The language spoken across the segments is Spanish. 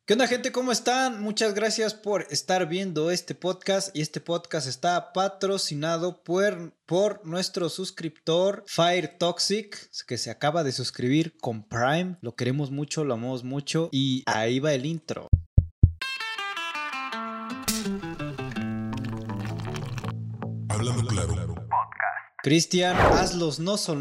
¿Qué onda, gente? ¿Cómo están? Muchas gracias por estar viendo este podcast y este podcast está patrocinado por nuestro suscriptor Fire Toxic, que se acaba de suscribir con Prime. Lo queremos mucho, lo amamos mucho y ahí va el intro. Hablando claro. Cristian, haznos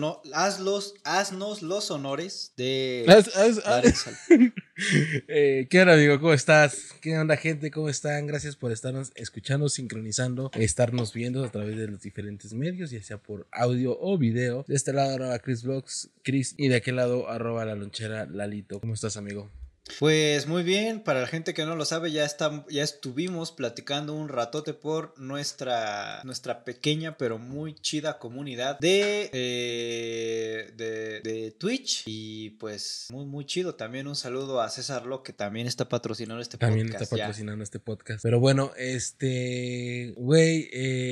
los honores de dar el salto. ¿Qué onda, amigo? ¿Cómo estás? ¿Qué onda, gente? ¿Cómo están? Gracias por estarnos escuchando, sincronizando, estarnos viendo a través de los diferentes medios, ya sea por audio o video. De este lado, arroba ChrisVlogs, Chris, y de aquel lado, arroba la lonchera Lalito. ¿Cómo estás, amigo? Pues muy bien, para la gente que no lo sabe, ya estuvimos platicando un ratote por nuestra pequeña pero muy chida comunidad de Twitch. Y pues muy chido. También un saludo a César Lo, que también está patrocinando este podcast. También está patrocinando este podcast. Pero bueno, güey,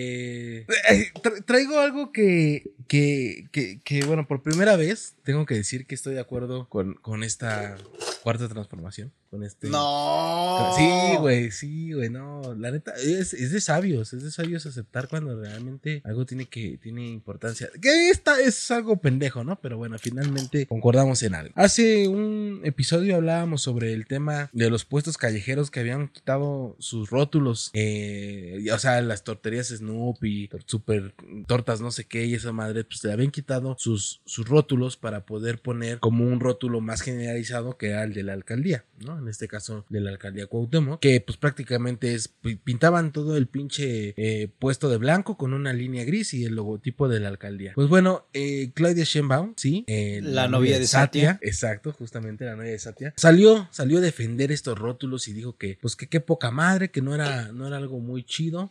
traigo algo que, bueno, por primera vez tengo que decir que estoy de acuerdo con esta cuarta transformación. Con este. ¡No! Sí, güey, no. La neta, es de sabios aceptar cuando realmente algo tiene importancia. Que esta es algo pendejo, ¿no? Pero bueno, finalmente concordamos en algo. Hace un episodio hablábamos sobre el tema de los puestos callejeros que habían quitado sus rótulos. O sea, las torterías Snoopy, super tortas no sé qué y esa madre, pues le habían quitado sus rótulos para poder poner como un rótulo más generalizado que era el de la alcaldía, ¿no? En este caso de la alcaldía Cuauhtémoc, que pues prácticamente pintaban todo el pinche puesto de blanco con una línea gris y el logotipo de la alcaldía. Pues bueno, Claudia Sheinbaum, sí, la novia de Satya. Exacto, justamente la novia de Satya, salió a defender estos rótulos y dijo que pues que qué poca madre, que no era algo muy chido,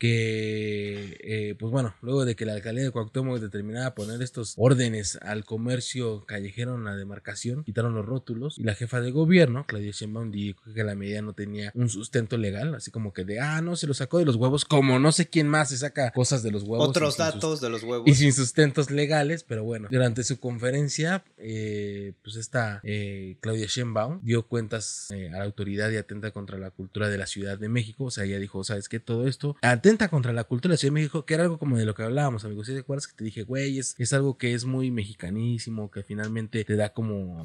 que pues bueno, luego de que la alcaldía de Cuauhtémoc determinaba poner estos órdenes al comercio callejero en la demarcación, quitaron los rótulos y la jefa de gobierno, Claudia Sheinbaum, dijo que la medida no tenía un sustento legal, así como que no, se lo sacó de los huevos, como no sé quién más se saca cosas de los huevos. Otros datos de los huevos. Y sin sustentos legales, pero bueno, durante su conferencia, pues esta Claudia Sheinbaum dio cuentas a la autoridad y atenta contra la cultura de la Ciudad de México. O sea, ella dijo, ¿sabes qué? Todo esto atenta contra la cultura de la Ciudad de México, que era algo como de lo que hablábamos, amigos. ¿Sí te acuerdas que te dije, güey, es algo que es muy mexicanísimo, que finalmente te da como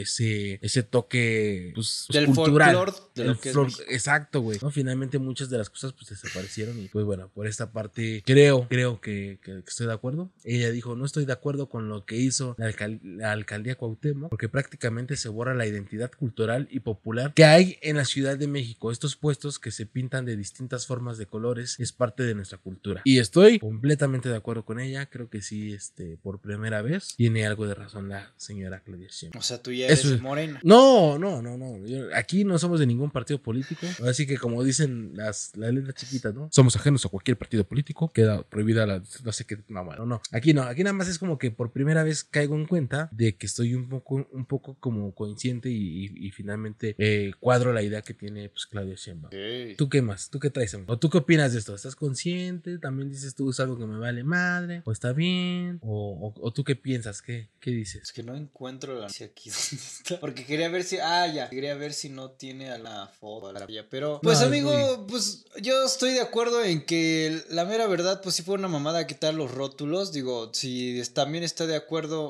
ese toque pues, del cultural, de lo que es México. Exacto, güey, ¿no? Finalmente muchas de las cosas pues desaparecieron y pues bueno, por esta parte creo que estoy de acuerdo. Ella dijo, no estoy de acuerdo con lo que hizo la alcaldía Cuauhtémoc, porque prácticamente se borra la identidad cultural y popular que hay en la Ciudad de México. Estos puestos que se pintan de distintas formas de colores es parte de nuestra cultura y estoy completamente de acuerdo con ella. Creo que sí, por primera vez tiene algo de razón la señora Claudia Sheinbaum. O sea, tú ya eres Morena. No. Aquí no somos de ningún partido político. Así que como dicen las letras chiquitas, ¿no? Somos ajenos a cualquier partido político. Queda prohibida no sé qué. No. Aquí no. Aquí nada más es como que por primera vez caigo en cuenta de que estoy un poco como consciente y finalmente cuadro la idea que tiene pues Claudia Sheinbaum. Okay. ¿Tú qué más? ¿Tú qué traes, amigo? ¿O tú qué opinas de esto? ¿Estás consciente? ¿También dices tú es algo que me vale madre? ¿O está bien? ¿O tú qué piensas? ¿Qué dices? Es que no encuentro la noticia aquí donde está. Porque quería ver si... quería ver si no tiene a la foto. Pero, pues amigo, pues yo estoy de acuerdo en que la mera verdad, pues sí fue una mamada quitar los rótulos. Digo, si también está de acuerdo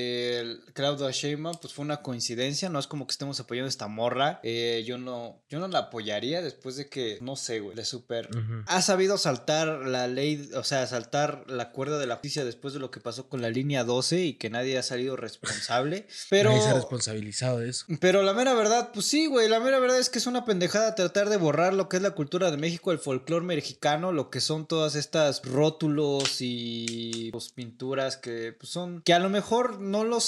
Claudia Sheinbaum, pues fue una coincidencia. No es como que estemos apoyando a esta morra. Yo no la apoyaría después de que, no sé, güey, de súper... Ha sabido saltar la ley, o sea, saltar la cuerda de la justicia después de lo que pasó con la línea 12 y que nadie ha salido responsable. Pero... Nadie se ha responsabilizado de eso. Pero la mera verdad, pues sí, güey, la mera verdad es que es una pendejada tratar de borrar lo que es la cultura de México, el folclore mexicano, lo que son todas estas rótulos y pues, pinturas que pues, son, que a lo mejor no los...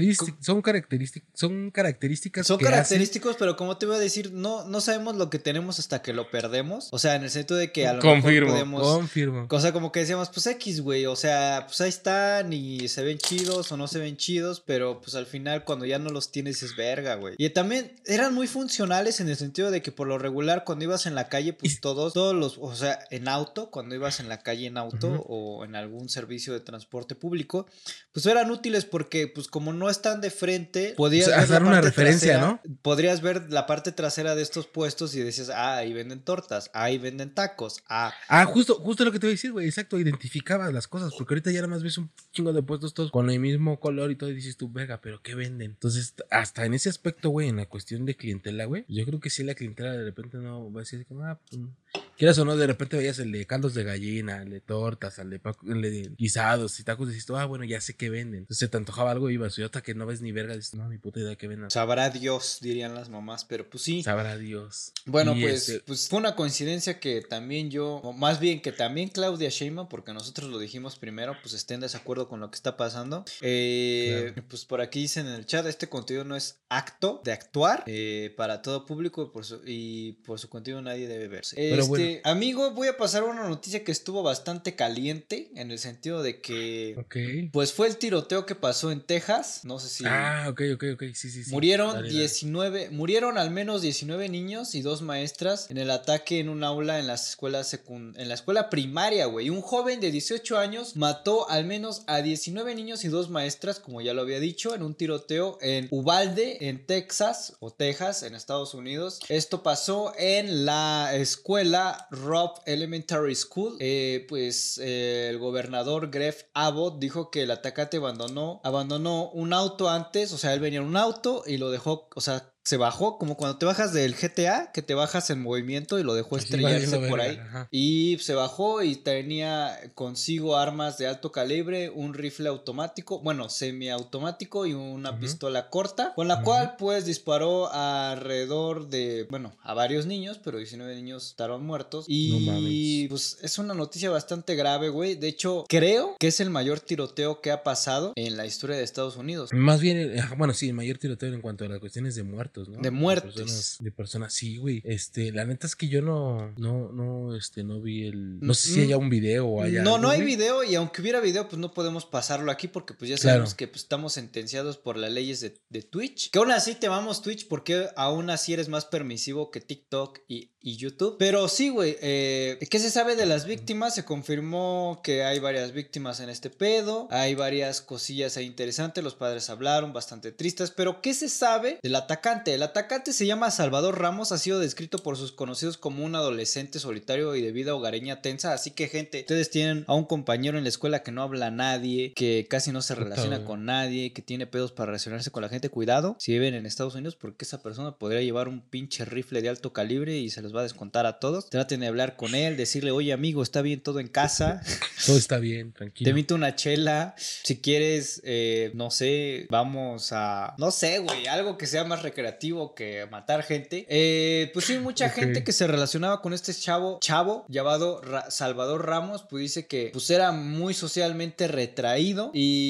Son característicos, pero como te voy a decir, no sabemos lo que tenemos hasta que lo perdemos. O sea, en el sentido de que a lo mejor podemos... Confirmo. O sea, como que decíamos, pues X, güey, o sea, pues están y se ven chidos o no se ven chidos, pero pues al final cuando ya no los tienes es verga, güey. Y también eran muy funcionales en el sentido de que por lo regular cuando ibas en la calle, pues todos los, o sea, en auto, cuando ibas en la calle en auto o en algún servicio de transporte público, pues eran útiles porque pues como no están de frente, podías ver la una parte referencia, trasera, ¿no? podrías ver la parte trasera de estos puestos y decías, ah, ahí venden tortas, ahí venden tacos, ah. Justo lo que te voy a decir, güey, exacto, identificabas las cosas, porque ahorita ya nada más ves un chingo de puestos todos con el mismo color y todo y dices tú, verga, pero ¿qué venden? Entonces, hasta en ese aspecto, güey, en la cuestión de clientela, güey, yo creo que sí la clientela de repente no va a decir como, pues, quieras o no, de repente veías el de caldos de gallina, el de tortas, el de guisados y tacos, y dices tú, bueno, ya sé qué venden. Entonces, se te antojaba algo y ibas, y hasta que no ves ni verga, dices, no, ni puta idea qué venden. Sabrá Dios, dirían las mamás, pero pues sí. Sabrá Dios. Bueno, pues fue una coincidencia que también yo, o más bien que también Claudia Sheinbaum, porque nosotros lo dijimos primero, pues esté en desacuerdo con lo que está pasando. Claro. Pues por aquí dicen en el chat, este contenido no es acto de actuar para todo público y por su contenido nadie debe verse. Pero bueno. Amigo, voy a pasar una noticia que estuvo bastante caliente en el sentido de que pues fue el tiroteo que pasó en Texas, no sé si... ok, sí. Murieron 19, murieron al menos 19 niños y 2 maestras en el ataque en un aula en la escuela primaria, güey. Un joven de 18 años mató al menos a 19 niños y 2 maestras, como ya lo había dicho, en un tiroteo en Uvalde, en Texas, en Estados Unidos. Esto pasó en la escuela Robb Elementary School. El gobernador Greg Abbott dijo que el atacante abandonó un auto antes, o sea, él venía en un auto y lo dejó, o sea, se bajó como cuando te bajas del GTA, que te bajas en movimiento y lo dejó estrellarse por ahí. Ajá. Y se bajó y tenía consigo armas de alto calibre, un rifle automático, bueno, semiautomático y una pistola corta, con la cual pues disparó alrededor de, bueno, a varios niños, pero 19 niños estaron muertos. Y pues es una noticia bastante grave, güey. De hecho, creo que es el mayor tiroteo que ha pasado en la historia de Estados Unidos. Más bien, bueno, sí, el mayor tiroteo en cuanto a las cuestiones de muertos. ¿No? De muertes. De personas, sí, güey. La neta es que yo no vi no sé si haya un video o haya. No hay video, y aunque hubiera video, pues no podemos pasarlo aquí porque pues ya sabemos que pues, estamos sentenciados por las leyes de Twitch. Que aún así te vamos Twitch porque aún así eres más permisivo que TikTok y YouTube. Pero sí, güey, ¿qué se sabe de las víctimas? Se confirmó que hay varias víctimas en este pedo. Hay varias cosillas ahí interesantes. Los padres hablaron, bastante tristes. Pero ¿qué se sabe del atacante? El atacante se llama Salvador Ramos, ha sido descrito por sus conocidos como un adolescente solitario y de vida hogareña tensa, así que gente, ustedes tienen a un compañero en la escuela que no habla a nadie, que casi no se relaciona con nadie, que tiene pedos para relacionarse con la gente, cuidado si viven en Estados Unidos porque esa persona podría llevar un pinche rifle de alto calibre y se los va a descontar a todos. Traten de hablar con él, decirle, oye amigo, está bien todo en casa. Todo está bien, tranquilo. Te invito una chela, si quieres, no sé, vamos a, no sé, güey, algo que sea más recreativo que matar gente. Pues sí, mucha gente que se relacionaba con este chavo llamado Salvador Ramos, pues dice que pues era muy socialmente retraído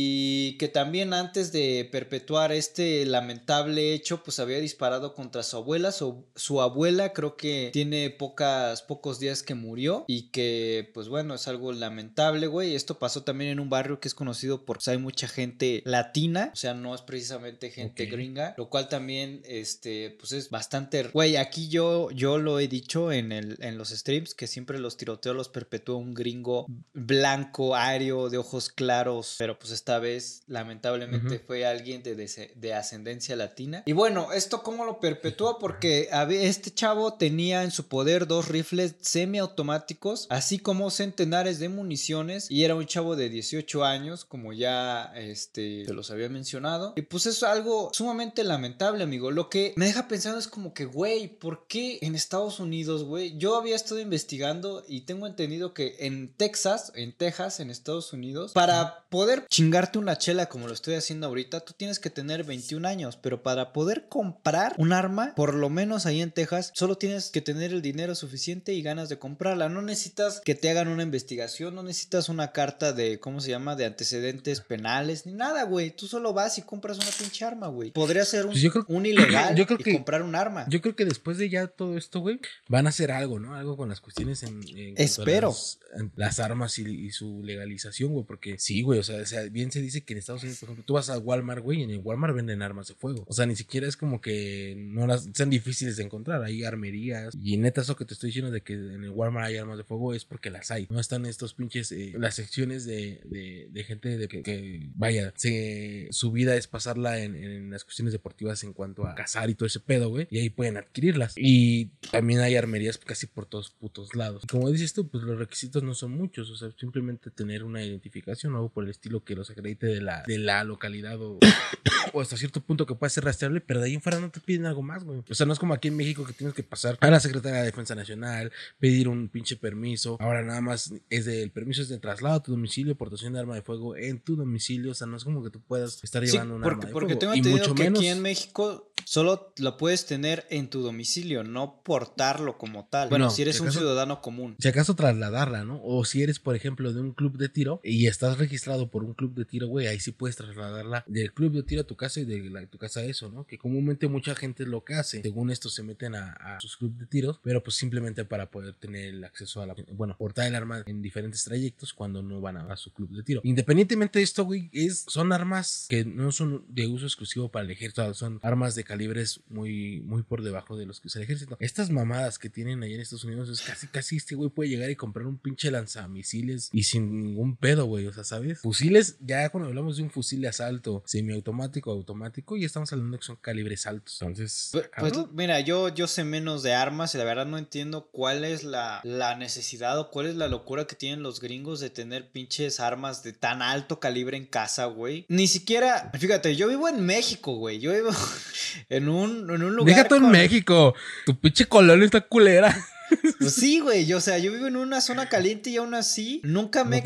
y que también antes de perpetuar este lamentable hecho, pues había disparado contra su abuela. Su abuela creo que tiene pocos días que murió y que pues bueno, es algo lamentable, güey. Esto pasó también en un barrio que es conocido por, pues, hay mucha gente latina, o sea, no es precisamente gente gringa, lo cual también pues es bastante, güey, aquí yo lo he dicho en los streams que siempre los tiroteos los perpetúa un gringo blanco, ario, de ojos claros, pero pues esta vez lamentablemente fue alguien de ascendencia latina. Y bueno, ¿esto cómo lo perpetúa? Porque este chavo tenía en su poder 2 rifles semiautomáticos, así como centenares de municiones, y era un chavo de 18 años, como ya te los había mencionado, y pues es algo sumamente lamentable, amigo. Lo que me deja pensando es como que, güey, ¿por qué en Estados Unidos, güey? Yo había estado investigando y tengo entendido que en Texas, en Estados Unidos, para poder chingarte una chela como lo estoy haciendo ahorita, tú tienes que tener 21 años, pero para poder comprar un arma, por lo menos ahí en Texas, solo tienes que tener el dinero suficiente y ganas de comprarla. No necesitas que te hagan una investigación, no necesitas una carta de, ¿cómo se llama? De antecedentes penales, ni nada, güey. Tú solo vas y compras una pinche arma, güey. Podría ser un ilegal legal yo creo y que comprar un arma. Yo creo que después de ya todo esto, güey, van a hacer algo, ¿no? Algo con las cuestiones en cuanto a Espero. las armas y su legalización, güey, porque sí, güey, o sea, bien se dice que en Estados Unidos, por ejemplo, tú vas a Walmart, güey, y en el Walmart venden armas de fuego. O sea, ni siquiera es como que no las sean difíciles de encontrar. Hay armerías. Y neta, eso que te estoy diciendo de que en el Walmart hay armas de fuego es porque las hay. No están estos pinches, las secciones de gente de que vaya, su vida es pasarla en las cuestiones deportivas en cuanto a cazar y todo ese pedo, güey. Y ahí pueden adquirirlas. Y también hay armerías casi por todos putos lados. Y como dices tú, pues los requisitos no son muchos. O sea, simplemente tener una identificación o algo por el estilo que los acredite de la localidad o hasta cierto punto que pueda ser rastreable, pero de ahí en fuera no te piden algo más, güey. O sea, no es como aquí en México que tienes que pasar a la Secretaría de Defensa Nacional, pedir un pinche permiso. Ahora nada más el permiso es de traslado a tu domicilio, portación de arma de fuego en tu domicilio. O sea, no es como que tú puedas estar llevando un arma de porque fuego. tengo Y entendido mucho que menos aquí en México solo lo puedes tener en tu domicilio, no portarlo como tal. Bueno, No, si eres si un acaso- ciudadano común. si acaso trasladarla, ¿no? O si eres, por ejemplo, de un club de tiro y estás registrado por un club de tiro, güey, ahí sí puedes trasladarla del club de tiro a tu casa y de tu casa a eso, ¿no? Que comúnmente mucha gente lo que hace. Según esto se meten a sus clubes de tiros, pero pues simplemente para poder tener el acceso a portar el arma en diferentes trayectos cuando no van a su club de tiro. Independientemente de esto, güey, son armas que no son de uso exclusivo para el ejército, son armas de calibres muy por debajo de los que usa el ejército. Estas mamadas que tienen allá en Estados Unidos es casi este güey puede llegar y comprar un pinche lanzamisiles y sin ningún pedo, güey, o sea, ¿sabes? Fusiles, ya cuando hablamos de un fusil de asalto semiautomático o automático, ya estamos hablando que son calibres altos. Entonces, Pues mira, yo sé menos de armas y la verdad no entiendo cuál es la necesidad o cuál es la locura que tienen los gringos de tener pinches armas de tan alto calibre en casa, güey. Ni siquiera, fíjate, yo vivo en México, güey. Yo vivo en un lugar. Deja todo en México. Tu pinche colonia está culera. Pues sí, güey, o sea, yo vivo en una zona caliente y aún así nunca me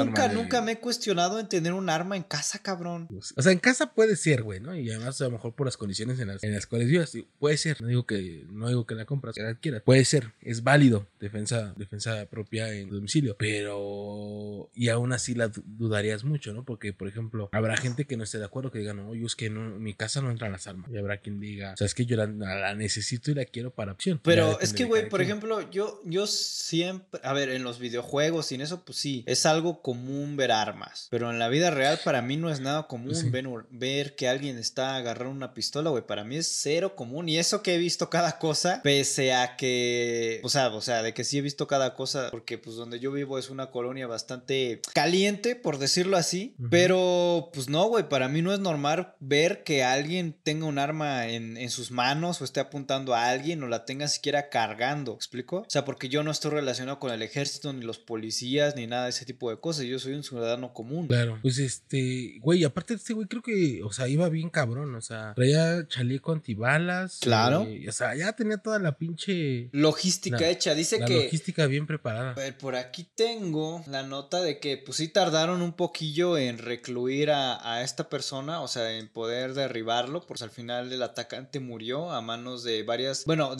he cuestionado en tener un arma en casa, cabrón. O sea, en casa puede ser, güey, ¿no? Y además a lo mejor por las condiciones en las cuales vivas, puede ser. No digo que la compras, que la quieras. Puede ser, es válido, defensa propia en domicilio, pero y aún así la dudarías mucho, ¿no? Porque, por ejemplo, habrá gente que no esté de acuerdo, que diga, no, yo es que no, en mi casa no entran las armas. Y habrá quien diga, o sea, es que yo la necesito y la quiero para opción. Pero es que, güey, por ejemplo, yo siempre, a ver, en los videojuegos y en eso, pues sí, es algo común ver armas. Pero en la vida real, para mí no es nada común Sí. ver que alguien está agarrando una pistola, güey. Para mí es cero común. Y eso que he visto cada cosa, pese a que, o sea, de que sí he visto cada cosa, porque pues donde yo vivo es una colonia bastante caliente, por decirlo así. Pero, pues no, güey, para mí no es normal ver que alguien tenga un arma en sus manos o esté apuntando a alguien o la tenga siquiera cargando, ¿explico? O sea, porque yo no estoy relacionado con el ejército, ni los policías, ni nada de ese tipo de cosas. Yo soy un ciudadano común. Claro, pues güey, aparte de este güey creo que, o sea, iba bien cabrón, o sea, traía chaleco antibalas. Claro. O sea, ya tenía toda la pinche logística hecha. Dice la que logística bien preparada. a ver, por aquí tengo la nota de que pues sí tardaron un poquillo en recluir a esta persona, o sea, en poder derribarlo, pues al final el atacante murió a manos de varias, bueno,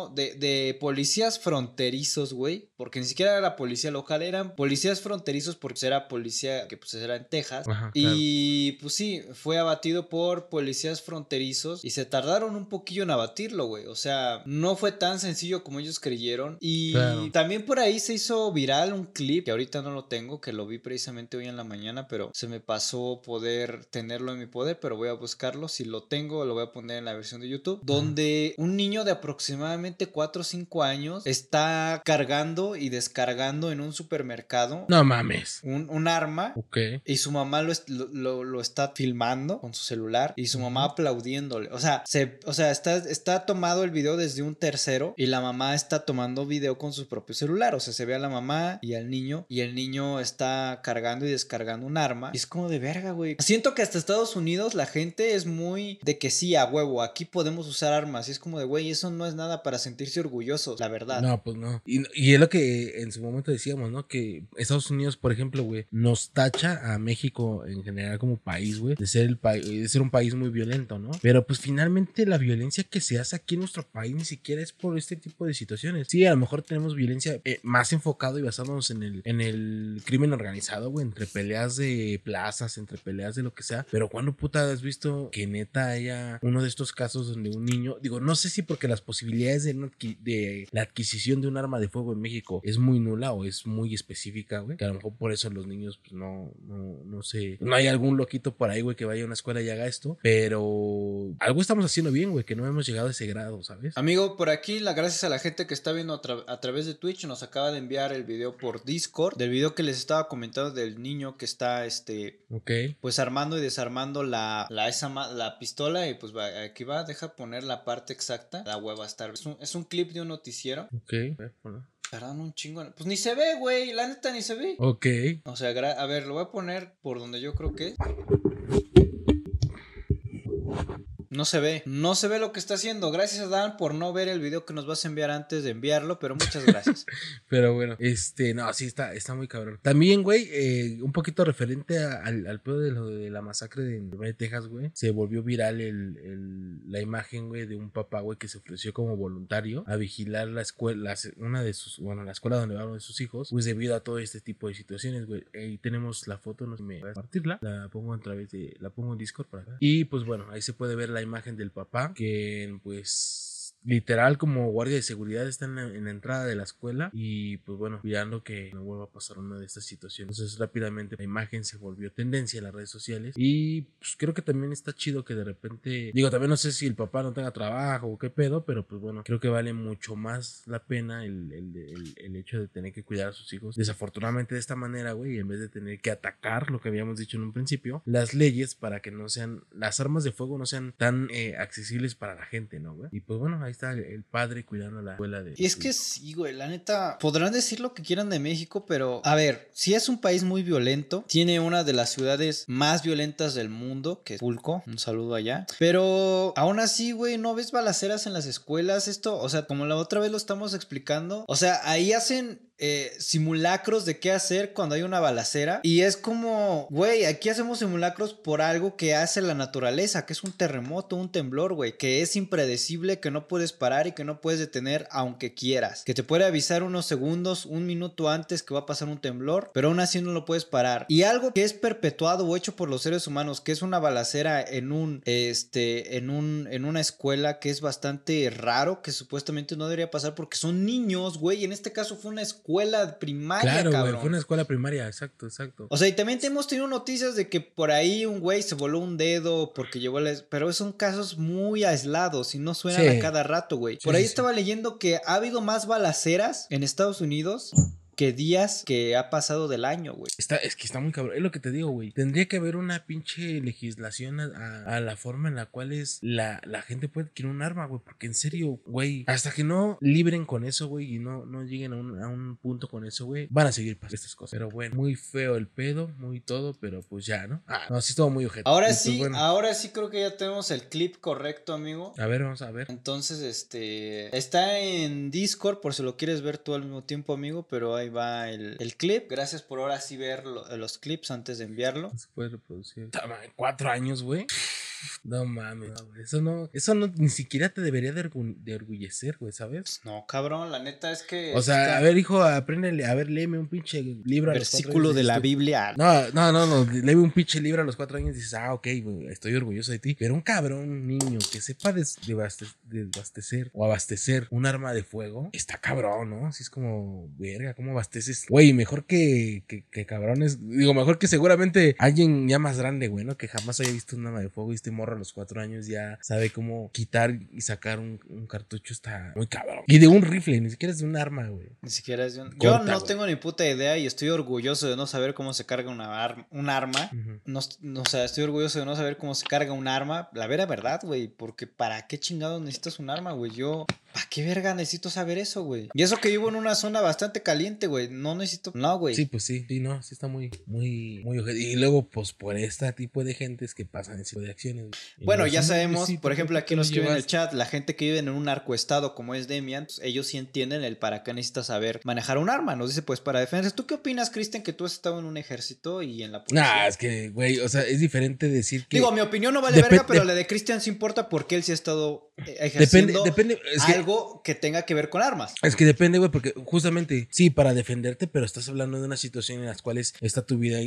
de policías fronterizos, güey, porque ni siquiera era la policía local, eran policías fronterizos porque era policía que pues era en Texas. Ajá, Y pues sí, fue abatido por policías fronterizos y se tardaron un poquillo en abatirlo, güey, o sea, no fue tan sencillo como ellos creyeron. Y también por ahí se hizo viral un clip que ahorita no lo tengo, que lo vi precisamente hoy en la mañana, pero se me pasó poder tenerlo en mi poder, pero voy a buscarlo. Si lo tengo, lo voy a poner en la versión de YouTube, donde un niño de aproximadamente 4 o 5 años está cargando y descargando en un supermercado. No mames. Un arma. Ok. Y su mamá lo está filmando con su celular y su mamá aplaudiéndole. O sea, está tomado el video desde un tercero y la mamá está tomando video con su propio celular. O sea, se ve a la mamá y al niño y el niño está cargando y descargando un arma. Y es como de verga, güey. Siento que hasta Estados Unidos la gente es muy de que sí, a huevo, aquí podemos usar armas. Y es como de, güey, eso no es nada para sentirse orgullosos, la verdad. verdad. No, pues no. Y es lo que en su momento decíamos, ¿no? Que Estados Unidos, por ejemplo, güey, nos tacha a México en general como país, güey, de ser de ser un país muy violento, ¿no? Pero pues finalmente la violencia que se hace aquí en nuestro país ni siquiera es por este tipo de situaciones. Sí, a lo mejor tenemos violencia más enfocado y basándonos en el crimen organizado, güey, entre peleas de plazas, entre peleas de lo que sea. Pero ¿cuándo puta has visto que neta haya uno de estos casos donde un niño, digo, no sé si porque las posibilidades de la adquisición de un arma de fuego en México es muy nula o es muy específica, güey, que a lo mejor por eso los niños pues no sé, no hay algún loquito por ahí, güey, que vaya a una escuela y haga esto, pero algo estamos haciendo bien, güey, que no hemos llegado a ese grado, ¿sabes? Amigo, por aquí, gracias a la gente que está viendo a través de Twitch, nos acaba de enviar el video por Discord, del video que les estaba comentando del niño que está, Ok. pues armando y desarmando la pistola, y pues aquí va, deja poner la parte exacta, la hueva estar, es un clip de un noticiero. Ok, bueno. Tardan un chingo, pues ni se ve, güey, la neta ni se ve. Ok. O sea, a ver, lo voy a poner por donde yo creo que es. No se ve lo que está haciendo. Gracias, Dan, por no ver el video que nos vas a enviar antes de enviarlo, pero muchas gracias. Pero bueno, no, sí está muy cabrón. También, güey, un poquito referente al pedo de lo de la masacre de Texas, güey. Se volvió viral la imagen, güey, de un papá, güey, que se ofreció como voluntario a vigilar la escuela, la escuela donde va uno de sus hijos, pues debido a todo este tipo de situaciones, güey. Ahí tenemos la foto, no sé si me voy a compartirla. La pongo en Discord para acá. Y pues bueno, ahí se puede ver la imagen del papá que pues literal como guardia de seguridad está en la entrada de la escuela y pues bueno, cuidando que no vuelva a pasar una de estas situaciones. Entonces rápidamente la imagen se volvió tendencia en las redes sociales y pues creo que también está chido que de repente, digo, también no sé si el papá no tenga trabajo o qué pedo, pero pues bueno, creo que vale mucho más la pena el hecho de tener que cuidar a sus hijos desafortunadamente de esta manera, güey, en vez de tener que atacar lo que habíamos dicho en un principio, las leyes para que no sean, las armas de fuego no sean tan accesibles para la gente, ¿no, güey? Y pues bueno, ahí está el padre cuidando la escuela de... Y es que sí, güey, la neta, podrán decir lo que quieran de México, pero a ver, si es un país muy violento, tiene una de las ciudades más violentas del mundo, que es Pulco, un saludo allá, pero aún así, güey, no ves balaceras en las escuelas, esto, o sea, como la otra vez lo estamos explicando, o sea, ahí hacen simulacros de qué hacer cuando hay una balacera y es como, güey, aquí hacemos simulacros por algo que hace la naturaleza, que es un terremoto, un temblor, güey, que es impredecible, que no puedes parar y que no puedes detener aunque quieras, que te puede avisar unos segundos, un minuto antes que va a pasar un temblor, pero aún así no lo puedes parar. Y algo que es perpetuado o hecho por los seres humanos, que es una balacera en una escuela, que es bastante raro, que supuestamente no debería pasar porque son niños, güey, en este caso fue una escuela primaria, claro, cabrón. Güey, fue una escuela primaria, exacto. O sea, y también hemos tenido noticias de que por ahí un güey se voló un dedo porque llevó pero son casos muy aislados y no suenan a cada rato, güey. Por ahí estaba leyendo que ha habido más balaceras en Estados Unidos que días que ha pasado del año, güey. Es que está muy cabrón. Es lo que te digo, güey. Tendría que haber una pinche legislación a la forma en la cual la gente puede adquirir un arma, güey. Porque en serio, güey, hasta que no libren con eso, güey, y no lleguen a un punto con eso, güey, van a seguir pasando estas cosas. Pero bueno, muy feo el pedo, muy todo, pero pues ya, ¿no? No, sí estuvo muy ojete. Ahora pues, sí, bueno. ahora sí creo que ya tenemos el clip correcto, amigo. A ver, vamos a ver. Entonces, está en Discord por si lo quieres ver tú al mismo tiempo, amigo, pero ahí va el clip. Gracias por ahora sí ver los clips antes de enviarlo. Se puede reproducir. 4 años, güey. No mames, no, güey. Eso no ni siquiera te debería de orgullecer, güey, ¿sabes? No, cabrón, la neta es que... O sea, a ver, hijo, apréndele, a ver, léeme un pinche libro a los 4 años. Versículo de la Biblia. No, léeme un pinche libro a los 4 años y dices, ok, güey, estoy orgulloso de ti. Pero un cabrón niño que sepa abastecer un arma de fuego, está cabrón, ¿no? Así es como, verga, ¿cómo abasteces? Güey, mejor que cabrones, digo, mejor que seguramente alguien ya más grande, güey, ¿no? Que jamás haya visto un arma de fuego y este morro a los 4 años ya sabe cómo quitar y sacar un cartucho, está muy cabrón. Y de un rifle, ni siquiera es de un arma, güey. Ni siquiera es de un... Yo no tengo ni puta idea y estoy orgulloso de no saber cómo se carga un arma. No, o sea, estoy orgulloso de no saber cómo se carga un arma. La vera verdad, güey, porque ¿para qué chingados necesitas un arma, güey? Yo ¿Para qué verga necesito saber eso, güey? Y eso que vivo en una zona bastante caliente, güey. No necesito. No, güey. Sí, pues sí, no, sí está muy, muy, muy ojete. Y luego, pues por este tipo de gentes que pasan ese tipo de acciones. Bueno, ya sabemos, por ejemplo, aquí nos escriben en el chat, la gente que vive en un narcoestado como es Demian, pues ellos sí entienden el para qué necesitas saber manejar un arma. Nos dice, pues para defenderse. ¿Tú qué opinas, Cristian, que tú has estado en un ejército y en la policía? Nah, es que, güey, o sea, es diferente decir que. Digo, mi opinión no vale verga, pero la de Cristian sí importa porque él sí ha estado ejerciendo depende, es algo que tenga que ver con armas. Es que depende, güey, porque justamente, sí, para defenderte, pero estás hablando de una situación en las cuales está tu vida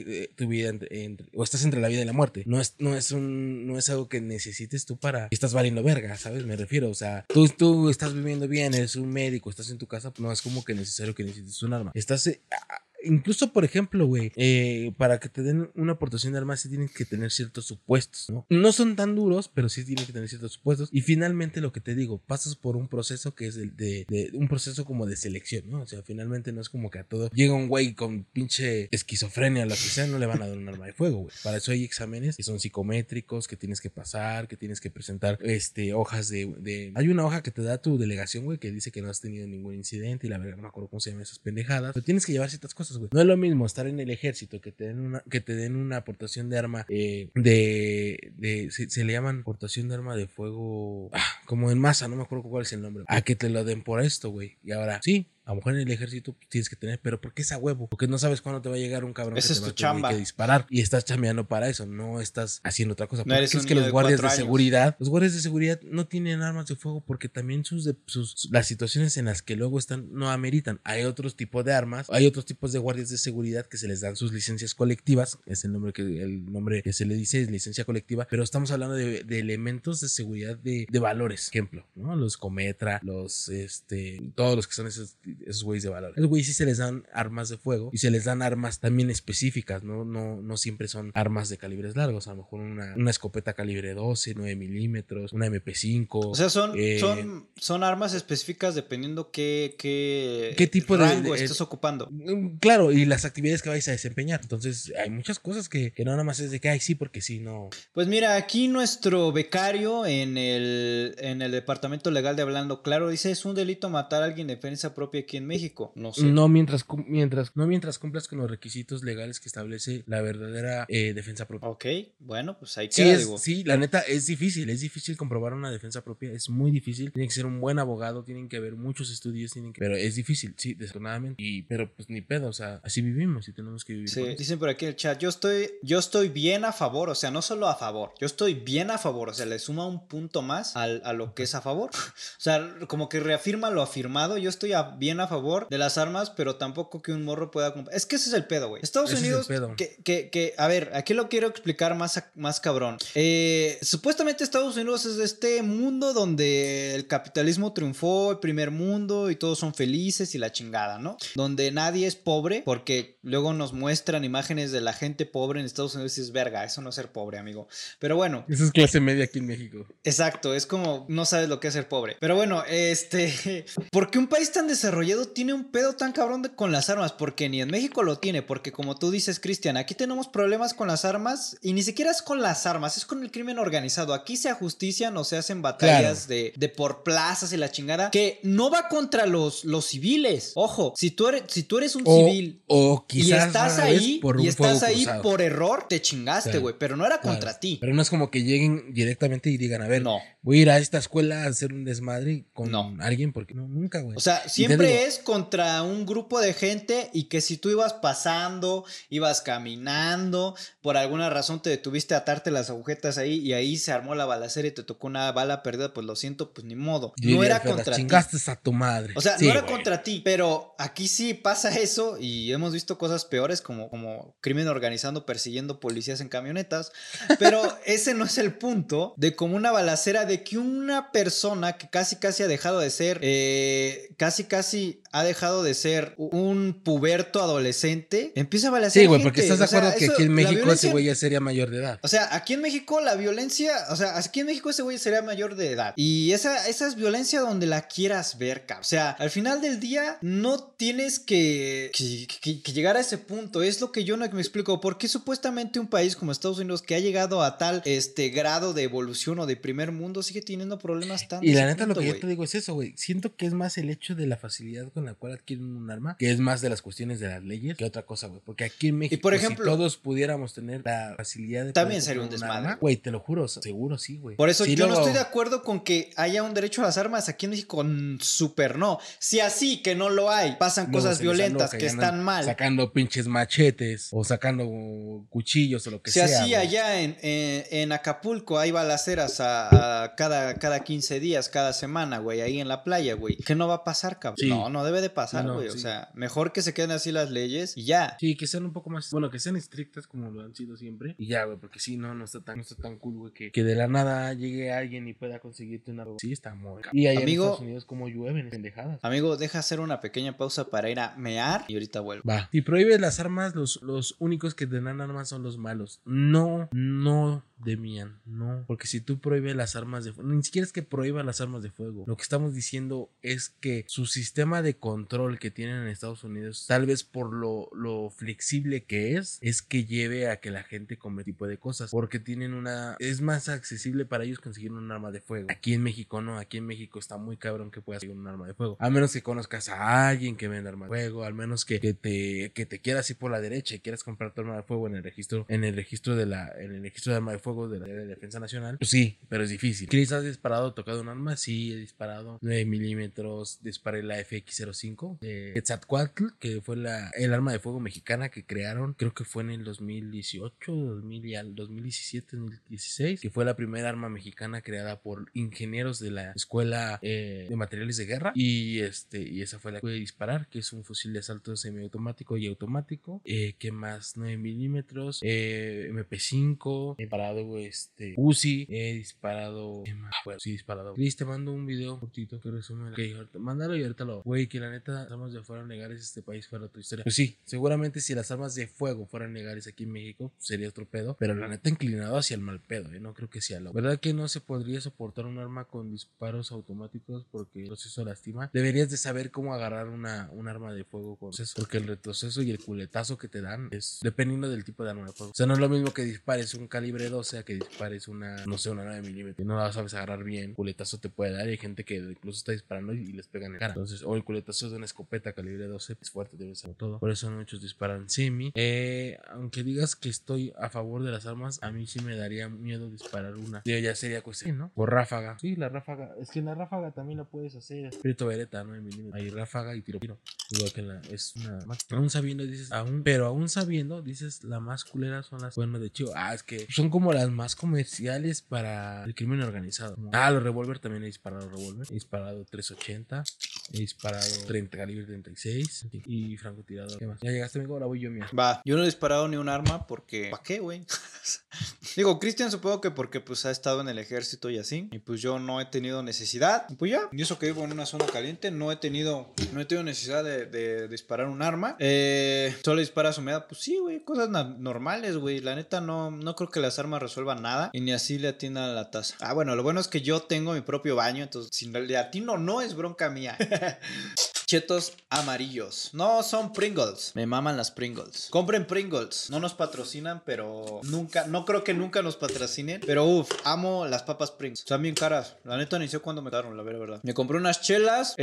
o estás entre la vida y la muerte. No es algo que necesites tú para, estás valiendo verga, ¿sabes? Me refiero, o sea, tú estás viviendo bien, eres un médico, estás en tu casa, no es como que necesario que necesites un arma. Estás... incluso, por ejemplo, güey, para que te den una aportación de armas sí tienes que tener ciertos supuestos, ¿no? No son tan duros, pero sí tienes que tener ciertos supuestos. Y finalmente lo que te digo, pasas por un proceso que es un proceso como de selección, ¿no? O sea, finalmente no es como que a todo llega un güey con pinche esquizofrenia o lo que sea, no le van a dar un arma de fuego, güey. Para eso hay exámenes que son psicométricos, que tienes que pasar, que tienes que presentar hojas Hay una hoja que te da tu delegación, güey, que dice que no has tenido ningún incidente y la verdad no me acuerdo cómo se llaman esas pendejadas, pero tienes que llevar ciertas cosas. No es lo mismo estar en el ejército que te den una aportación de arma se le llaman aportación de arma de fuego como en masa, no me acuerdo cuál es el nombre, a que te lo den por esto, güey. Y ahora sí, a lo mejor en el ejército tienes que tener, pero ¿por qué es a huevo? Porque no sabes cuándo te va a llegar un cabrón Esa que es te tu va a chamba. tener que disparar y estás chambeando para eso, no estás haciendo otra cosa. No eres Porque un es que niño los guardias de 4 seguridad, no tienen armas de fuego porque también las situaciones en las que luego están no ameritan. Hay otros tipos de armas, hay otros tipos de guardias de seguridad que se les dan sus licencias colectivas, es el nombre que se le dice es licencia colectiva, pero estamos hablando de elementos de seguridad de valores, ejemplo, ¿no? Los Cometra, todos los que son esos güeyes de valor. Los güeyes sí se les dan armas de fuego y se les dan armas también específicas, no siempre son armas de calibres largos, a lo mejor una escopeta calibre 12, 9 milímetros, una MP5. O sea, son armas específicas dependiendo qué tipo rango estés ocupando. Claro, y las actividades que vais a desempeñar. Entonces, hay muchas cosas que no nada más es de que, ay, sí, porque sí, no. Pues mira, aquí nuestro becario en el Departamento Legal de Hablando Claro dice, es un delito matar a alguien en defensa propia aquí en México. No sé. No mientras cumplas con los requisitos legales que establece la verdadera defensa propia. Ok, bueno, pues ahí queda, digo. Sí, la neta, es difícil comprobar una defensa propia, es muy difícil. Tiene que ser un buen abogado, tienen que haber muchos estudios, pero es difícil, sí, desafortunadamente. Pero pues ni pedo, o sea, así vivimos y tenemos que vivir. Sí, dicen por aquí en el chat, yo estoy bien a favor, o sea, no solo a favor, yo estoy bien a favor, o sea, le suma un punto más a lo que es a favor. O sea, como que reafirma lo afirmado, yo estoy bien a favor de las armas, pero tampoco que un morro pueda comprar. Es que ese es el pedo, güey. Estados Unidos, a ver, aquí lo quiero explicar más cabrón. Supuestamente Estados Unidos es de este mundo donde el capitalismo triunfó, el primer mundo, y todos son felices y la chingada, ¿no? Donde nadie es pobre, porque luego nos muestran imágenes de la gente pobre en Estados Unidos y es verga, eso no es ser pobre, amigo. Pero bueno. Eso es clase media aquí en México. Exacto, es como no sabes lo que es ser pobre. Pero bueno, ¿por qué un país tan desarrollado tiene un pedo tan cabrón con las armas? Porque ni en México lo tiene, porque como tú dices, Cristian, aquí tenemos problemas con las armas y ni siquiera es con las armas, es con el crimen organizado. Aquí se ajustician o se hacen batallas de por plazas y la chingada, que no va contra los civiles. Ojo, si tú eres un civil o quizás y estás ahí por error, te chingaste, güey, pero no era contra ti. Pero no es como que lleguen directamente y digan, a ver, voy a ir a esta escuela a hacer un desmadre con alguien, porque no, nunca, güey. O sea, siempre es contra un grupo de gente y que si tú ibas pasando, ibas caminando, por alguna razón te detuviste a atarte las agujetas ahí y ahí se armó la balacera y te tocó una bala perdida, pues lo siento, pues ni modo. No era contra ti. Chingaste a tu madre. O sea, no era contra ti, pero aquí sí pasa eso y hemos visto cosas peores como crimen organizado persiguiendo policías en camionetas, pero ese no es el punto de como una balacera de que una persona que casi ha dejado de ser casi casi ha dejado de ser un puberto adolescente, empieza a balasear Sí, güey, gente. porque estás de acuerdo que aquí en México ese güey ya sería mayor de edad. O sea, aquí en México la violencia, o sea, aquí en México ese güey sería mayor de edad. Y esa es violencia donde la quieras ver, cabrón. O sea, al final del día no tienes que llegar a ese punto. Es lo que yo no me explico. ¿Por qué supuestamente un país como Estados Unidos, que ha llegado a tal grado de evolución o de primer mundo, sigue teniendo problemas tan... Y la neta, lo que yo te digo es eso, güey. Siento que es más el hecho de la facilidad con la cual adquieren un arma, que es más de las cuestiones de las leyes que otra cosa, güey. Porque aquí en México, y por ejemplo, si todos pudiéramos tener la facilidad de también sería un desmadre, güey, te lo juro, seguro sí, güey. Por eso sí, yo no estoy de acuerdo con que haya un derecho a las armas aquí en México, súper no. Si así que no lo hay, pasan cosas violentas que están mal. Sacando pinches machetes o sacando cuchillos o lo que sea. Si así allá en Acapulco hay balaceras a cada 15 días, cada semana, güey, ahí en la playa, güey. ¿Qué no va a pasar, cabrón? Sí. No debe de pasar, güey. Sí. O sea, mejor que se queden así las leyes y ya. Sí, que sean un poco más, bueno, que sean estrictas como lo han sido siempre. Y ya, güey, porque sí, no está tan cool, güey, que de la nada llegue alguien y pueda conseguirte una... Sí, está muy... Y allá amigo, en Estados Unidos como llueven pendejadas. Amigo, deja hacer una pequeña pausa para ir a mear y ahorita vuelvo. Va. Si prohíbes las armas, los únicos que te dan armas son los malos. No, Demian, no. Porque si tú prohíbes las armas de fuego, ni siquiera es que prohíba las armas de fuego. Lo que estamos diciendo es que su sistema de control que tienen en Estados Unidos, tal vez por lo flexible que es que lleve a que la gente cometa tipo de cosas. Porque tienen es más accesible para ellos conseguir un arma de fuego. Aquí en México no. Aquí en México está muy cabrón que puedas conseguir un arma de fuego. A menos que conozcas a alguien que venda arma de fuego. Al menos que te quieras ir por la derecha y quieras comprar tu arma de fuego en el registro de arma de fuego de la Defensa Nacional. Pues sí, pero es difícil. ¿Chris, has disparado, tocado un arma? Sí, he disparado 9 milímetros. Disparé la FX05 de Quetzalcóatl, que fue el arma de fuego mexicana que crearon. Creo que fue en el 2018, 2017, 2016, que fue la primera arma mexicana creada por ingenieros de la Escuela de Materiales de Guerra. Y esa fue la que pude disparar, que es un fusil de asalto semiautomático y automático. ¿Qué más? 9 milímetros, MP5, he disparado Uzi, he disparado... Bueno, sí, disparado. Chris, te mando un video cortito que resume. Ok, mándalo y ahorita lo... Güey, que la neta, las armas de fuego legales este país fuera otra historia. Pues sí, seguramente si las armas de fuego fueran legales aquí en México, sería otro pedo. Pero la neta, inclinado hacia el mal pedo, no creo que sea lo... ¿Verdad que no se podría soportar un arma con disparos automáticos porque el proceso lastima? Deberías de saber cómo agarrar un arma de fuego con eso, porque el retroceso y el culetazo que te dan es dependiendo del tipo de arma de fuego. O sea, no es lo mismo que dispares un calibre 12 a que dispares una 9 milímetros. No la sabes agarrar bien, culetazo te puede dar. Y hay gente que incluso está disparando y les pegan en la cara. Entonces, o el culetazo de una escopeta calibre 12 es fuerte, debe ser todo. Por eso muchos disparan semi. Aunque digas que estoy a favor de las armas, a mí sí me daría miedo disparar una. Ya sería cuestión, ¿no? O ráfaga. Sí, la ráfaga. Es que en la ráfaga también la puedes hacer. Espíritu Beretta, 9 milímetros. Hay ráfaga y tiro. Igual que es una... Aún sabiendo, dices, la más culera son las... Bueno, de hecho, es que son como las más comerciales para el crimen organizado. Los revólver también he disparado revólver. He disparado 380. He disparado calibre 36 y francotirador. ¿Qué más? Ya llegaste, amigo, ahora voy yo, mía. Va, yo no he disparado ni un arma porque... ¿Para qué, güey? Digo, Cristian supongo que porque pues ha estado en el ejército y así. Y pues yo no he tenido necesidad. Y pues ya. Y eso que vivo en una zona caliente, no he tenido necesidad de disparar un arma. Solo dispara su humedad. Pues sí, güey. Cosas normales, güey. La neta no creo que las armas resuelvan nada. Y ni así le atinan a la taza. Bueno, lo bueno es que yo tengo mi propio baño. Entonces, si le atino, no es bronca mía. Chetos amarillos. No son Pringles. Me maman las Pringles. Compren Pringles. No nos patrocinan, pero no creo que nunca nos patrocinen. Pero amo las papas Pringles. Están bien caras. La neta ni sé cuándo me daron, la verdad. Me compré unas chelas,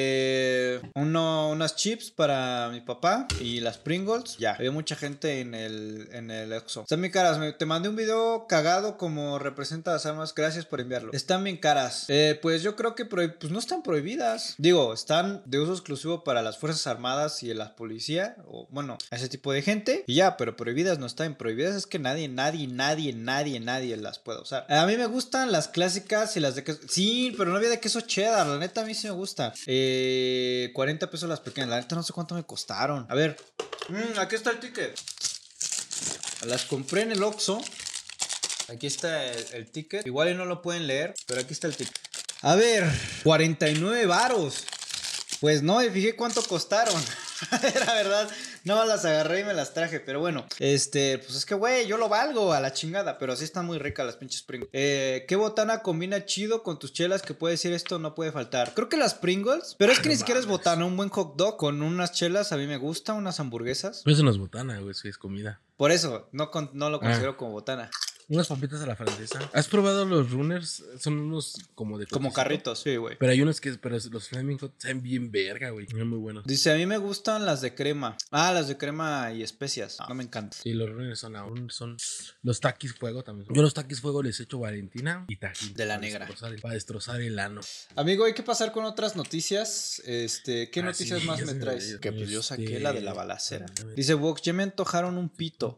unas chips para mi papá y las Pringles. Ya, había mucha gente en el Exo. Están bien caras. Te mandé un video cagado como representa las armas. Gracias por enviarlo. Están bien caras. Pues yo creo que pues no están prohibidas. Digo, están de uso exclusivo para las Fuerzas Armadas y la policía, o bueno, a ese tipo de gente, y ya, pero prohibidas no están. Prohibidas es que nadie las puede usar. A mí me gustan las clásicas y las de queso. Sí, pero no había de queso cheddar, la neta a mí sí me gusta. 40 pesos las pequeñas, la neta no sé cuánto me costaron. A ver, aquí está el ticket. Las compré en el Oxxo. Aquí está el ticket. Igual no lo pueden leer, pero aquí está el ticket. A ver, 49 varos. Pues no me fijé cuánto costaron. La verdad, no las agarré y me las traje. Pero bueno, pues es que, güey, yo lo valgo a la chingada. Pero sí están muy ricas las pinches Pringles. ¿Qué botana combina chido con tus chelas? Que puede decir esto no puede faltar. Creo que las Pringles. Pero es que ni siquiera es botana. Un buen hot dog con unas chelas a mí me gusta. Unas hamburguesas. Eso no es botana, güey, eso es comida. Por eso, no lo considero como botana. Unas papitas a la francesa. ¿Has probado los runners? Son unos como de... Como carritos, sí, güey. Pero hay unos que... Pero los Flaming Hot saben bien verga, güey. Son muy buenos. Dice, a mí me gustan las de crema. Ah, las de crema y especias. No me encantan. Sí, los runners son los taquis fuego también. Yo los taquis fuego les echo Valentina y tajín. De la negra. Para destrozar el ano. Amigo, hay que pasar con otras noticias. ¿Qué noticias sí, más ya me se me traes? olvidó. Que pues yo saqué la de la balacera. Dice Vox, ya me antojaron un pito.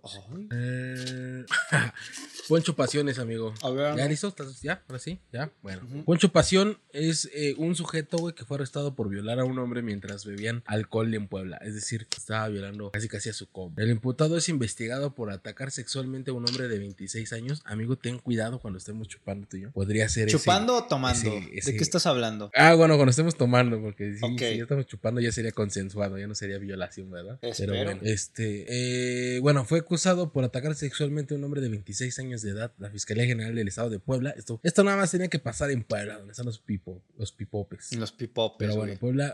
Poncho Pasiones, amigo. A ver, ¿Ya ¿no? listo? ¿Estás? ¿Ya? ¿Ahora sí? ¿Ya? Bueno. Poncho Pasión es un sujeto, güey, que fue arrestado por violar a un hombre mientras bebían alcohol en Puebla. Es decir, estaba violando casi a su compa. El imputado es investigado por atacar sexualmente a un hombre de 26 años. Amigo, ten cuidado cuando estemos chupando tú y yo. Podría ser ¿chupando o tomando? ese- ¿De qué estás hablando? Bueno, cuando estemos tomando, porque Ok. si ya estamos chupando ya sería consensuado, ya no sería violación, ¿verdad? Espero. Pero bueno, bueno, fue acusado por atacar sexualmente a un hombre de 26 años de edad. La Fiscalía General del Estado de Puebla. Esto nada más tenía que pasar en Puebla, donde están los pipopes. Los pipopes, Pero bueno, güey. Puebla,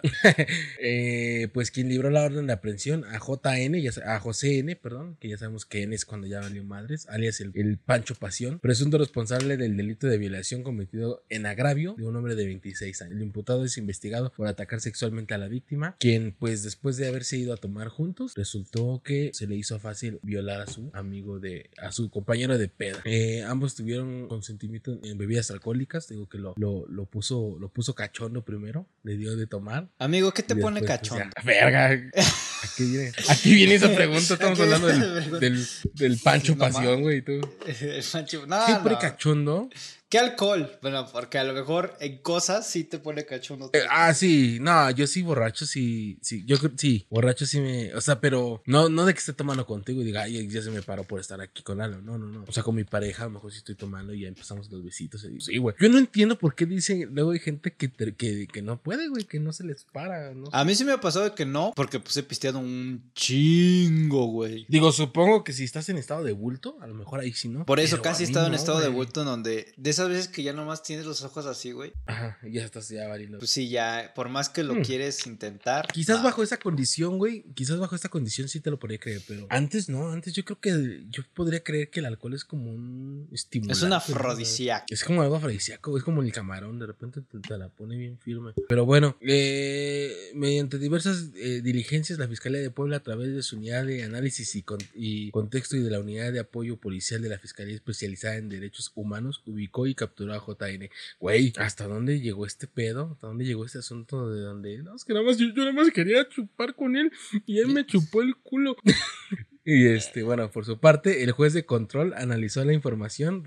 pues quien libró la orden de aprehensión a a José N, perdón, que ya sabemos que N es cuando ya valió madres, alias el Pancho Pasión, presunto responsable del delito de violación cometido en agravio de un hombre de 26 años. El imputado es investigado por atacar sexualmente a la víctima, quien pues después de haberse ido a tomar juntos, resultó que se le hizo fácil violar a su a su compañero de peda. Ambos tuvieron consentimiento en bebidas alcohólicas, digo que lo puso cachondo primero, le dio de tomar. Amigo, ¿qué te Y pone después, pues, cachondo? ya, verga. Aquí viene esa pregunta. Estamos Aquí hablando viene la pregunta. del Pancho No Pasión, mames. güey. ¿Tú? El Pancho- No, ¿Qué pone no. cachondo? ¿Qué alcohol? Bueno, porque a lo mejor en cosas sí te pone cachondo. Sí, no, yo sí borracho, sí, yo creo, sí, borracho sí o sea, pero no de que esté tomando contigo y diga, ay, ya se me paró por estar aquí con algo, no, o sea, con mi pareja, a lo mejor sí estoy tomando y ya empezamos los besitos, y digo, sí, güey, yo no entiendo por qué dicen, luego hay gente que no puede, güey, que no se les para, ¿no? A mí sí me ha pasado de que no, porque pues he pisteado un chingo, güey. Digo, supongo que si estás en estado de bulto, a lo mejor ahí sí, ¿no? Por eso Pero casi he a mí estado en no, estado de güey. bulto en donde de esas veces que ya nomás tienes los ojos así, güey. Ajá, ya estás ya valiendo. Pues sí, ya, por más que lo quieres intentar. Quizás no. bajo esa condición, güey, sí te lo podría creer, pero antes no, antes yo creo que yo podría creer que el alcohol es como un estimulante. Es un ¿no? afrodisíaco. Es como algo afrodisíaco, es como el camarón, de repente te la pone bien firme. Pero bueno, mediante diversas diligencias, la Fiscalía de Puebla, a través de su unidad de análisis y contexto y de la unidad de apoyo policial de la Fiscalía Especializada en Derechos Humanos, ubicó y capturó a JN. Güey, ¿hasta dónde llegó este pedo? ¿Hasta dónde llegó este asunto de donde? No, es que nada más yo nada más quería chupar con él y él me chupó el culo. Y bueno, por su parte, el juez de control analizó la información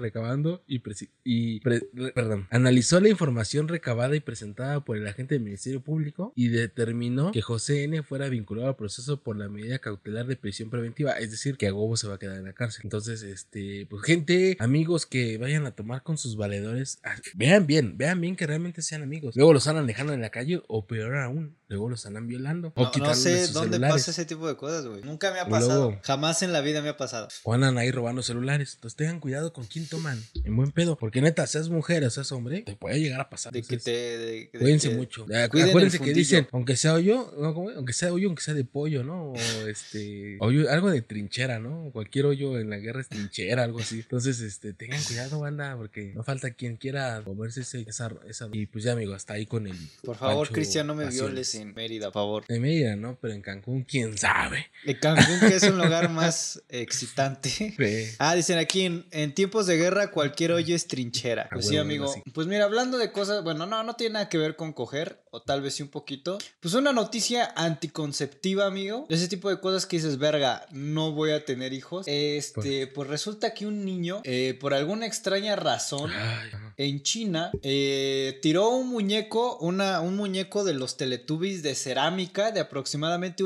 analizó la información recabada y presentada por el agente del Ministerio Público y determinó que José N fuera vinculado al proceso por la medida cautelar de prisión preventiva, es decir, que a huevo se va a quedar en la cárcel. Entonces, pues gente, amigos que vayan a tomar con sus valedores, vean bien que realmente sean amigos. Luego los andan dejando en la calle o peor aún, luego los andan violando o No quitándole sé sus dónde celulares. pasa ese tipo de cosas, güey. Nunca me ha Y pasado. luego- Jamás en la vida me ha pasado. O andan ahí robando celulares. Entonces tengan cuidado con quién toman. En buen pedo. Porque neta, seas mujer o seas hombre, te puede llegar a pasar. De que Entonces, te. cuídense mucho. cuiden Acuérdense el que fundillo. dicen, aunque sea hoyo, ¿no? Aunque sea hoyo, aunque sea de pollo, ¿no? O hoyo, algo de trinchera, ¿no? Cualquier hoyo en la guerra es trinchera, algo así. Entonces, tengan cuidado, banda, porque no falta quien quiera comerse esa. Y pues ya, amigo, hasta ahí con el. Por favor, Pancho Cristian, no me Pasiones. violes en Mérida, por favor. En Mérida, ¿no? Pero en Cancún, quién sabe. De Cancún, que es un lugar más excitante. Sí. Dicen aquí, en tiempos de guerra cualquier hoyo es trinchera. Pues sí, huevo, amigo. algo así. Pues mira, hablando de cosas, bueno, no tiene nada que ver con coger, o tal vez sí un poquito. Pues una noticia anticonceptiva, amigo. Ese tipo de cosas que dices, verga, no voy a tener hijos. Pues resulta que un niño, por alguna extraña razón, Ay, ajá. en China, tiró un muñeco, un muñeco de los Teletubbies de cerámica de aproximadamente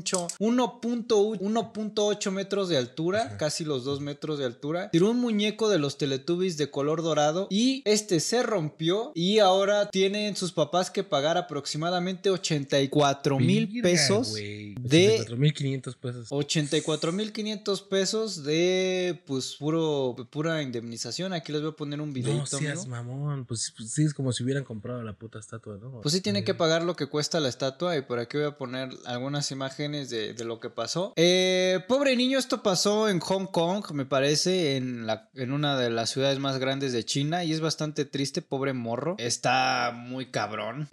1.8 metros de altura, Ajá. casi los 2 metros de altura. Tiró un muñeco de los Teletubbies de color dorado y se rompió y ahora tienen sus papás que pagar aproximadamente 84,000 pesos. Güey. De 84,500 pesos. 84,500 pesos de pues pura indemnización. Aquí les voy a poner un videito. No seas mamón. Pues sí, es como si hubieran comprado la puta estatua, ¿no? Pues sí tiene que pagar lo que cuesta la estatua. Y por aquí voy a poner algunas imágenes de lo que pasó. Pobre niño, esto pasó en Hong Kong, me parece, en una de las ciudades más grandes de China. Y es bastante triste, pobre morro. Está muy cabrón.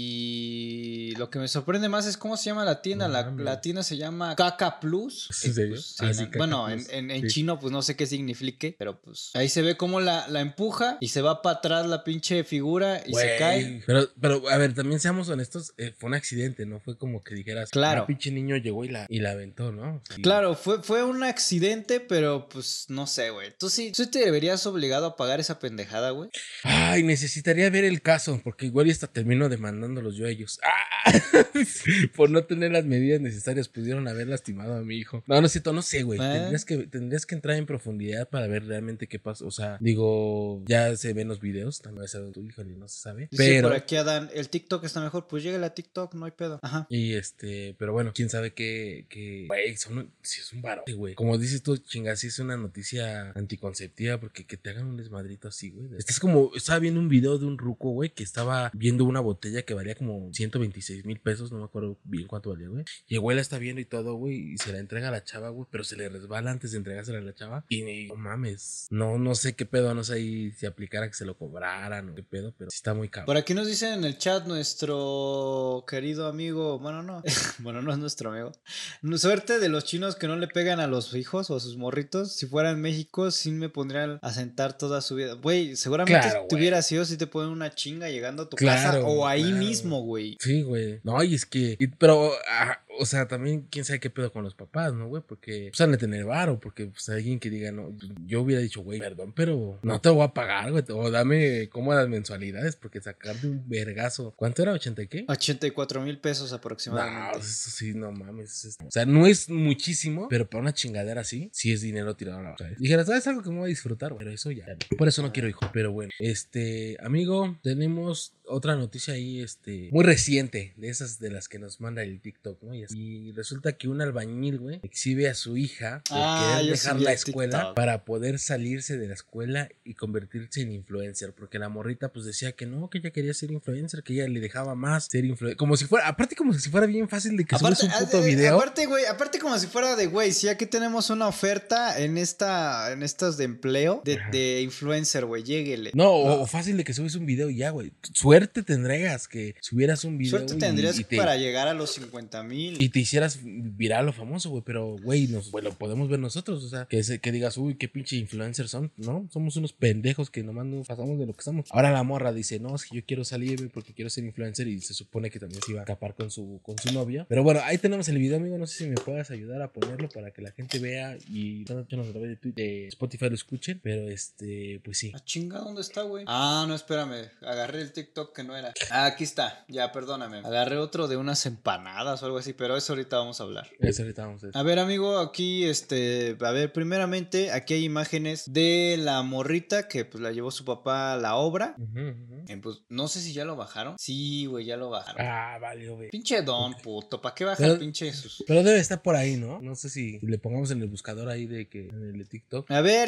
Y lo que me sorprende más es cómo se llama la tienda. La tienda se llama Kaka Plus. ¿En serio? Pues, sí, sí, bueno, Plus. en chino pues no sé qué signifique, pero pues ahí se ve cómo la empuja y se va para atrás la pinche figura y se cae. Pero, a ver, también seamos honestos, fue un accidente, no fue como que dijeras, claro, pinche niño llegó y la aventó, ¿no? Sí. Claro, fue un accidente, pero pues no sé, güey. Tú sí te deberías obligado a pagar esa pendejada, güey. Ay, necesitaría ver el caso, porque igual y hasta termino demandándolos yo a ellos. Por no tener las medidas necesarias, pudieron haber lastimado a mi hijo. No, no sé, güey. Tendrías que entrar en profundidad para ver realmente qué pasó. O sea, digo, ya se ven los videos, también se ve tu hijo, no se sabe. Dice pero por aquí Adán, el TikTok está mejor, pues llega a TikTok, no hay pedo. Ajá. Y pero bueno, quién sabe güey, si es un varote, güey. Como dices tú, chinga, si es una noticia anticonceptiva, porque que te hagan un desmadrito así, güey. Estaba viendo un video de un ruco, güey, que estaba viendo una botella que valía como 126,000 pesos, no me acuerdo bien cuánto valía, güey. Y el güey la está viendo y todo, güey, y se la entrega a la chava, güey, pero se le resbala antes de entregársela a la chava. Y no mames, no sé qué pedo, no sé ahí si aplicara que se lo cobraran o qué pedo, pero sí está muy cabrón. Por aquí nos dice en el chat nuestro querido amigo, bueno, no es nuestro amigo. Suerte de los chinos que no le pegan a los hijos o a sus morritos. Si fuera en México, sí me pondrían a sentar toda su vida. Güey, seguramente Claro, te hubiera sido si te ponen una chinga llegando a tu casa o ahí mismo, güey. Sí, güey. No, y es que, pero, o sea, también quién sabe qué pedo con los papás, ¿no, güey? Porque pues han de tener varo, porque pues alguien que diga, no, yo hubiera dicho, güey, perdón, pero no te voy a pagar, güey, o dame cómodas mensualidades, porque sacarte un vergazo. ¿Cuánto era? ¿80 qué? 84,000 pesos aproximadamente. No, eso sí, no mames. O sea, no es muchísimo, pero para una chingadera así, sí es dinero tirado a la basura. Dijeras, ¿sabes algo que me voy a disfrutar? Pero eso ya. Por eso no quiero hijo. Pero bueno, amigo, tenemos otra noticia ahí, muy reciente, de esas de las que nos manda el TikTok, ¿no? Y resulta que un albañil, güey, exhibe a su hija por querer dejar la escuela TikTok para poder salirse de la escuela y convertirse en influencer, porque la morrita pues decía que no, que ella quería ser influencer, que ella le dejaba más ser influencer, como si fuera bien fácil de que subes un puto video. Aparte como si fuera de, güey, si aquí tenemos una oferta en estas de empleo de influencer, güey, lléguele. No, o fácil de que subes un video y ya, güey. Suerte tendrías que subieras un video. Suerte tendrías para llegar a los 50,000. Y te hicieras viral o famoso, güey. Pero, güey, lo podemos ver nosotros. O sea, que digas, uy, qué pinche influencers son, ¿no? Somos unos pendejos que nomás nos pasamos de lo que estamos. Ahora la morra dice, no, es que yo quiero salirme porque quiero ser influencer. Y se supone que también se iba a escapar con su novia. Pero bueno, ahí tenemos el video, amigo. No sé si me puedas ayudar a ponerlo para que la gente vea y yo nos a través de Spotify lo escuchen. Pero pues sí. Chinga, ¿dónde está, güey? No, espérame. Agarré el TikTok que no era. Aquí está. Ya, perdóname. Agarré otro de unas empanadas o algo así, pero eso ahorita vamos a hablar. A ver, amigo, aquí, primeramente, aquí hay imágenes de la morrita que pues la llevó su papá a la obra. Pues no sé si ya lo bajaron. Sí, güey, ya lo bajaron. Vale, güey. Pinche don, puto. ¿Para qué baja el pinche sus? Pero debe estar por ahí, ¿no? No sé si le pongamos en el buscador ahí en el de TikTok. A ver,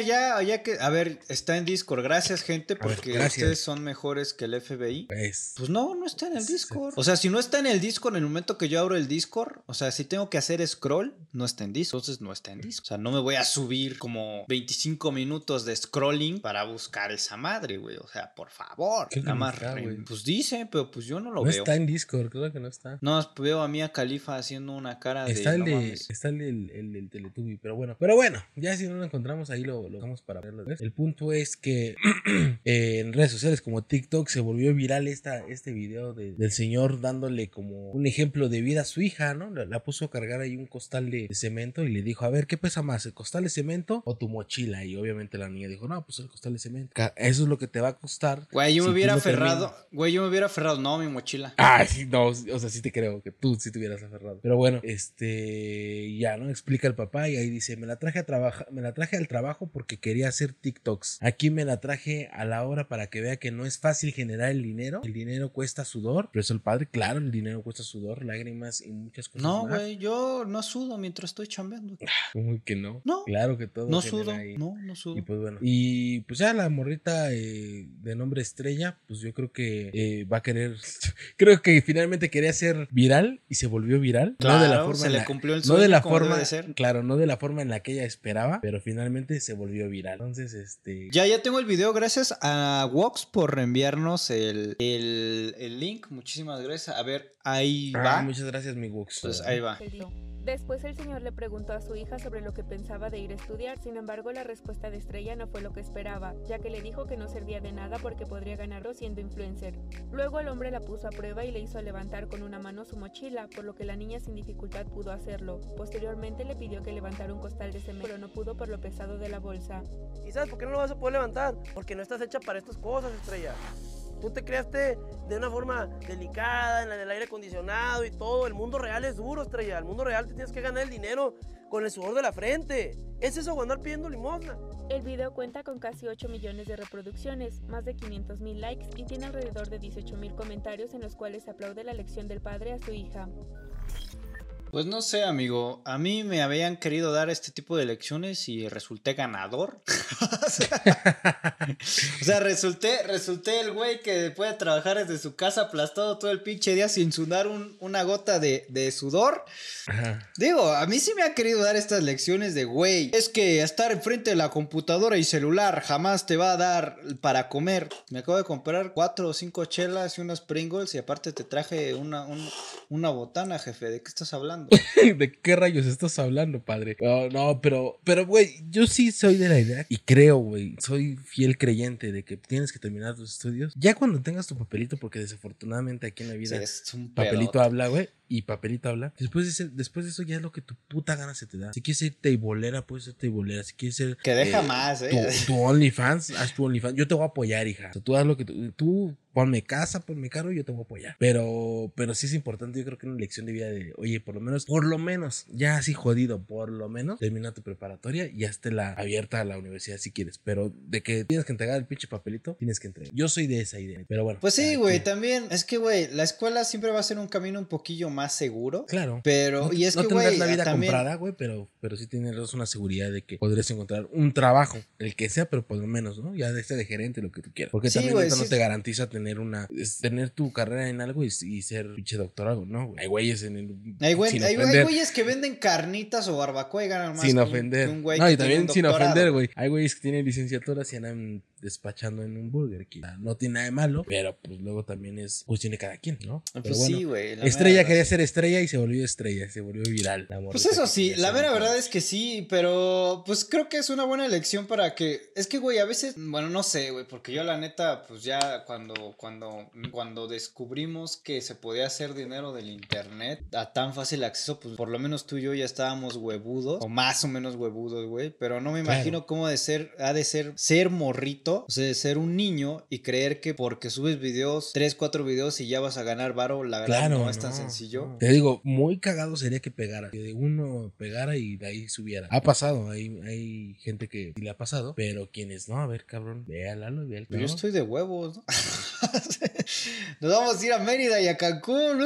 está en Discord. Gracias, gente, porque ustedes son mejores que el FBI. Pues no está en el Discord. O sea, si no está en el Discord en el momento que yo abro el Discord, o sea, si tengo que hacer scroll, no está en Discord. Entonces no está en Discord. O sea, no me voy a subir como 25 minutos de scrolling para buscar esa madre, güey. O sea, por favor. Nada más, pues dice, pero pues yo no lo veo. No está en Discord, creo que no está. No, veo a Mia Khalifa haciendo una cara está el del Teletubby, pero bueno, ya si no lo encontramos ahí lo vamos para verlo. ¿Ves? El punto es que en redes sociales como TikTok se volvió viral este video del señor dándole como un ejemplo de vida a su hija, ¿no? La puso a cargar ahí un costal de cemento y le dijo, a ver, ¿qué pesa más, el costal de cemento o tu mochila? Y obviamente la niña dijo, no, pues el costal de cemento. Eso es lo que te va a costar. Güey, yo me hubiera aferrado, no, mi mochila. Sí, no, o sea, sí te creo que tú sí te hubieras aferrado. Pero bueno, ya, ¿no? Explica el papá y ahí dice, me la traje al trabajo porque quería hacer TikToks. Aquí me la traje a la hora para que vea que no es fácil generar el dinero el dinero cuesta sudor, pero eso el padre, claro, el dinero cuesta sudor, lágrimas y muchas cosas No, más. güey, yo no sudo mientras estoy chambeando. ¿Cómo que no? No. Claro que todo No genera sudo, ahí. no sudo. Y pues bueno, y pues ya la morrita de nombre Estrella, pues yo creo que va a querer, creo que finalmente quería ser viral y se volvió viral. Claro, No de la forma se le cumplió el no sueño de la como forma, debe de ser. claro, no de la forma en la que ella esperaba, pero finalmente se volvió viral. Entonces, Ya tengo el video, gracias a Vox por reenviarnos el link. Muchísimas gracias. A ver, ahí va. Muchas gracias, mi Wux. Pues ahí va. Después el señor le preguntó a su hija sobre lo que pensaba de ir a estudiar, sin embargo la respuesta de Estrella no fue lo que esperaba, ya que le dijo que no servía de nada porque podría ganarlo siendo influencer. Luego el hombre la puso a prueba y le hizo levantar con una mano su mochila, por lo que la niña sin dificultad pudo hacerlo. Posteriormente le pidió que levantara un costal de cemento, pero no pudo por lo pesado de la bolsa. ¿Y sabes por qué no lo vas a poder levantar? Porque no estás hecha para estas cosas, Estrella. Tú te creaste de una forma delicada, en la del aire acondicionado y todo. El mundo real es duro, Estrella. El mundo real te tienes que ganar el dinero con el sudor de la frente. ¿Es eso o andar pidiendo limosna? El video cuenta con casi 8 millones de reproducciones, más de 500,000 likes y tiene alrededor de 18,000 comentarios en los cuales se aplaude la elección del padre a su hija. Pues no sé, amigo. A mí me habían querido dar este tipo de lecciones y resulté ganador. O sea, resulté el güey que puede trabajar desde su casa aplastado todo el pinche día sin sudar una gota de sudor. Ajá. Digo, a mí sí me han querido dar estas lecciones de güey. Es que estar enfrente de la computadora y celular jamás te va a dar para comer. Me acabo de comprar 4 o 5 chelas y unas Pringles y aparte te traje una botana, jefe. ¿De qué estás hablando? ¿De qué rayos estás hablando, padre? No, pero, güey, yo sí soy de la idea y creo, güey, soy fiel creyente de que tienes que terminar tus estudios. Ya cuando tengas tu papelito, porque desafortunadamente aquí en la vida Sí, es un papelito pedote. habla, güey, y papelito habla. Después de eso ya es lo que tu puta gana se te da. Si quieres ser teibolera, puedes ser teibolera. Si quieres ser... Que deja más, tu OnlyFans, haz tu OnlyFans. Yo te voy a apoyar, hija. O sea, tú haz lo que tú ponme casa, ponme carro, yo te voy a apoyar. Pero sí es importante, yo creo que una lección de vida de, oye, por lo menos, ya así jodido, por lo menos, termina tu preparatoria y hazte la abierta a la universidad si quieres. Pero de que tienes que entregar el pinche papelito, tienes que entregar. Yo soy de esa idea. Pero bueno. Pues sí, güey, también, es que, güey, la escuela siempre va a ser un camino un poquillo más seguro. Claro. Pero, y es no que, tendrás güey, la vida también... comprada, güey, pero sí tienes una seguridad de que podrías encontrar un trabajo, el que sea, pero por lo menos, ¿no? Ya de gerente, lo que tú quieras. Porque Sí, también güey, neta no sí. te garantiza tener tu carrera en algo y ser pinche doctor algo, ¿no? Hay güeyes en el... Hay sin güeyes que venden carnitas o barbacoa y ganan más sin que ofender. que un güey No, que y también tiene un sin doctorado. ofender, güey. Hay güeyes que tienen licenciaturas y andan despachando en un Burger King. No tiene nada de malo, pero pues luego también es cuestión de cada quien, ¿no? Pues Pero bueno, sí, güey. Estrella quería ser estrella y se volvió estrella, se volvió viral. Pues eso sí, la mera verdad es que sí, pero pues creo que es una buena elección para que... Es que, güey, a veces, bueno, no sé, güey, porque yo la neta, pues ya cuando descubrimos que se podía hacer dinero del internet a tan fácil acceso, pues por lo menos tú y yo ya estábamos huevudos, o más o menos huevudos, güey, pero no me imagino cómo ha de ser morrito, o sea, de ser un niño y creer que porque subes videos, 3, 4 videos y ya vas a ganar varo, la verdad no es tan sencillo. No. Te digo, muy cagado sería que pegara, que uno pegara y de ahí subiera. Ha pasado, hay gente que le ha pasado, pero quienes no, a ver, cabrón, ve a Lalo, ve al Yo estoy de huevos, ¿no? Nos vamos a ir a Mérida y a Cancún.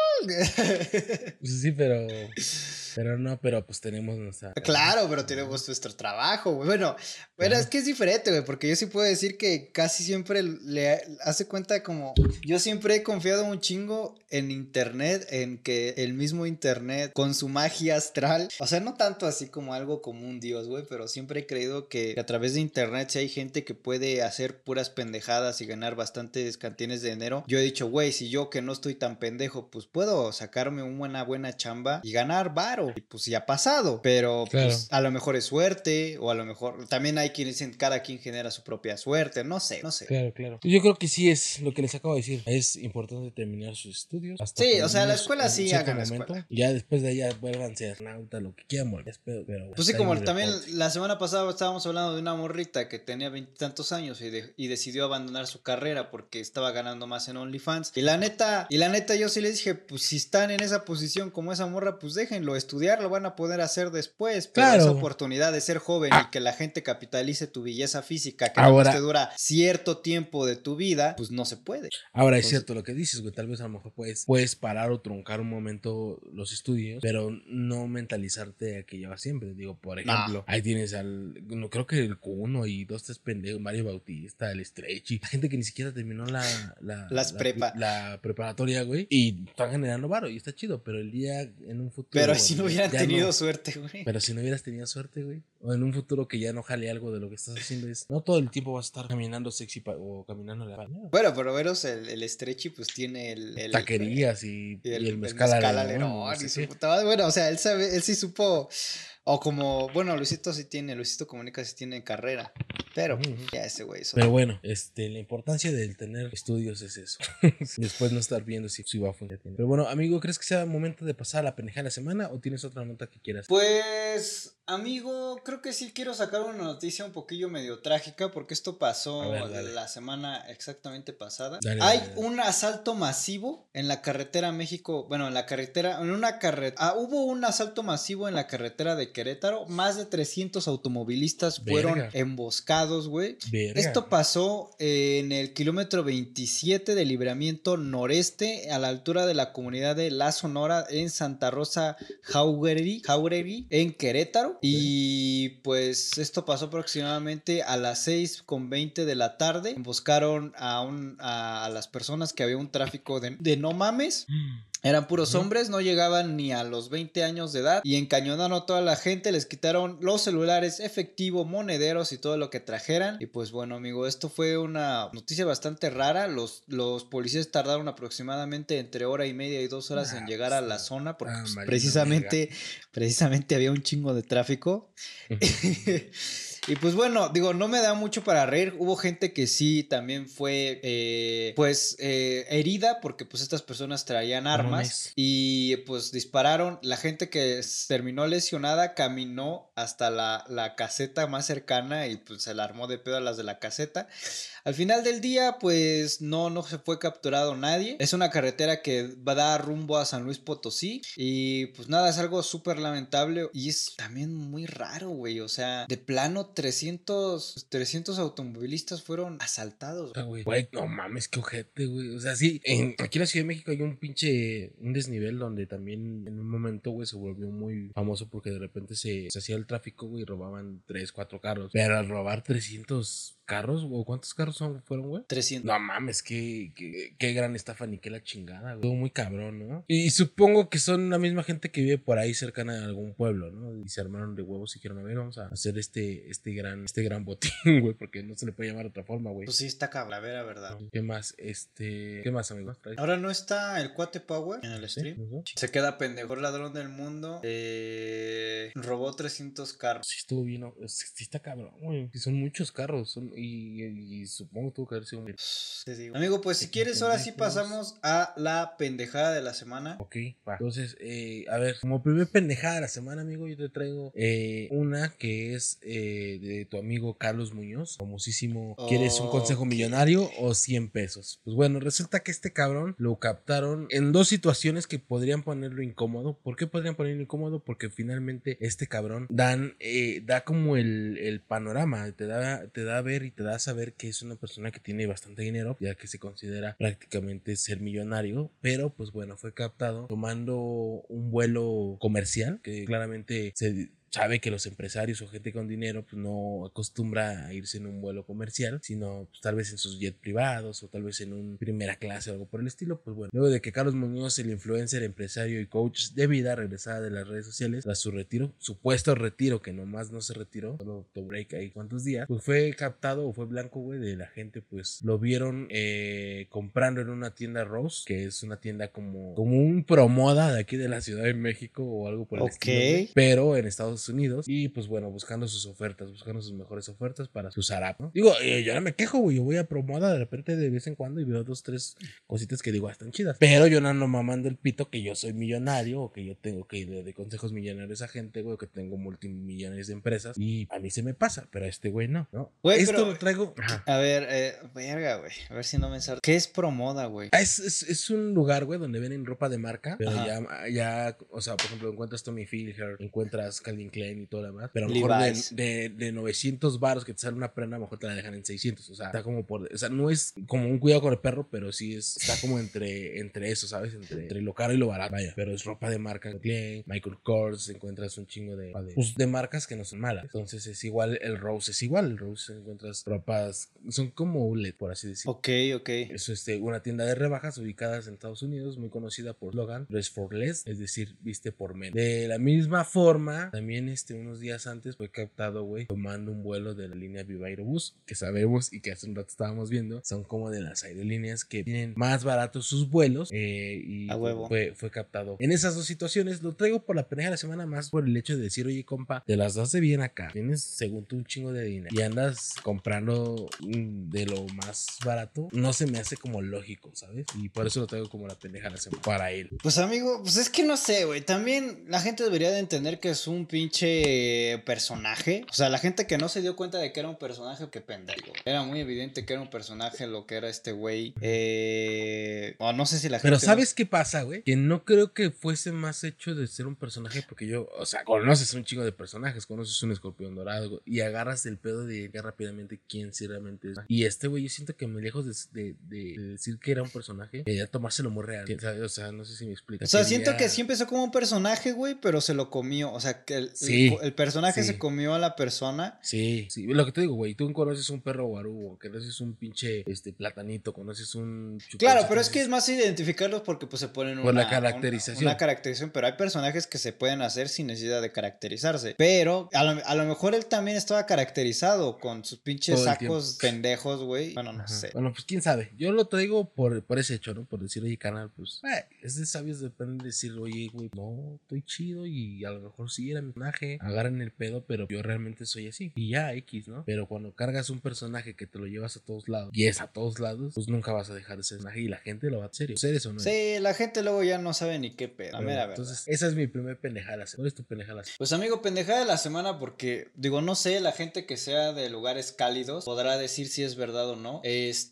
Sí, pero pues tenemos nuestra... Claro, pero tenemos nuestro trabajo, güey. Bueno, pero es que es diferente, güey, porque yo sí puedo decir que casi siempre le hace cuenta como... Yo siempre he confiado un chingo en internet, en que el mismo internet con su magia astral, o sea, no tanto así como algo como un dios, güey, pero siempre he creído que a través de internet si hay gente que puede hacer puras pendejadas y ganar bastantes cantines de dinero. Yo he dicho, güey, si yo que no estoy tan pendejo, pues puedo sacarme una buena chamba y ganar varo. Y pues ya ha pasado, pero claro, pues a lo mejor es suerte, o a lo mejor también hay quienes dicen cada quien genera su propia suerte, no sé. Claro. Yo creo que sí es lo que les acabo de decir. Es importante terminar sus estudios. Hasta sí, o sea, la escuela sí hagan la momento. escuela. Y ya después de allá vuélvanse a astronauta, lo que quieran volver. Pero pues sí, como también la semana pasada estábamos hablando de una morrita que tenía 20 y tantos años y decidió abandonar su carrera porque estaba ganando más en OnlyFans. Y la neta yo sí les dije, pues si están en esa posición como esa morra, pues déjenlo estudiar. estudiar lo van a poder hacer después, pero esa Claro. oportunidad de ser joven y que la gente capitalice tu belleza física, que Ahora- nada más te dura cierto tiempo de tu vida, pues no se puede. Ahora es Entonces- cierto lo que dices, güey. Tal vez a lo mejor puedes parar o truncar un momento los estudios, pero no mentalizarte a que llevas siempre. Digo, por ejemplo, ahí tienes no creo que el Kuno y 2, 3 pendejos, Mario Bautista, el Stretchy, la gente que ni siquiera terminó la preparatoria, güey, y están generando varo y está chido, pero el día en un futuro. Pero si no güey, hubieran ya tenido no. suerte, güey. Pero si no hubieras tenido suerte, güey. O en un futuro que ya no jale algo de lo que estás haciendo. No todo el tiempo vas a estar caminando sexy o caminando la palma. Bueno, pero veros el Stretchy pues tiene el Taquerías y el mezcal mezcal alemán, alemán no sé y su qué. puta madre. Bueno, o sea, él sí supo, o como, bueno, Luisito Comunica sí tiene carrera, pero Ujú. ya ese güey. Pero bueno, la importancia del tener estudios es eso. Después no estar viendo si va a funcionar. Pero bueno, amigo, ¿crees que sea momento de pasar a la pendejada de la semana o tienes otra nota que quieras? Pues, amigo, creo que sí quiero sacar una noticia un poquillo medio trágica porque esto pasó A ver, dale. la semana exactamente pasada. Dale, Hay dale, dale. un asalto masivo en la carretera México, bueno, hubo un asalto masivo en la carretera de Querétaro, más de 300 automovilistas fueron Verga. emboscados, güey. Verga. Esto pasó en el kilómetro 27 del libramiento noreste, a la altura de la comunidad de La Sonora, en Santa Rosa Jauregui, en Querétaro. Y pues esto pasó aproximadamente a las 6:20 de la tarde. Emboscaron a las personas, que había un tráfico de no mames. Eran puros hombres, no llegaban ni a los 20 años de edad y encañonaron a toda la gente, les quitaron los celulares, efectivo, monederos y todo lo que trajeran. Y pues bueno, amigo, esto fue una noticia bastante rara. Los policías tardaron aproximadamente entre 1:30 y 2 horas en llegar a la zona porque pues, precisamente había un chingo de tráfico. Y pues bueno, digo, no me da mucho para reír. Hubo gente que sí también fue herida porque pues estas personas traían armas y pues dispararon. La gente que terminó lesionada caminó hasta la caseta más cercana y pues se la armó de pedo a las de la caseta. Al final del día pues no se fue capturado nadie. Es una carretera que va a dar rumbo a San Luis Potosí y pues nada, es algo súper lamentable y es también muy raro, güey. O sea, de plano 300 automovilistas fueron asaltados. Güey, no mames, qué ojete, güey. O sea, sí, aquí en la Ciudad de México hay un desnivel donde también en un momento, güey, se volvió muy famoso porque de repente se hacía el tráfico, güey, y robaban 3, 4 carros. Pero al robar 300 carros, o ¿cuántos carros fueron, güey? 300. No mames, qué gran estafa, ni qué la chingada, güey. Estuvo muy cabrón, ¿no? Y supongo que son la misma gente que vive por ahí cercana a algún pueblo, ¿no? Y se armaron de huevos y dijeron, a ver, vamos a hacer este gran botín, güey, porque no se le puede llamar de otra forma, güey. Pues sí, está calavera, ¿verdad? ¿Qué más? ¿Qué más, amigo? ¿Traes? Ahora no está el cuate Power en el ¿Sí? stream. ¿No? Se queda pendejo. El ladrón del mundo robó 300 carros. Sí, estuvo bien. Sí está cabrón, güey. Sí, son muchos carros. Y supongo que tuvo que haber sido un... Te digo. Amigo, pues si quieres, ahora sí pasamos a la pendejada de la semana. Ok, va. Entonces, a ver, como primer pendejada de la semana, amigo, yo te traigo una que es de tu amigo Carlos Muñoz, famosísimo. ¿Quieres un consejo millonario o 100 pesos? Pues bueno, resulta que este cabrón lo captaron en 2 situaciones que podrían ponerlo incómodo. ¿Por qué podrían ponerlo incómodo? Porque finalmente este cabrón da como el panorama, te da a ver y te da a saber que es una persona que tiene bastante dinero, ya que se considera prácticamente ser millonario, pero pues bueno, fue captado tomando un vuelo comercial que claramente se sabe que los empresarios o gente con dinero pues no acostumbra a irse en un vuelo comercial, sino pues, tal vez en sus jets privados o tal vez en un primera clase o algo por el estilo. Pues bueno, luego de que Carlos Muñoz, el influencer, empresario y coach de vida, regresara de las redes sociales tras su supuesto retiro, que nomás no se retiró, solo tomó break ahí cuántos días, pues fue captado o fue blanco, güey, de la gente. Pues lo vieron comprando en una tienda Rose, que es una tienda como un promoda de aquí de la Ciudad de México o algo por el estilo, güey, pero en Estados Estados Unidos y pues bueno, buscando sus ofertas, buscando sus mejores ofertas para su Zara, ¿no? Digo, yo no me quejo, güey, yo voy a Promoda de repente de vez en cuando y veo 2, 3 cositas que digo, están chidas, pero yo no ando mamando el pito que yo soy millonario o que yo tengo que ir de consejos millonarios a gente, güey, que tengo multimillones de empresas y a mí se me pasa, pero a este güey no, ¿no? Güey, Esto pero, lo traigo... Ajá. A ver, verga, güey. A ver si no me ensarto. ¿Qué es Promoda, güey? Es un lugar, güey, donde venden ropa de marca, pero Ajá. ya, o sea, por ejemplo, encuentras Tommy Hilfiger, encuentras Calvin Klein y todo lo demás, pero a lo mejor Levi's. de 900 baros que te sale una prenda, a lo mejor te la dejan en 600, o sea, está como por, o sea, no es como un cuidado con el perro, pero sí está como entre eso, ¿sabes? Entre lo caro y lo barato, vaya, pero es ropa de marca, Klein, Michael Kors, encuentras un chingo de marcas que no son malas, entonces es igual, el Rose encuentras ropas, son como outlet, por así decirlo. Ok. Es una tienda de rebajas ubicadas en Estados Unidos, muy conocida por slogan Dress for Less, es decir, viste por menos. De la misma forma, también unos días antes fue captado, güey, tomando un vuelo de la línea Viva Aerobús, que sabemos y que hace un rato estábamos viendo, son como de las aerolíneas que tienen más baratos sus vuelos y A huevo. fue captado. En esas dos situaciones lo traigo por la pendeja de la semana, más por el hecho de decir, oye, compa, te las das de bien acá, tienes según tú un chingo de dinero y andas comprando de lo más barato, no se me hace como lógico, ¿sabes? Y por eso lo traigo como la pendeja de la semana para él. Pues amigo, pues es que no sé, güey. También la gente debería de entender que es un pinche personaje. O sea, la gente que no se dio cuenta de que era un personaje, qué pendejo. Era muy evidente que era un personaje lo que era este güey. O no sé si la gente... Pero ¿sabes qué pasa, güey? Que no creo que fuese más hecho de ser un personaje porque yo, o sea, conoces un chingo de personajes, conoces un escorpión dorado y agarras el pedo de llegar rápidamente quién sí realmente es. Y este güey, yo siento que me lejos de decir que era un personaje, quería tomárselo muy real. O sea, no sé si me explica. O sea, siento que sí empezó como un personaje, güey, pero se lo comió. O sea, que el personaje se comió a la persona. Sí. Lo que te digo, güey, tú conoces un perro guarubo, conoces un pinche platanito, conoces un chuponcito. Claro, pero es que es más identificarlos porque pues se ponen por la caracterización. Una caracterización, pero hay personajes que se pueden hacer sin necesidad de caracterizarse. Pero a lo mejor él también estaba caracterizado con sus pinches sacos pendejos, güey. Bueno, no sé. Bueno, pues quién sabe. Yo lo traigo por ese hecho, ¿no? Por decir, oye, canal, pues, es de sabios depende de decir, oye, güey, no, estoy chido y a lo mejor sí era mi personaje, agarran el pedo, pero yo realmente soy así. Y ya, X, ¿no? Pero cuando cargas un personaje que te lo llevas a todos lados y es a todos lados, pues nunca vas a dejar ese personaje y la gente lo va a hacer serio. ¿Ser eso no? Sí, la gente luego ya no sabe ni qué pedo. Entonces, esa es mi primer pendejada. ¿Cuál es tu pendejada? Pues amigo, pendejada de la semana porque, digo, no sé, la gente que sea de lugares cálidos podrá decir si es verdad o no.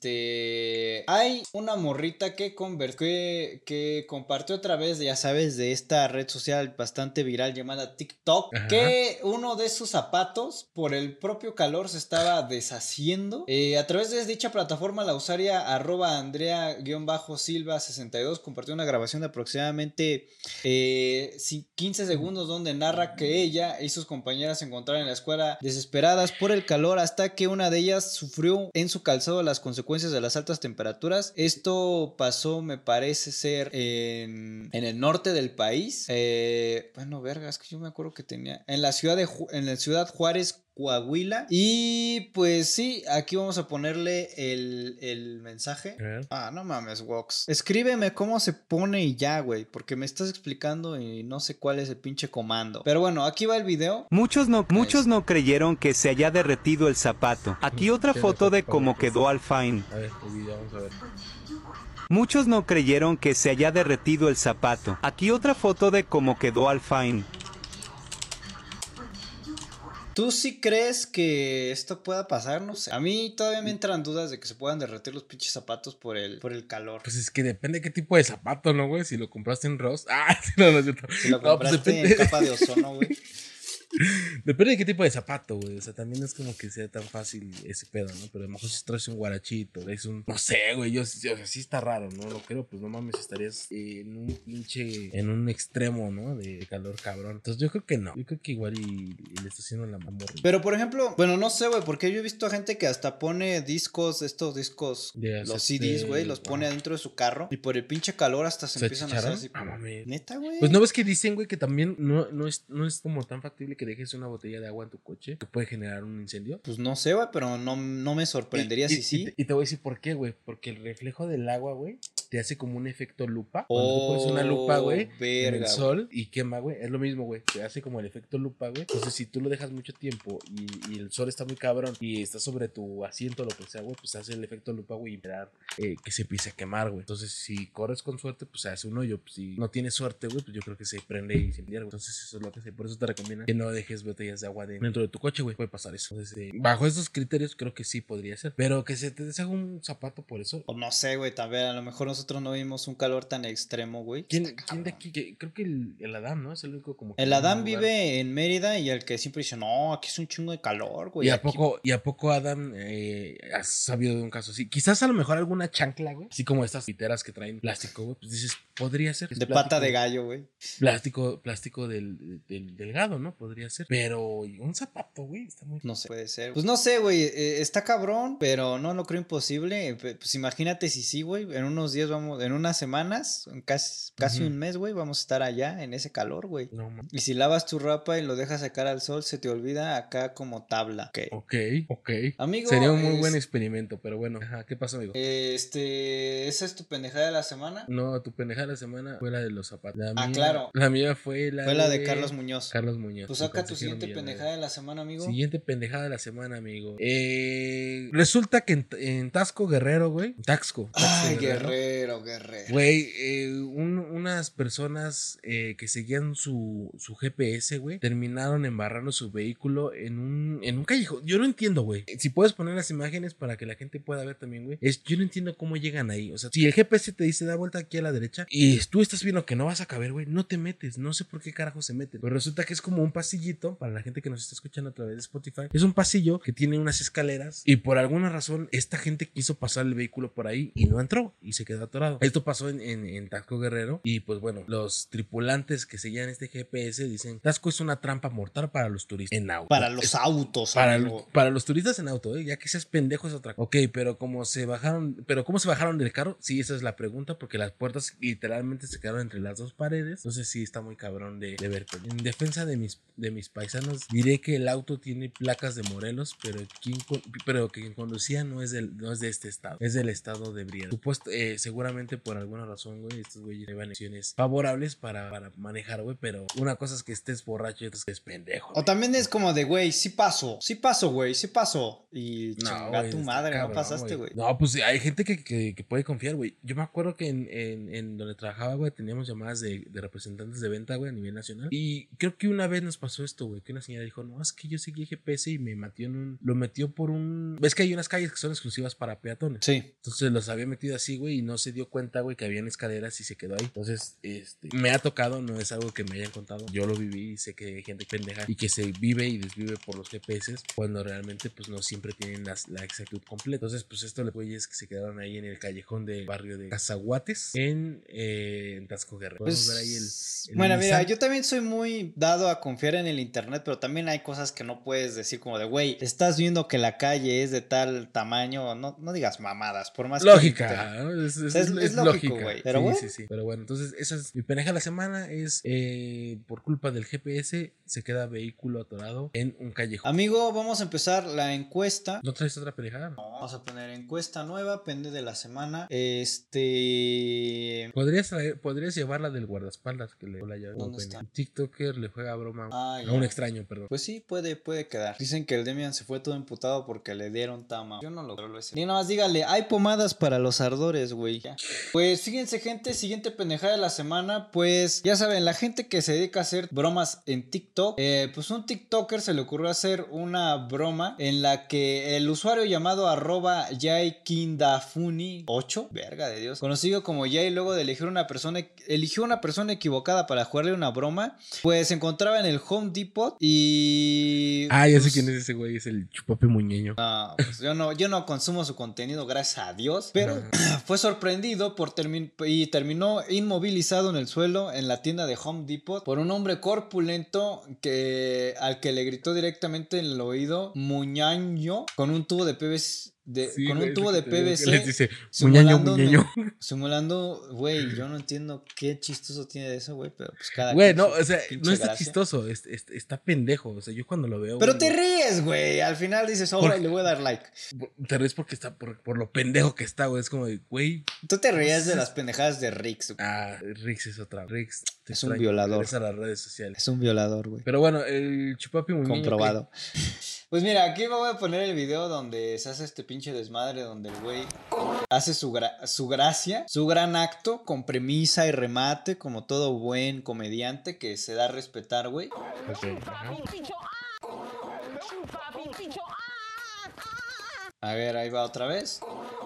Hay una morrita que compartió otra vez, ya sabes, de esta red social bastante viral llamada TikTok, que uno de sus zapatos por el propio calor se estaba deshaciendo. A través de dicha plataforma, la usuaria @Andrea_Silva62 compartió una grabación de aproximadamente 15 segundos donde narra que ella y sus compañeras se encontraron en la escuela desesperadas por el calor hasta que una de ellas sufrió en su calzado las consecuencias de las altas temperaturas. Esto pasó, me parece ser en el norte del país. Bueno, verga, es que yo me acuerdo que tenía en la ciudad Juárez, Coahuila. Y pues sí, aquí vamos a ponerle el mensaje. No mames, Wox. Escríbeme cómo se pone y ya, güey, porque me estás explicando y no sé cuál es el pinche comando. Pero bueno, aquí va el video. Muchos no creyeron que se haya derretido el zapato. Aquí otra foto de cómo quedó al fin. A ver, el video, vamos a ver. Muchos no creyeron que se haya derretido el zapato. Aquí otra foto de cómo quedó al fin. ¿Tú sí crees que esto pueda pasar? No sé. A mí todavía me entran dudas de que se puedan derretir los pinches zapatos por el calor. Pues es que depende de qué tipo de zapato, ¿no, güey? Si lo compraste en Ross. No es cierto. Si lo compraste en capa de ozono, güey. Depende de qué tipo de zapato, güey. O sea, también es como que sea tan fácil ese pedo, ¿no? Pero a lo mejor si traes un guarachito, es un... No sé, güey. O sea, sí está raro, ¿no? Lo creo, pues no mames, estarías en un pinche... En un extremo, ¿no? De calor cabrón. Entonces yo creo que no. Yo creo que igual y le está haciendo la morra. Pero por ejemplo, bueno, no sé, güey, porque yo he visto gente que hasta pone estos discos, los CDs, güey, los pone adentro de su carro y por el pinche calor hasta se empiezan a hacer así. Neta, güey. Pues no ves que dicen, güey, que también no es como tan factible que dejes una botella de agua en tu coche que puede generar un incendio. Pues no sé, güey, pero no me sorprendería si sí. Y te voy a decir por qué, güey. Porque el reflejo del agua, güey, te hace como un efecto lupa. Cuando tú pones una lupa, güey, en el sol y quema, güey, es lo mismo, güey. Te hace como el efecto lupa, güey. Entonces, si tú lo dejas mucho tiempo y el sol está muy cabrón y está sobre tu asiento, lo que sea, güey, pues hace el efecto lupa, güey, y esperar que se empiece a quemar, güey. Entonces, si corres con suerte, pues se hace un hoyo. Pues, si no tienes suerte, güey, pues yo creo que se prende y se incendia, güey. Entonces, eso es lo que hace. Por eso te recomiendo que no dejes botellas de agua dentro de tu coche, güey. Puede pasar eso. Entonces, bajo estos criterios, creo que sí podría ser. Pero que se te deshaga un zapato por eso. O no sé, güey, también a lo mejor nosotros no vimos un calor tan extremo, güey. ¿Quién de aquí? Creo que el Adam, ¿no? Es el único como que El Adam vive en Mérida y el que siempre dice, no, aquí es un chingo de calor, güey. ¿Y a poco Adam has sabido de un caso así? Quizás a lo mejor alguna chancla, güey. Así como estas literas que traen plástico, güey. Pues dices, podría ser. De pata de gallo, güey. Plástico del delgado, ¿no? Podría ser. Pero un zapato, güey, está muy... No sé, puede ser. Pues no sé, güey, está cabrón, pero no lo creo imposible. Pues imagínate si sí, güey, en unos días en unas semanas, casi un mes, güey, vamos a estar allá en ese calor, güey. No, man. Y si lavas tu ropa y lo dejas sacar al sol, se te olvida acá como tabla. Ok. Amigo, sería un muy buen experimento, pero bueno. Ajá, ¿qué pasa, amigo? ¿Esa es tu pendejada de la semana? No, tu pendejada de la semana fue la de los zapatos. Claro. La mía fue la de Carlos Muñoz. Pues saca tu siguiente pendejada de la semana, amigo. Siguiente pendejada de la semana, amigo. Resulta que en Taxco Guerrero, güey. Taxco Ay, Guerrero. Güey, unas personas que seguían su GPS, güey, terminaron embarrando su vehículo en un callejón. Yo no entiendo, güey. Si puedes poner las imágenes para que la gente pueda ver también, güey. Yo no entiendo cómo llegan ahí. O sea, si el GPS te dice da vuelta aquí a la derecha y tú estás viendo que no vas a caber, güey, no te metes. No sé por qué carajo se meten. Pero resulta que es como un pasillito para la gente que nos está escuchando a través de Spotify. Es un pasillo que tiene unas escaleras y por alguna razón esta gente quiso pasar el vehículo por ahí y no entró y se quedó atorado. Esto pasó en Taxco Guerrero y pues bueno, los tripulantes que seguían este GPS dicen Taxco es una trampa mortal para los turistas en auto. Para los autos, para los turistas en auto, ya que seas pendejo es otra cosa. Ok, pero ¿cómo se bajaron del carro? Sí, esa es la pregunta, porque las puertas literalmente se quedaron entre las dos paredes. Entonces sí está muy cabrón de ver. En defensa de mis paisanos diré que el auto tiene placas de Morelos, pero quien conducía no es de este estado, es del estado de Brieda. Seguramente por alguna razón, güey, estos güeyes llevan acciones favorables para manejar, güey, pero una cosa es que estés borracho y otra es que es pendejo. O también es como de, güey, sí paso, güey, sí paso. Y chinga tu madre, cabrón, no pasaste, güey. No, pues hay gente que puede confiar, güey. Yo me acuerdo que en donde trabajaba, güey, teníamos llamadas de representantes de venta, güey, a nivel nacional. Y creo que una vez nos pasó esto, güey, que una señora dijo, no, es que yo seguí GPS y me lo metió por un... ¿Ves que hay unas calles que son exclusivas para peatones? Sí. Entonces los había metido así, güey, y no se dio cuenta, güey, que habían escaleras y se quedó ahí. Entonces, me ha tocado, no es algo que me hayan contado. Yo lo viví y sé que hay gente pendeja y que se vive y desvive por los GPS cuando realmente, pues, no siempre tienen la exactitud completa. Entonces, pues, esto le güeyes que se quedaron ahí en el callejón del barrio de Cazaguates en Taxco Guerrero. Podemos ver ahí bueno, mira, yo también soy muy dado a confiar en el internet, pero también hay cosas que no puedes decir como de, güey, estás viendo que la calle es de tal tamaño, no digas mamadas, por más lógica, que es lógico, güey. Pero sí, bueno. sí. Pero bueno, entonces esa es mi pendeja de la semana, es por culpa del GPS se queda vehículo atorado en un callejón. Amigo, vamos a empezar la encuesta. ¿No traes otra pendejada? No, vamos a poner encuesta nueva, pende de la semana. Podrías llevarla del guardaespaldas que le la llave. ¿Dónde está? Un TikToker le juega broma a un extraño, perdón. Pues sí, puede quedar. Dicen que el Demian se fue todo emputado porque le dieron tama. Yo no lo creo ese. Y nada más dígale, hay pomadas para los ardores, güey. Pues fíjense, gente, siguiente pendejada de la semana. Pues ya saben, la gente que se dedica a hacer bromas en TikTok, pues un TikToker se le ocurrió hacer una broma en la que el usuario llamado @yaikindafuni8, verga de Dios, conocido como Yay, luego de eligió una persona equivocada para jugarle una broma, pues se encontraba en el Home Depot y... ya sé quién es ese güey, es el Chupapi Muñeño. No, pues yo no consumo su contenido, gracias a Dios, pero fue sorprendido y terminó inmovilizado en el suelo en la tienda de Home Depot por un hombre corpulento al que le gritó directamente en el oído Muñaño con un tubo de Sí, con güey, un tubo eso de que te digo, que PVC. les dice, muñeño, simulando, muñeño. simulando, güey, yo no entiendo qué chistoso tiene de eso, güey, pero pues cada Güey, quien no, su o sea, no pinche está gracia. chistoso, está pendejo. O sea, yo cuando lo veo, Pero güey, te ríes, güey. Al final dices, ahora le voy a dar like. te ríes porque está por lo pendejo que está, güey. Es como de, güey. Tú te ¿cómo ríes haces de eso? las pendejadas de Rix. Ah, Rix es otra. Rix, te Es un extraño, violador. regresa a las redes sociales. Es un violador, güey. Pero bueno, el chupapi muy Comprobado. Pues mira, aquí me voy a poner el video donde se hace este pinche desmadre, donde el güey hace su gracia, su gran acto con premisa y remate, como todo buen comediante que se da a respetar, güey. Ok, ajá. A ver, ahí va otra vez.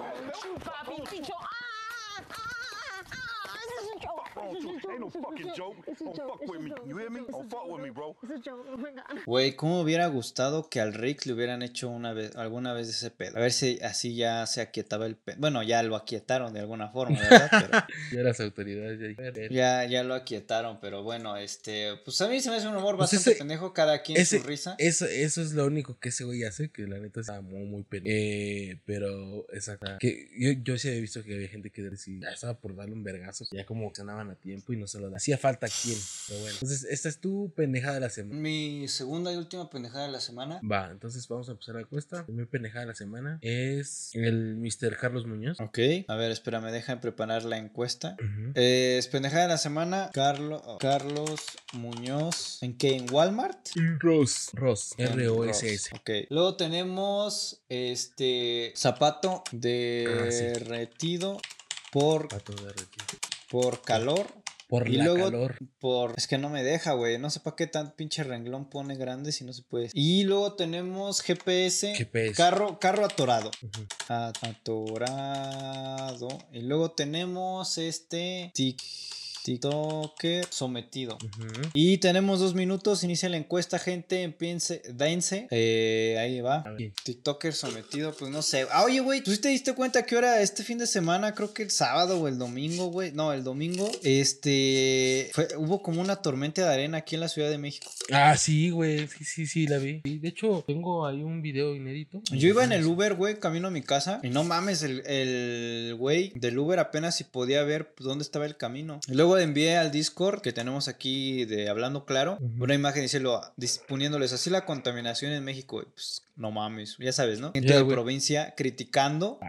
Güey, ¿cómo hubiera gustado que al Rick le hubieran hecho alguna vez ese pedo? A ver si así ya se aquietaba el pedo. Bueno, ya lo aquietaron de alguna forma, ¿verdad? Pero Ya las autoridades ya dijeron. ya lo aquietaron, pero bueno, pues a mí se me hace un humor Pues bastante ese- pendejo, cada quien su risa. Eso es lo único que ese güey hace, que la neta está muy pendejo. Pero, exacto. Que yo sí había visto que había gente que decía, ya estaba por darle un vergazo, ya como ganaban a tiempo y no se lo da. Hacía falta quién, pero bueno. Entonces, esta es tu pendejada de la semana. Mi segunda y última pendejada de la semana. Va, entonces vamos a empezar la encuesta. Mi pendejada de la semana es el Mr. Carlos Muñoz. Ok, a ver, espérame, déjame preparar la encuesta. Ujú. Es pendejada de la semana, Carlos Muñoz. ¿En qué? ¿En Walmart? Ross. En R-O-S-S. Ross, ok. Luego tenemos zapato Ah, sí. derretido por Pato derretido. calor. Por Y la luego calor. es que no me deja, güey. No sé para qué tan pinche renglón pone grande si no se puede. Y luego tenemos GPS. Carro atorado. Ujú. Atorado. Y luego tenemos TikToker sometido. Ujú. Y tenemos 2 minutos. Inicia la encuesta, gente. Dense. Ahí va. A ver. TikToker sometido, pues no sé. Oye, güey, ¿tú sí te diste cuenta que ahora este fin de semana, creo que el sábado o el domingo, güey? No, el domingo, hubo como una tormenta de arena aquí en la Ciudad de México. Ah, sí, güey. Sí, la vi. Y de hecho, tengo ahí un video inédito. Yo iba en el Uber, güey, camino a mi casa. Y no mames, el güey del Uber apenas si podía ver dónde estaba el camino. Y luego le envié al Discord que tenemos aquí de Hablando Claro una imagen poniéndoles así la contaminación en México. Y pues no mames, ya sabes, ¿no? Gente Ya, de güey. provincia criticando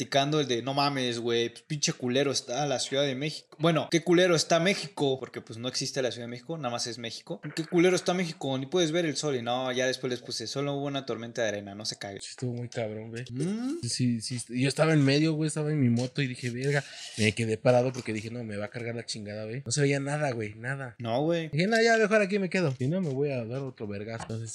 el de no mames, güey, pues pinche culero está la Ciudad de México. Bueno, qué culero está México, porque pues no existe la Ciudad de México, nada más es México. Qué culero está México, ni puedes ver el sol. Y no, ya después les puse, solo hubo una tormenta de arena, no se cague. Sí, estuvo muy cabrón, güey. ¿Mm? Sí. Yo estaba en medio, güey. Estaba en mi moto y dije, verga. Me quedé parado porque dije, no, me va a cargar la chingada, güey. No se veía nada, güey. Nada. No, güey. Dije, no, ya mejor aquí me quedo. Si no, me voy a dar otro vergazo. Entonces,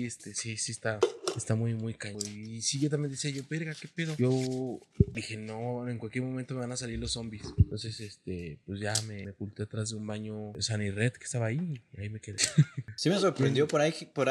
sí está muy cañón. Y sí, yo también decía, verga, ¿qué pedo? Yo dije, no, en cualquier momento me van a salir los zombies. Entonces, pues ya me oculté atrás de un baño de Sunny Red que estaba ahí. Y ahí me quedé. Sí me sorprendió, por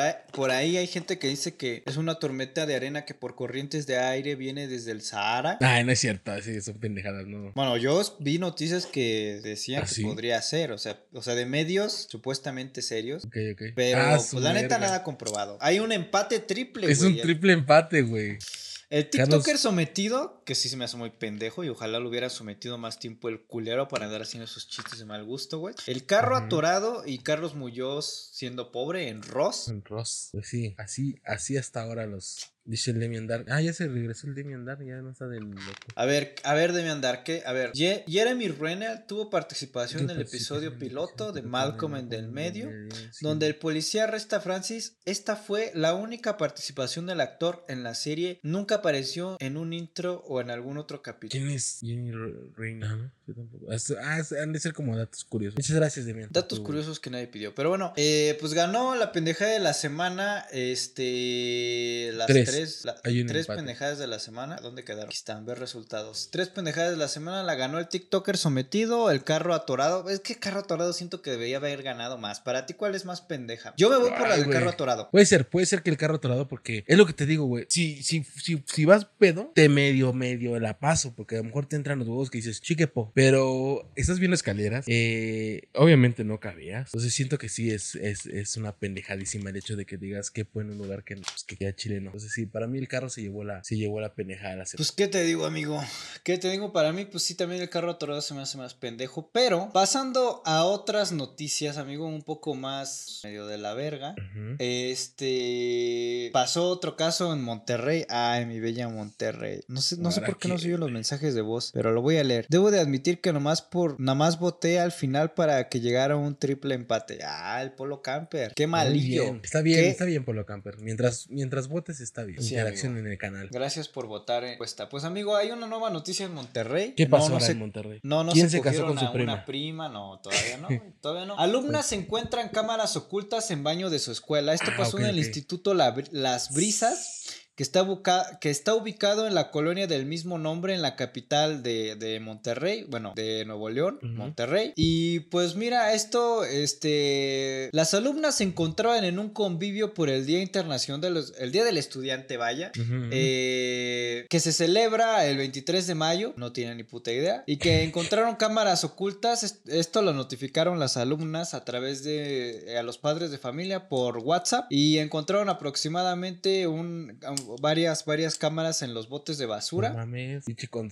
ahí hay gente que dice que es una tormenta de arena que por corrientes de aire viene desde el Sahara. Ay, no es cierto, sí, son pendejadas, no. Bueno, yo vi noticias que decían ¿Ah, que sí? podría ser, o sea, de medios supuestamente serios. Ok. Pero Su pues la neta verga. nada comprobado. Hay un empate triple, Es güey. un triple empate, güey. El TikToker Carlos- sometido, que sí se me hace muy pendejo y ojalá lo hubiera sometido más tiempo el culero para andar haciendo esos chistes de mal gusto, güey. El carro Ujú. atorado y Carlos Muñoz siendo pobre en Ross. En Ross. Pues sí, así hasta ahora los. Dice el Demian Dark. Ah, ya se regresó el Demian Dark, ya no está del loco. A ver, Demian Darke. A ver, Jeremy Renner tuvo participación en el episodio piloto de Malcolm en del medio, donde el policía arresta a Francis. Esta fue la única participación del actor en la serie. Nunca apareció en un intro o en algún otro capítulo. ¿Quién es Jenny Reina? ¿No? Yo tampoco. Han de ser como datos curiosos. Muchas gracias, Demian. Datos curiosos que nadie pidió. Pero bueno, pues ganó la pendejada de la semana. Las Hay un tres empate. pendejadas de la semana. ¿Dónde quedaron? Aquí están, ver resultados. 3 pendejadas de la semana. La ganó el TikToker sometido. El carro atorado. Es que carro atorado siento que debería haber ganado más. Para ti, ¿cuál es más pendeja? Yo me voy por la del güey. carro atorado. Puede ser que el carro atorado, porque es lo que te digo, güey. Si vas pedo, te medio la paso, porque a lo mejor te entran los huevos que dices, chiquepo, pero estás viendo escaleras. Obviamente no cabías. Entonces siento que sí es una pendejadísima el hecho de que digas que fue en un lugar que queda chileno. Entonces sí, para mí el carro se llevó la pendejada. Pues, ¿qué te digo, amigo? ¿Qué te digo? Para mí, pues sí, también el carro atorado se me hace más pendejo. Pero, pasando a otras noticias, amigo, un poco más medio de la verga. Pasó otro caso en Monterrey. Ay, mi bella Monterrey. No sé por qué no subió los mensajes de voz, pero lo voy a leer. Debo de admitir que nada más voté al final para que llegara un triple empate. Ah, el Polo Camper. Qué malillo. Está bien Polo Camper. Mientras votes está bien. Sí, interacción amigo. en el canal. Gracias por votar en encuesta. Pues, amigo, hay una nueva noticia en Monterrey. ¿Qué pasó ahora en Monterrey? No ¿Quién se se casó cogieron con su a prima? una prima, no, todavía no, todavía no. Alumnas encuentran cámaras ocultas en baño de su escuela. Esto pasó en el Instituto Las Brisas, que está ubicado en la colonia del mismo nombre en la capital de Monterrey, bueno, de Nuevo León, Monterrey. Y pues mira, las alumnas se encontraban en un convivio por el Día Internacional el Día del Estudiante, vaya, que se celebra el 23 de mayo, no tienen ni puta idea, y que encontraron cámaras ocultas. Esto lo notificaron las alumnas a través a los padres de familia por WhatsApp, y encontraron aproximadamente varias cámaras en los botes de basura. No mames,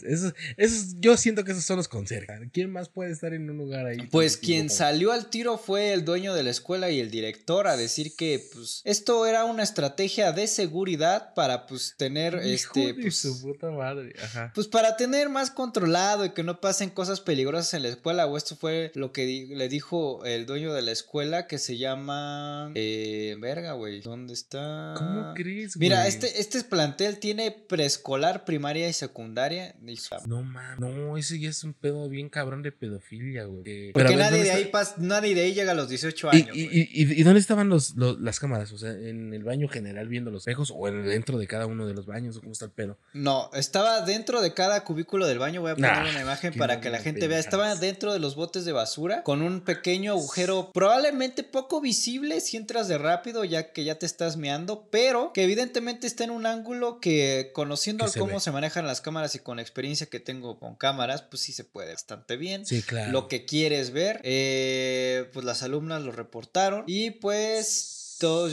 yo siento que esos son los conserjes. ¿Quién más puede estar en un lugar ahí? Pues quien salió al tiro fue el dueño de la escuela y el director a decir que pues esto era una estrategia de seguridad para pues tener su puta madre. Ajá. Pues para tener más controlado y que no pasen cosas peligrosas en la escuela. O esto fue lo que le dijo el dueño de la escuela, que se llama verga, güey, ¿dónde está? ¿Cómo crees, güey? Mira, este plantel tiene preescolar, primaria y secundaria. No mames, no, ese ya es un pedo bien cabrón de pedofilia, güey. Porque nadie de ahí llega a los 18 años. ¿Y dónde estaban las cámaras? O sea, ¿en el baño general viendo los espejos o dentro de cada uno de los baños? ¿O cómo está el pedo? No, estaba dentro de cada cubículo del baño. Voy a poner una imagen para que la gente vea. Estaba dentro de los botes de basura con un pequeño agujero, probablemente poco visible si entras de rápido, ya que ya te estás meando, pero que evidentemente está en un ángulo que, conociendo cómo se manejan las cámaras y con la experiencia que tengo con cámaras, pues sí se puede bastante bien. Sí, claro. Lo que quieres ver, pues las alumnas lo reportaron y pues todos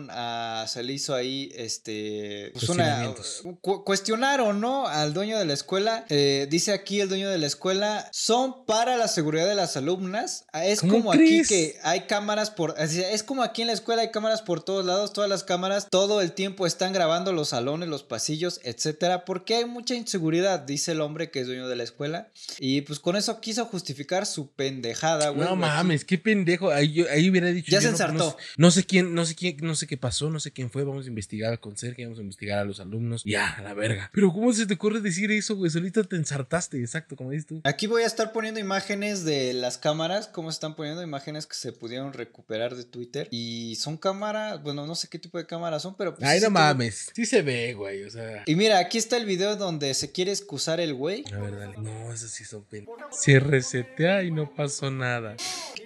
se le hizo ahí pues cuestionaron, ¿no? Al dueño de la escuela. Dice aquí el dueño de la escuela: son para la seguridad de las alumnas. Es como aquí que hay cámaras es como aquí en la escuela hay cámaras por todos lados. Todas las cámaras todo el tiempo están grabando los salones, los pasillos, etcétera, porque hay mucha inseguridad, dice el hombre que es dueño de la escuela. Y pues con eso quiso justificar su pendejada, güey. No mames, qué pendejo. Ahí hubiera dicho. Ya se ensartó. No sé qué pasó, no sé quién fue. Vamos a investigar al conserje, vamos a investigar a los alumnos. Ya, a la verga. Pero ¿cómo se te ocurre decir eso, güey? Solita te ensartaste, exacto, como dices tú. Aquí voy a estar poniendo imágenes de las cámaras, cómo se están poniendo imágenes que se pudieron recuperar de Twitter. Y son cámaras, bueno, no sé qué tipo de cámaras son, pero pues ay, no mames. Sí se ve, güey, o sea. Y mira, aquí está el video donde se quiere excusar el güey. A ver, dale. No, esos sí son se resetea y no pasó nada.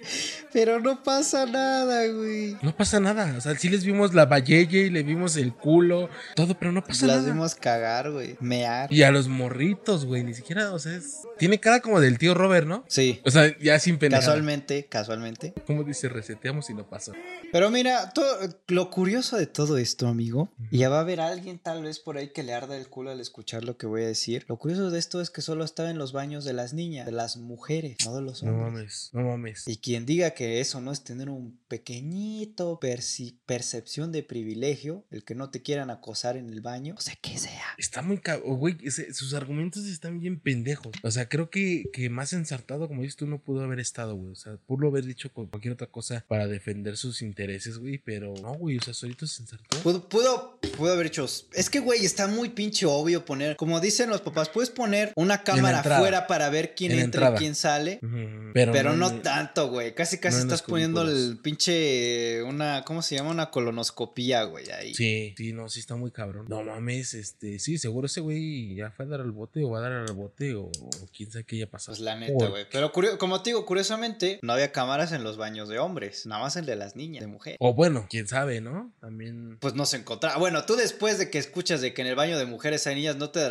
Pero no pasa nada, güey. No pasa nada. O sea, sí les vimos la valleye y le vimos el culo, todo, pero no pasa nada. Las vimos cagar, güey. Mear. Y a los morritos, güey. Ni siquiera, o sea, tiene cara como del tío Robert, ¿no? Sí. O sea, ya sin pena. Casualmente. ¿Cómo dice? Reseteamos y no pasó. Pero mira, lo curioso de todo esto, amigo, y ya va a haber alguien tal vez por ahí que le arda el culo al escuchar lo que voy a decir. Lo curioso de esto es que solo estaba en los baños de las niñas, de las mujeres, no de los hombres. No mames. Y quien diga que eso no es tener un pequeñito percepción de privilegio, el que no te quieran acosar en el baño, o sea, que sea. Está muy güey, sus argumentos están bien pendejos. O sea, creo que más ensartado, como dices tú, no pudo haber estado, güey. O sea, pudo haber dicho cualquier otra cosa para defender sus intereses, güey, pero no, güey, o sea, solito se ensartó. Pudo haber dicho, es que, güey, está muy pinche obvio poner, como dicen los papás, puedes poner una cámara afuera para ver quién entra y quién sale, pero no tanto, güey, casi no estás poniendo el pinche, ¿cómo se llama? Una colonoscopía, güey, ahí. Sí, no, sí está muy cabrón. No mames, sí, seguro ese güey ya fue a dar al bote o va a dar al bote o quién sabe qué haya pasado. Pues la neta, güey, pero como te digo, curiosamente, no había cámaras en los baños de hombres, nada más el de las niñas, de mujeres. O bueno, quién sabe, ¿no? También. Pues no se encontraba. Bueno, tú después de que escuchas de que en el baño de mujeres hay niñas, no te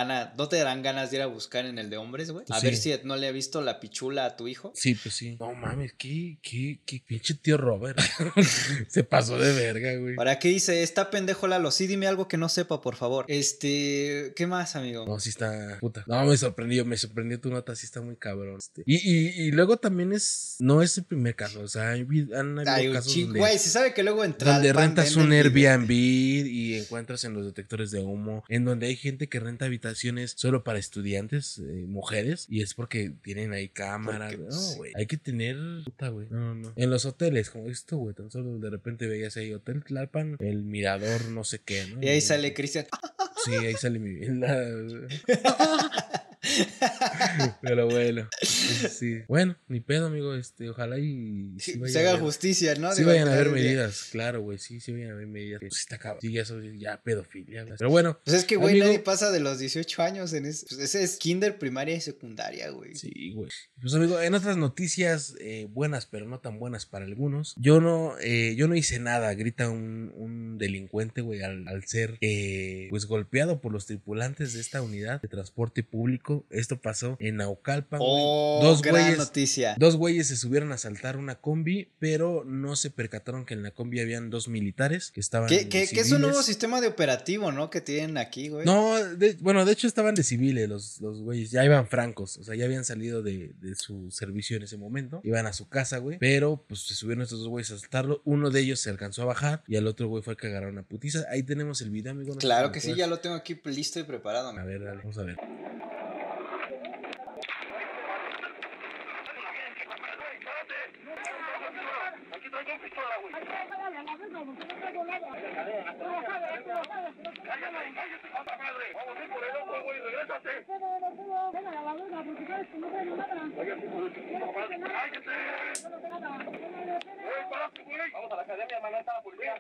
darán ganas de ir a buscar en el de hombres, güey. A ver si no le ha visto la pichula a tu hijo. Sí, pues sí. No mames, qué qué pinche tío Robert. Se pasó de verga, güey. ¿Para qué dice? Está pendejo Lalo. Sí, dime algo que no sepa, por favor. ¿Qué más, amigo? No, sí está puta. No, me sorprendió tu nota, sí está muy cabrón. Y luego también no es el primer caso, o sea, han habido casos güey, se sabe que luego entra donde rentas un Airbnb y encuentras en los detectores de humo, en donde hay gente que renta habitaciones solo para estudiantes, mujeres, y es porque tienen ahí cámaras. No, güey, hay que tener puta, güey. No. En los hoteles, como esto, güey, tan solo de repente veías ahí Hotel Tlalpan, el Mirador, no sé qué, ¿no? Y ahí sale Cristian. Sí, ahí sale Pero bueno, sí. Bueno, ni pedo, amigo. Ojalá y se haga justicia, ¿no? Sí vayan a haber medidas, claro, güey. Sí vayan a haber medidas. Pues está cabrón. Sí, eso ya pedofilia. Pero bueno. Pues es que, güey, nadie pasa de los 18 años en eso. Pues ese es kinder, primaria y secundaria, güey. Sí, güey. Pues, amigo, en otras noticias buenas, pero no tan buenas para algunos. Yo no hice nada, grita un delincuente, güey, al ser pues golpeado por los tripulantes de esta unidad de transporte público. Esto pasó en Naucalpan. Gran noticia. Dos güeyes se subieron a asaltar una combi, pero no se percataron que en la combi habían 2 militares que estaban que es un nuevo sistema de operativo, ¿no? Que tienen aquí, güey. No, de hecho estaban de civiles los güeyes, ya iban francos, o sea, ya habían salido de su servicio en ese momento, iban a su casa, güey, pero pues se subieron estos dos güeyes a asaltarlo, uno de ellos se alcanzó a bajar y al otro güey fue el que agarraron una putiza. Ahí tenemos el video, amigo. Claro que sí, ya lo tengo aquí listo y preparado. A ver, dale, vamos a ver. Vamos a la academia, hermano, está la policía.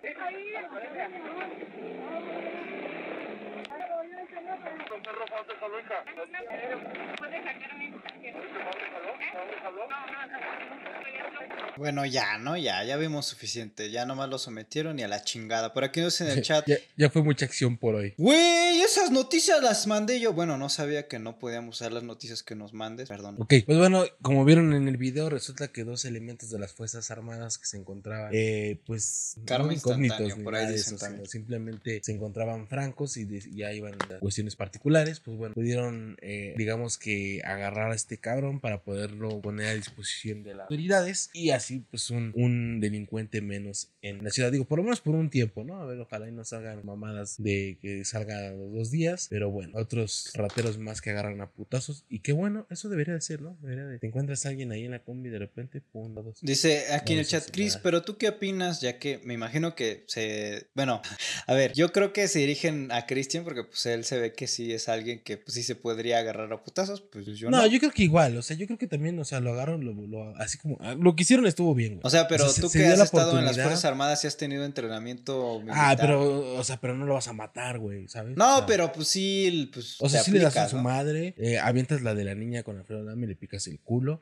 Bueno, ya, ¿no? Ya vimos suficiente. Ya nomás lo sometieron y a la chingada. Por aquí nos en el chat. Ya fue mucha acción por hoy. Güey, esas noticias las mandé yo. Bueno, no sabía que no podíamos usar las noticias que nos mandes. Perdón. Ok, pues bueno, como vieron en el video, resulta que 2 elementos de las Fuerzas Armadas que se encontraban, pues, Karma incógnitos, por ahí dicen eso, también. Simplemente se encontraban francos y ya iban a cuestiones particulares. Pues bueno, pudieron, digamos que agarrar a este cabrón para poderlo poner a disposición de las autoridades y así, pues, un delincuente menos en la ciudad. Digo, por lo menos por un tiempo, ¿no? A ver, ojalá y no salgan mamadas de que salga los 2 días, pero bueno, otros rateros más que agarran a putazos. Y qué bueno, eso debería de ser, ¿no? Te encuentras a alguien ahí en la combi de repente, pum, dos. Dice aquí en el chat, Chris, pero ¿tú qué opinas? Ya que me imagino que bueno, a ver, yo creo que se dirigen a Christian porque pues él se ve que sí es alguien que pues sí se podría agarrar a putazos, pues yo no. No, yo creo que igual, o sea, yo creo que también, o sea, lo agarraron, así como, lo que hicieron estuvo bien, güey. O sea, pero tú que has estado en las Fuerzas Armadas y has tenido entrenamiento militar. Pero no lo vas a matar, güey, ¿sabes? No, o sea, pero pues sí, pues o sea, sí le das a su madre, avientas la de la niña con Alfredo Adame y le picas el culo.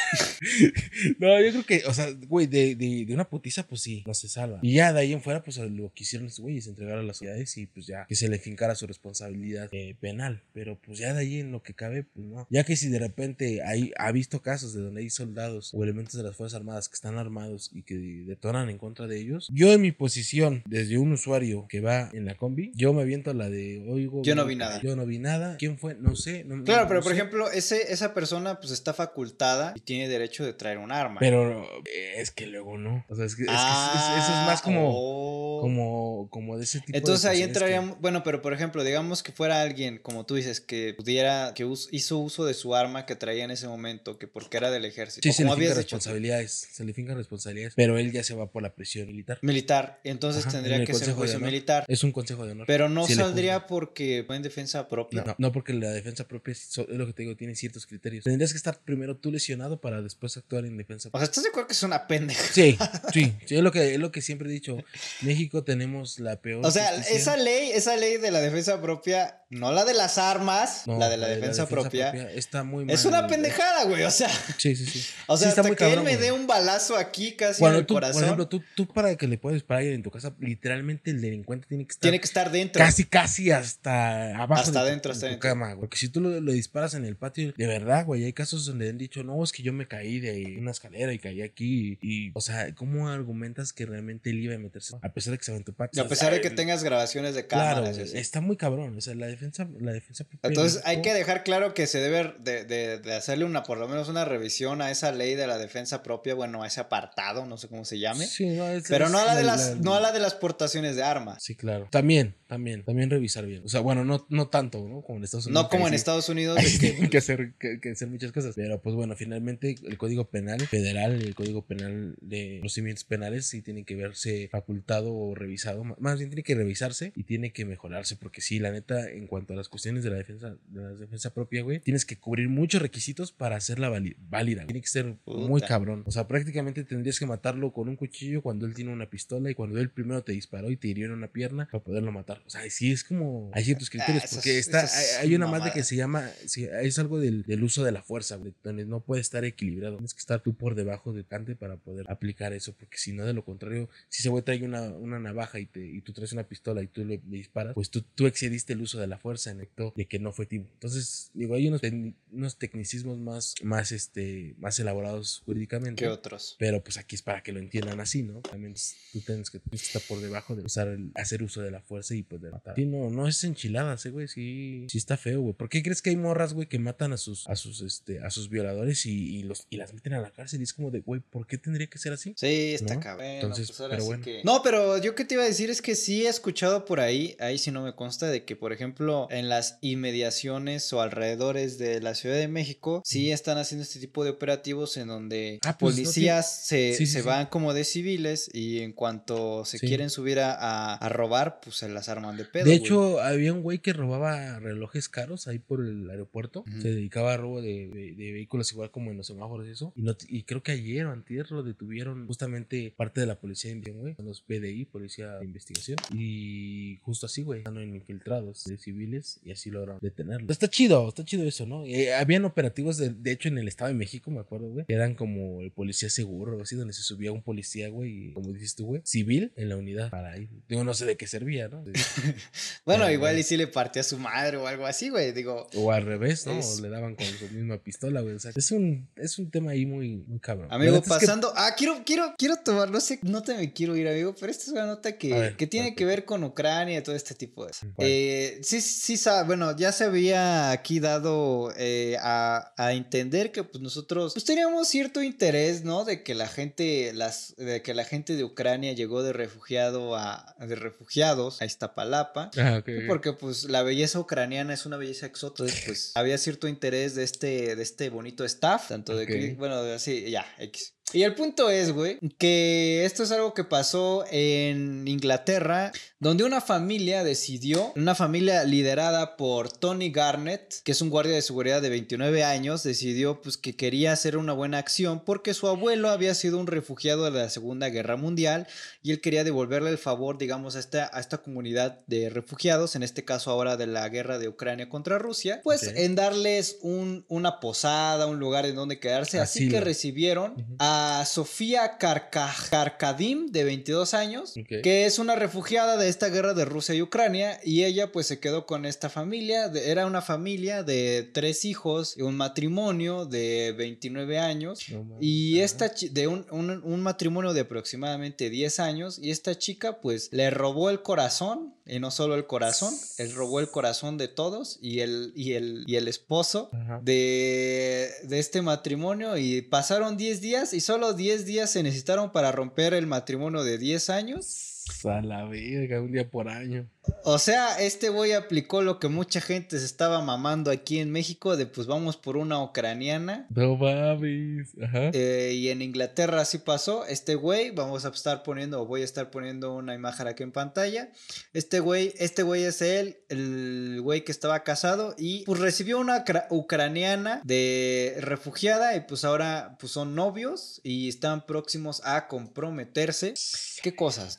No, yo creo que, o sea, güey, de una putiza, pues sí, no se salva. Y ya de ahí en fuera, pues lo que hicieron estos güeyes, entregar a las ciudades y pues ya que se le fincara su responsabilidad penal. Pero pues ya de ahí en lo que cabe, pues no. Ya que si de repente ha visto casos de donde hay soldados o elementos de las Fuerzas Armadas que están armados y que detonan en contra de ellos, yo en mi posición, desde un usuario que va en la combi, yo me aviento la de, oigo, yo no vi nada. Yo no vi nada. ¿Quién fue? No sé. Claro, pero por ejemplo, esa persona pues está facultada y tiene derecho de traer un arma. Pero es que luego no. O sea, eso es más como de ese tipo. Entonces ahí entraríamos, bueno, pero por ejemplo, digamos que fuera alguien, como tú dices, que pudiera, que hizo uso de su arma que traía en ese momento, que porque era del ejército. Sí, se le fincan responsabilidades, pero él ya se va por la prisión militar. Entonces tendría que ser un juicio militar. Es un consejo de honor. Pero no saldría porque va en defensa propia. No, porque la defensa propia es lo que te digo, tiene ciertos criterios. Tendrías que estar primero tú lesionado para después actuar en defensa propia. O sea, ¿estás de acuerdo que es una pendeja? Sí, es lo que siempre he dicho. México México tenemos la peor O sea, justicia. esa ley de la defensa propia, no la de las armas, No, la de la defensa propia, está muy mal. es una pendejada, güey. O sea, Sí. o sea, Sí, está hasta muy que cabrón, él me güey. dé un balazo aquí casi en Cuando el tú, por corazón, ejemplo, tú para que le puedas disparar a alguien en tu casa, literalmente el delincuente tiene que estar dentro. casi hasta abajo Hasta de adentro, tu, hasta de tu adentro. cama, güey. Porque si tú lo disparas en el patio, de verdad, güey, hay casos donde han dicho, no, es que yo me caí de una escalera y caí aquí. Y, o sea, ¿cómo argumentas que realmente él iba a meterse? A pesar de que se aventó patio. Y a pesar de que tengas grabaciones de Claro, cámaras. güey, y así. está muy cabrón. O sea, la defensa propia de Entonces hay México- que dejar claro que se debe de hacerle por lo menos una revisión a esa ley de la defensa propia, bueno, a ese apartado, no sé cómo se llame. Sí, no, Pero no a la de la- no a la de las portaciones de armas. Sí, claro. También revisar bien. O sea, bueno, no tanto, ¿no? Como en Estados Unidos. No como que en ahí sí- Estados Unidos. ahí de sí que, tienen que hacer muchas cosas. Pero pues bueno, finalmente el Código Penal Federal y el Código Penal de procedimientos penales sí tienen que verse facultado o revisado. Más bien tiene que revisarse y tiene que mejorarse. Porque sí, la neta, en cuanto a las cuestiones de la defensa propia, güey, tienes que cubrir muchos requisitos para hacerla válida. Tiene que ser muy Puta. cabrón. O sea, prácticamente tendrías que matarlo con un cuchillo cuando él tiene una pistola y cuando él primero te disparó y te hirió en una pierna para poderlo matar. O sea, sí es como hay ciertos criterios eso porque es- está eso es hay una más de mamada. que se llama sí, es algo del uso de la fuerza, güey, donde no puede estar equilibrado. Tienes que estar tú por debajo de Tante para poder aplicar eso, porque si no, de lo contrario, si ese güey trae una navaja y tú traes una pistola y tú le disparas, pues tú excediste el uso de la fuerza en efecto de que no fue tiempo. Entonces, digo, hay unos tecnicismos más elaborados jurídicamente que otros. pero pues aquí es para que lo entiendan así, ¿no? También tú tienes que estar por debajo de hacer uso de la fuerza y poder matar. Sí, no es enchiladas, güey. Sí está feo, güey. ¿Por qué crees que hay morras, güey, que matan a sus violadores y las meten a la cárcel? Y es como de, güey, ¿por qué tendría que ser así? Sí, está ¿No? cabrón. Entonces, Pues ahora pero sí bueno. que... No, pero yo que te iba a decir es que sí he escuchado por ahí sí no me consta, de que, por ejemplo, en las inmediaciones o alrededores de la Ciudad de México, sí están haciendo este tipo de operativos en donde Pues, policías sí, se sí. van como de civiles y en cuanto se Sí. quieren subir a robar, pues se las arman de pedo. De güey. hecho, había un güey que robaba relojes caros ahí por el aeropuerto. Ujú. Se dedicaba a robo de vehículos igual como en los semáforos y eso. Y creo que ayer o antier lo detuvieron justamente parte de la policía de investigación, güey. Con los PDI, Policía de Investigación. Y justo así, güey. Están en infiltrados de civiles y así lograron detenerlo. Está chido eso, ¿no? Habían operativos, de hecho, en el Estado de México, me acuerdo, güey. Que eran como el policía seguro o así, donde se subía un policía, güey. Y, como dices tú, güey, civil en la unidad para ir. Digo, no sé de qué servía, ¿no? Bueno, Pero, igual güey. y si le partía a su madre o algo así, güey. Digo, O al revés, ¿no? Es- O le daban con su misma pistola, güey. O sea, es un tema ahí muy cabrón. La amigo, neta es que- pasando. quiero tomar, no sé, no te me quiero ir, amigo, pero esta es una nota A que ver, tiene date. que ver con Ucrania y todo este tipo de cosas. ¿Cuál? Bueno, ya se había aquí dado a entender que pues nosotros pues teníamos cierto interés, ¿no? De que la gente, de Ucrania llegó de refugiados a Iztapalapa. Ah, ok. Porque pues la belleza ucraniana es una belleza exótica, entonces pues había cierto interés de este bonito staff, tanto de Ok. bueno, así, ya, X. Y el punto es, güey, que esto es algo que pasó en Inglaterra, donde una familia liderada por Tony Garnett, que es un guardia de seguridad de 29 años, decidió pues que quería hacer una buena acción porque su abuelo había sido un refugiado de la Segunda Guerra Mundial y él quería devolverle el favor, digamos, a esta comunidad de refugiados, en este caso ahora de la guerra de Ucrania contra Rusia, pues Ok. en darles una posada, un lugar en donde quedarse. Así que Asilo. recibieron Ujú. a Sofía Karkadim, de 22 años, Ok. que es una refugiada de esta guerra de Rusia y Ucrania, y ella pues se quedó con esta familia. Era una familia de 3 hijos y un matrimonio de 29 años. No mames. Y Ajá. de un matrimonio de aproximadamente 10 años, y esta chica pues le robó el corazón, y no solo el corazón, él robó el corazón de todos y el esposo Ajá. de este matrimonio, y pasaron 10 días y solo 10 días se necesitaron para romper el matrimonio de 10 años. A la verga, un día por año. O sea, este güey aplicó lo que mucha gente se estaba mamando aquí en México, de pues vamos por una ucraniana. No mames. Ajá. Y en Inglaterra así pasó. Este güey, voy a estar poniendo una imagen aquí en pantalla. Este güey es el güey que estaba casado y pues recibió una ucraniana de refugiada, y pues ahora pues son novios y están próximos a comprometerse. Qué cosas, ¿no? Digo,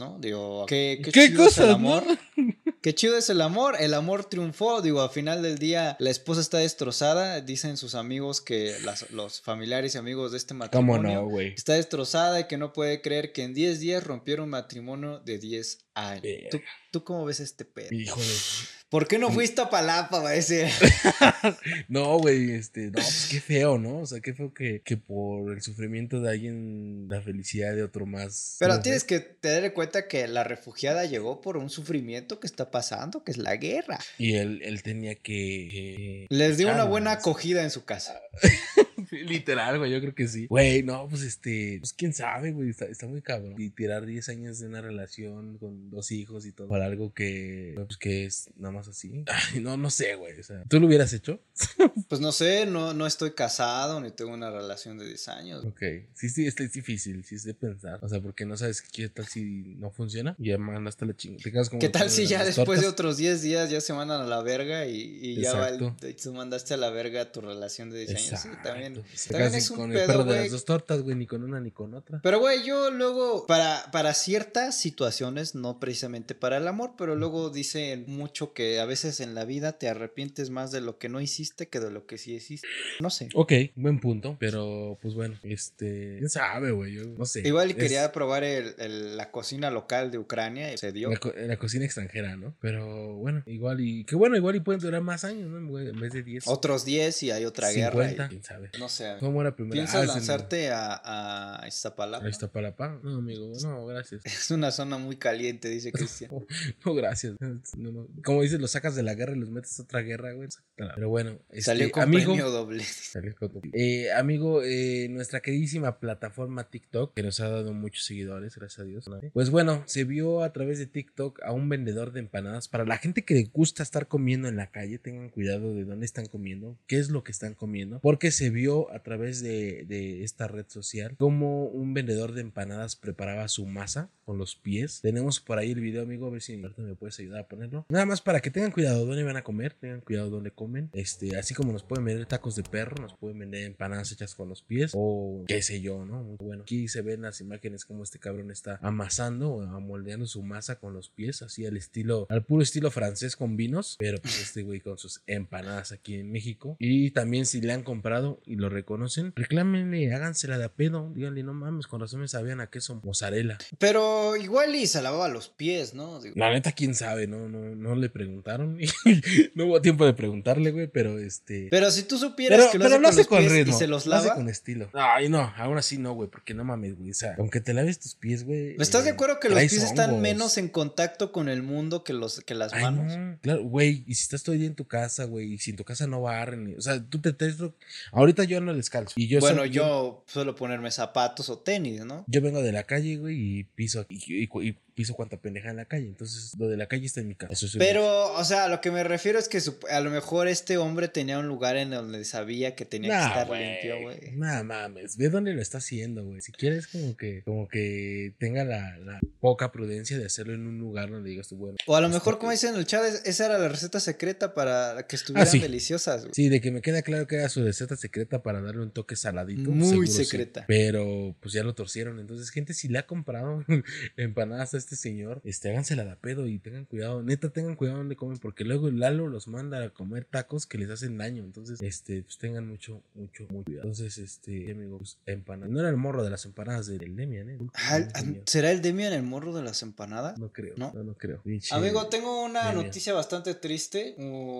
pero qué ¿Qué chido es el cosas, amor. no? Qué chido es el amor triunfó, digo, al final del día la esposa está destrozada, dicen sus amigos que los familiares y amigos de este ¿Cómo matrimonio no, güey? está destrozada y que no puede creer que en 10 días rompieron un matrimonio de 10 años. ¿Tú cómo ves este pedo? Híjole. ¿Por qué no fuiste a Palapa, va a decir? No, güey, no, pues qué feo, ¿no? O sea, qué feo que por el sufrimiento de alguien, la felicidad de otro más. Pero ¿no? tienes que tener en cuenta que la refugiada llegó por un sufrimiento que está pasando, que es la guerra. Y él tenía que Les dio una echarla, buena ¿no? acogida en su casa. Literal, güey, yo creo que sí. Güey, no, pues pues quién sabe, güey, está muy cabrón. Y tirar 10 años de una relación con 2 hijos y todo para algo pues que es nada más así. Ay, no sé, güey, o sea, ¿tú lo hubieras hecho? Pues no sé, no estoy casado ni tengo una relación de 10 años. Ok, sí, es difícil, sí es de pensar. O sea, porque no sabes qué tal si no funciona y ya mandaste la chingada. Te quedas como ¿Qué tal si ya después de tortas? otros 10 días ya se mandan a la verga y ya Exacto. tú mandaste a la verga tu relación de 10 años? Sí, Exacto. también Te quedas es un con el perro pedo, de las güey. 2 tortas, güey, ni con una ni con otra. Pero, güey, yo luego, para ciertas situaciones, no precisamente para el amor, pero luego dicen mucho que a veces en la vida te arrepientes más de lo que no hiciste que de lo que sí hiciste. No sé. Ok, buen punto, pero pues bueno, quién sabe, güey, yo no sé. Igual y quería probar la cocina local de Ucrania y se dio. La cocina extranjera, ¿no? Pero bueno, igual y pueden durar más años, ¿no? En vez de 10. Otros 10 y hay otra 50, guerra. quién sabe. No sé. ¿Cómo era primera? ¿Piensas lanzarte a Iztapalapa? ¿A Iztapalapa? No, amigo, no, gracias. Es una zona muy caliente, dice Cristian. No, gracias. No. Como dices, los sacas de la guerra y los metes a otra guerra, güey. Pero bueno, salió con amigo, premio doble. amigo, nuestra queridísima plataforma TikTok, que nos ha dado muchos seguidores, gracias a Dios, ¿no? Pues bueno, se vio a través de TikTok a un vendedor de empanadas. Para la gente que le gusta estar comiendo en la calle, tengan cuidado de dónde están comiendo, qué es lo que están comiendo, porque se vio a través de esta red social cómo un vendedor de empanadas preparaba su masa con los pies. Tenemos por ahí el video, amigo, a ver si ahorita me puedes ayudar a ponerlo. Nada más para que tengan cuidado dónde van a comer, tengan cuidado dónde comen. Así como nos pueden vender tacos de perro, nos pueden vender empanadas hechas con los pies o qué sé yo, ¿no? Muy bueno. Aquí se ven las imágenes como este cabrón está amasando o amoldeando su masa con los pies, así al puro estilo francés con vinos, pero pues este güey con sus empanadas aquí en México. Y también si le han comprado y lo reconocen, reclámenle, hágansela de a pedo, díganle, no mames, con razón me sabían a queso mozzarella. Pero igual y se lavaba los pies, ¿no? Digo. La neta, quién sabe, no le preguntaron. No hubo tiempo de preguntarle, güey, pero Pero si tú supieras que lo hace con los pies y se los lava. Lo hace con estilo. Ay, no, aún así no, güey, porque no mames, güey. O sea, aunque te laves tus pies, güey. ¿Estás de acuerdo que los pies están hongos menos en contacto con el mundo que las manos? No, claro, güey, y si estás todo el día en tu casa, güey, y si en tu casa no barren, o sea, tú te ahorita yo ando descalzo. Y yo suelo ponerme zapatos o tenis, ¿no? Yo vengo de la calle, güey, y piso y piso cuanta pendeja en la calle. Entonces, lo de la calle está en mi casa. Pero, o sea, a lo que me refiero es que a lo mejor este hombre tenía un lugar en donde sabía que tenía que estar limpio, güey. Nah, mames, ve dónde lo está haciendo, güey. Si quieres como que tenga la poca prudencia de hacerlo en un lugar donde digas tú, bueno. O a lo mejor, como dicen en el chat, esa era la receta secreta para que estuvieran deliciosas, güey. Sí, de que me queda claro que era su receta secreta para darle un toque saladito. Muy secreta. Sí. Pero, pues ya lo torcieron. Entonces, gente, si le ha comprado empanadas a este señor, hágansela de pedo y tengan cuidado. Neta, tengan cuidado donde comen, porque luego el Lalo los manda a comer tacos que les hacen daño. Entonces, pues tengan mucho cuidado. Entonces, amigo, pues, empanadas. No era el morro de las empanadas del Demian, ¿eh? ¿Será el Demian el morro de las empanadas? No creo. No creo. Amigo, tengo una noticia bastante triste.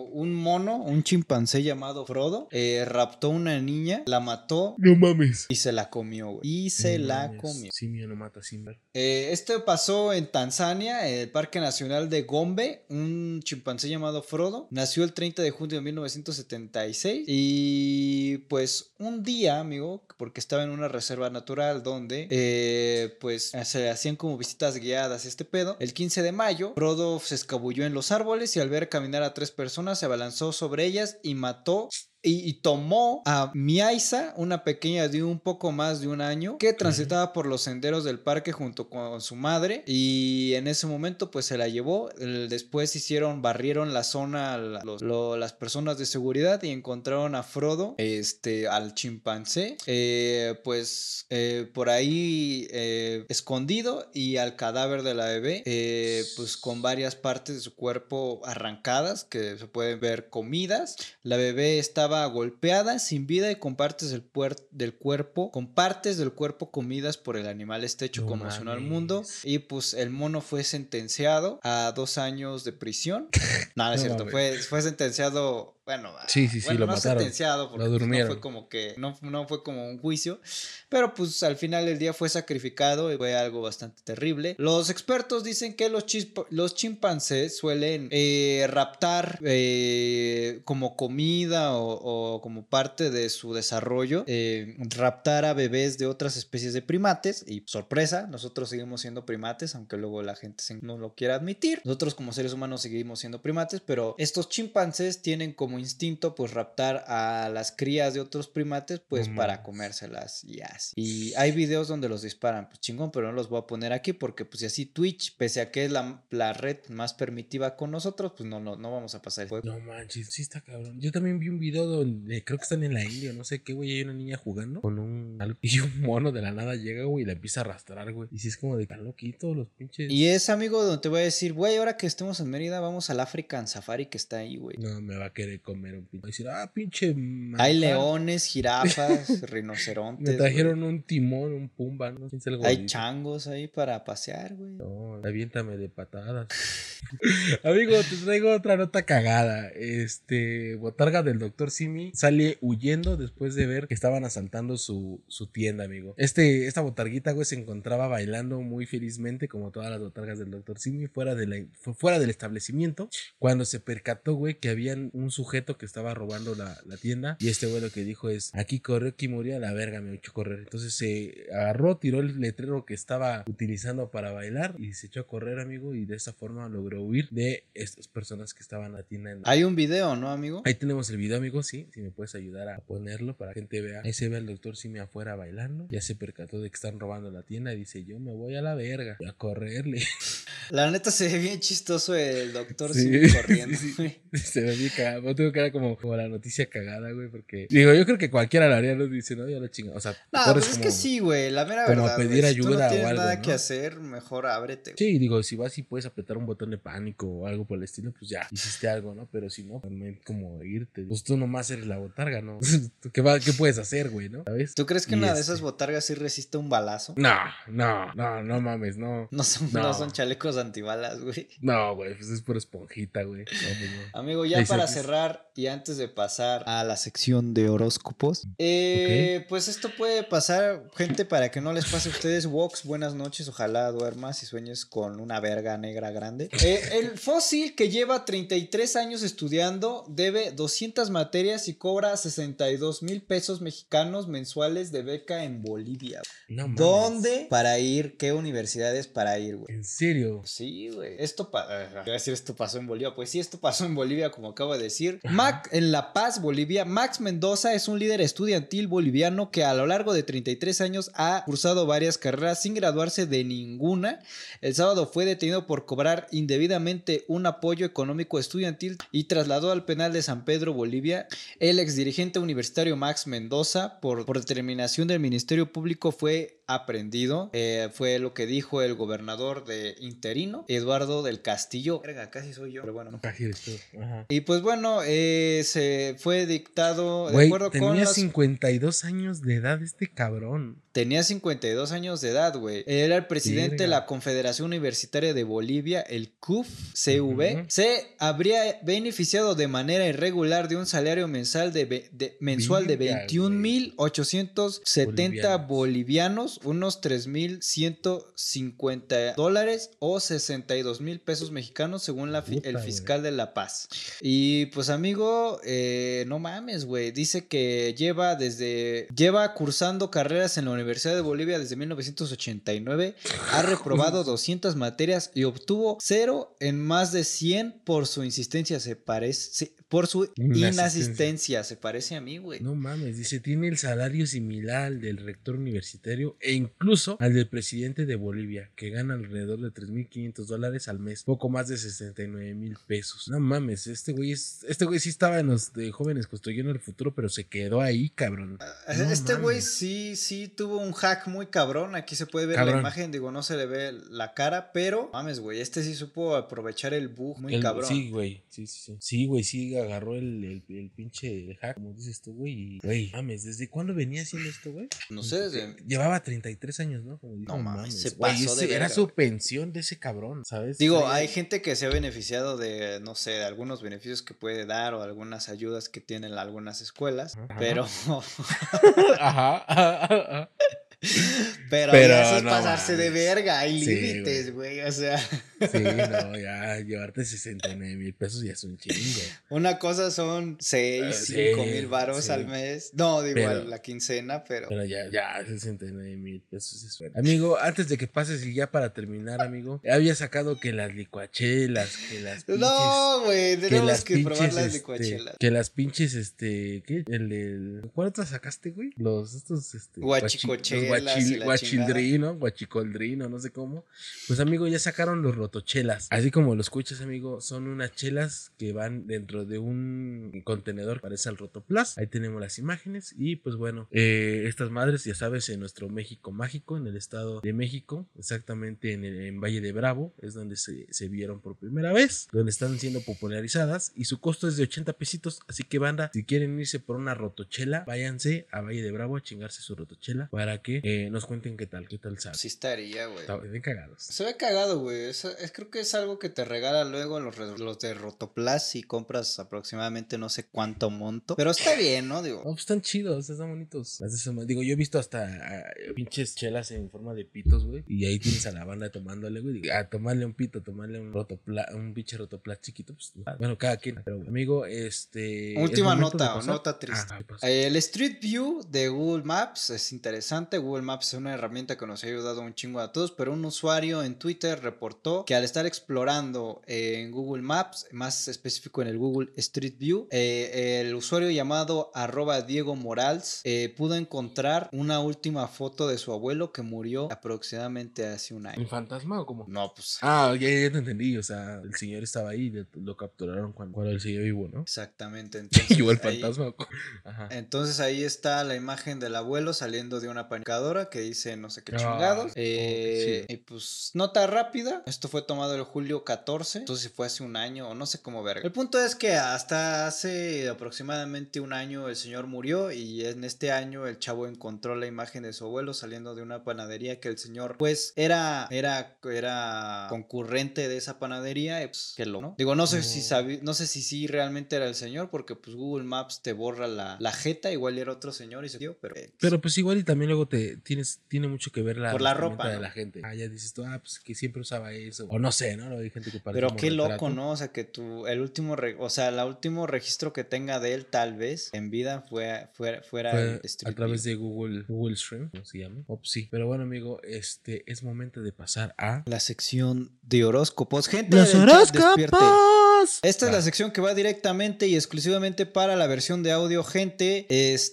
Un chimpancé llamado Frodo, raptó a una niña, la mató. No mames. Y se la comió, güey. Comió. Simio no mata simio. Esto pasó en Tanzania, en el Parque Nacional de Gombe. Un chimpancé llamado Frodo nació el 30 de junio de 1976. Y pues un día, amigo, porque estaba en una reserva natural donde pues se hacían como visitas guiadas este pedo. El 15 de mayo, Frodo se escabulló en los árboles y al ver caminar a 3 personas se abalanzó sobre ellas y mató y tomó a Miaisa, una pequeña de un poco más de un año, que transitaba por los senderos del parque junto con su madre, y en ese momento pues se la llevó. Después barrieron la zona las personas de seguridad y encontraron a Frodo, al chimpancé, por ahí escondido, y al cadáver de la bebé, pues con varias partes de su cuerpo arrancadas, que se pueden ver comidas. La bebé estaba golpeada, sin vida, y con partes del cuerpo comidas por el animal hecho, conmocionó al mundo. Y pues el mono fue sentenciado a 2 años de prisión. No es cierto, fue sentenciado. Bueno, lo no mataron, sentenciado, porque lo durmieron. no fue como que no fue como un juicio, pero pues al final del día fue sacrificado y fue algo bastante terrible. Los expertos dicen que los chimpancés suelen raptar como comida o como parte de su desarrollo, raptar a bebés de otras especies de primates, y sorpresa, nosotros seguimos siendo primates, aunque luego la gente no lo quiera admitir. Nosotros como seres humanos seguimos siendo primates, pero estos chimpancés tienen como instinto pues raptar a las crías de otros primates pues para comérselas y así. Y hay videos donde los disparan, pues chingón, pero no los voy a poner aquí porque pues así Twitch, pese a que es la red más permitiva con nosotros, pues no vamos a pasar. No manches, sí está cabrón. Yo también vi un video donde creo que están en la India, no sé qué, güey, hay una niña jugando con y un mono de la nada llega, güey, y la empieza a arrastrar, güey. Y sí es como de tan loquito los pinches. Y es, amigo, donde te voy a decir, güey, ahora que estemos en Mérida, vamos al African Safari que está ahí, güey. No, me va a querer comer un pinche. Va a decir, pinche manjar. Hay leones, jirafas, rinocerontes. Me trajeron un timón, un pumba, ¿no? Hay changos ahí para pasear, güey. No, aviéntame de patadas. Amigo, te traigo otra nota cagada. Botarga del Dr. Simi sale huyendo después de ver que estaban asaltando su tienda, amigo. Esta botarguita, güey, se encontraba bailando muy felizmente, como todas las botargas del Dr. Simi, fuera del establecimiento, cuando se percató, güey, que había un sujeto que estaba robando la tienda, y güey lo que dijo es, aquí corrió, aquí murió, a la verga, me echó a correr. Entonces se agarró, tiró el letrero que estaba utilizando para bailar y se echó a correr, amigo, y de esa forma logró huir de estas personas que estaban en la tienda. Hay un video, ¿no, amigo? Ahí tenemos el video, amigo, sí, si me puedes ayudar a ponerlo para que la gente vea. Ahí se ve al Dr. Simi afuera bailando, ya se percató de que están robando la tienda y dice, yo me voy a la verga, a correrle. La neta se ve bien chistoso el Dr. Simi corriendo, sí. Se ve bien cagado. No tengo cara como la noticia cagada, güey, porque digo, yo creo que cualquiera lo haría, nos dice, no, ya la chinga. O sea, pues es que sí, güey, la mera como verdad. Como pedir ayuda si tú no tienes o algo, nada ¿no? que hacer, mejor ábrete. Sí, digo, si vas y puedes apretar un botón de pánico o algo por el estilo, pues ya hiciste algo, ¿no? Pero si no, también como irte. Pues tú nomás eres la botarga, ¿no? ¿Qué puedes hacer, güey, no? ¿Sabes? ¿Tú crees que una de esas botargas sí resiste un balazo? No mames, no. No son chalecos antibalas, güey. No, güey, pues es por esponjita, güey. No, pues no. Amigo, ya para cerrar y antes de pasar a la sección de horóscopos, pues esto puede pasar, gente, para que no les pase a ustedes. Wox, buenas noches, ojalá duermas y sueñes con una verga negra grande. El fósil, que lleva 33 años estudiando, debe 200 materias y cobra 62,000 pesos mexicanos mensuales de beca en Bolivia. No mames. ¿Dónde para ir? ¿Qué universidades para ir, güey? ¿En serio? Sí, güey. Esto pasó en Bolivia. Pues sí, esto pasó en Bolivia, como acabo de decir. En La Paz, Bolivia, Max Mendoza es un líder estudiantil boliviano que a lo largo de 33 años ha cursado varias carreras sin graduarse de ninguna. El sábado fue detenido por cobrar indebidamente un apoyo económico estudiantil y trasladado al penal de San Pedro, Bolivia. El exdirigente universitario Max Mendoza, por determinación del Ministerio Público, fue aprehendido. Fue lo que dijo el gobernador de interino, Eduardo del Castillo. Verga, casi soy yo, pero bueno, no. Casi eres tú. Ajá. Y pues bueno, se fue dictado de Güey, acuerdo con tenía 52 años de edad este cabrón. Tenía 52 años de edad, güey. Era el presidente de la Confederación Universitaria de Bolivia, el CUF-CV. Se habría beneficiado de manera irregular de un salario mensual de 21,870 bolivianos, unos $3,150 o 62,000 pesos mexicanos, según el fiscal de La Paz. Y pues, amigo, no mames, güey. Dice que lleva cursando carreras en la Universidad de Bolivia desde 1989. Ha reprobado 200 materias y obtuvo 0 en más de 100 por su insistencia. por su Inasistencia. inasistencia. Se parece a mí, güey. No mames, dice, tiene el salario similar al del rector universitario e incluso al del presidente de Bolivia, que gana alrededor de $3,500 al mes, poco más de 69,000 pesos. No mames, este güey sí estaba en los de Jóvenes Construyendo el Futuro, pero se quedó ahí, cabrón. No Este güey mames. sí tuvo un hack muy cabrón. Aquí se puede ver la Cabrón. imagen, digo, no se le ve la cara, pero mames, güey, este sí supo aprovechar el bug muy cabrón. Sí, güey, sí. Sí, güey, sí agarró el pinche hack, como dices tú, güey. Y, güey, mames, ¿desde cuándo venía haciendo esto, güey? No sé, desde... Llevaba 33 años, ¿no? Como dijo, No mames, se güey, pasó de era verga, su güey. pensión de ese cabrón, ¿sabes? Digo, Traía- hay gente que se ha beneficiado de, no sé, de algunos beneficios que puede dar o algunas ayudas que tienen algunas escuelas, Ajá. pero Ajá. pero Pero ya eso es no pasarse de mames. verga, hay Sí, límites, güey, o sea, Sí, no, ya llevarte 69,000 pesos ya es un chingo. una cosa son 6, Sí, 5,000 varos sí. al mes, no, digo, a Pero- la quincena, pero Pero ya 69,000 pesos es bueno. Amigo, antes de que pases y ya para terminar, amigo, había sacado que las licuachelas, que las pinches... no, güey, tenemos las que probar pinches, las licuachelas. que las pinches, ¿qué? ¿Cuál otra sacaste, güey? Estos, Guachicochelas y la guachildrino, guachicoldrino, no sé cómo. Pues, amigo, ya sacaron los rotochelas. Así como lo escuchas, amigo, son unas chelas que van dentro de un contenedor, parece al Rotoplas. Ahí tenemos las imágenes y, pues, bueno, estas madres, ya sabes, en nuestro México mágico, en el estado de México, exactamente en Valle de Bravo, es donde se vieron por primera vez, donde están siendo popularizadas y su costo es de 80 pesitos, así que banda, si quieren irse por una rotochela, váyanse a Valle de Bravo a chingarse su rotochela para que nos cuenten qué tal sabe. Sí estaría, güey. Está bien cagados. Se ve cagado, güey. Creo que es algo que te regala luego los de Rotoplas si compras aproximadamente no sé cuánto monto. Pero está bien, ¿no? Digo, No, pues están chidos, están bonitos. Digo, yo he visto hasta pinches chelas en forma de pitos, güey. Y ahí tienes a la banda tomándole, güey. A tomarle un pito, tomarle un pinche rotoplas chiquito. Pues, bueno, cada quien. Pero, amigo, última ¿es momento de nota, pasar? nota triste. ¿Qué pasó? El Street View de Google Maps es interesante. Google Maps es una herramienta que nos ha ayudado un chingo a todos, pero un usuario en Twitter reportó que al estar explorando en Google Maps, más específico en el Google Street View, el usuario llamado @Diego Morales pudo encontrar una última foto de su abuelo que murió aproximadamente hace un ¿El año. fantasma o cómo? No, pues Ya te entendí. O sea, el señor estaba ahí y lo capturaron cuando él seguía vivo, ¿no? exactamente. Entonces, Igual ahí- fantasma. Ajá. Entonces ahí está la imagen del abuelo saliendo de una panificadora que dice no sé qué Ah, chingados. qué Y pues nota rápida. Esto fue tomado el julio 14. Entonces fue hace un año o no sé cómo verga. El punto es que hasta hace aproximadamente un año el señor murió y en este año el chavo encontró la imagen de su abuelo saliendo de una panadería que el señor pues era concurrente de esa panadería. Y pues que ¿no? Digo, no sé no sé si sí realmente era el señor porque pues Google Maps te borra la jeta, igual era otro señor y se dio, Pero pues igual y también luego tiene mucho que ver Por la vestimenta ropa, de ¿no? la gente. Ya dices tú, pues que siempre usaba eso. O no sé, ¿no? Hay gente que parece Pero como qué loco, retrato. ¿no? O sea, que el último registro que tenga de él, tal vez, en vida, fuera Fue el a Street través View. de Google Stream, ¿cómo se llama? Oh, pues sí. Pero bueno, amigo, es momento de pasar a La sección de horóscopos. Gente, los del chat, despierte. horóscopos. Esta es Va. la sección que va directamente y exclusivamente para la versión de audio. Gente,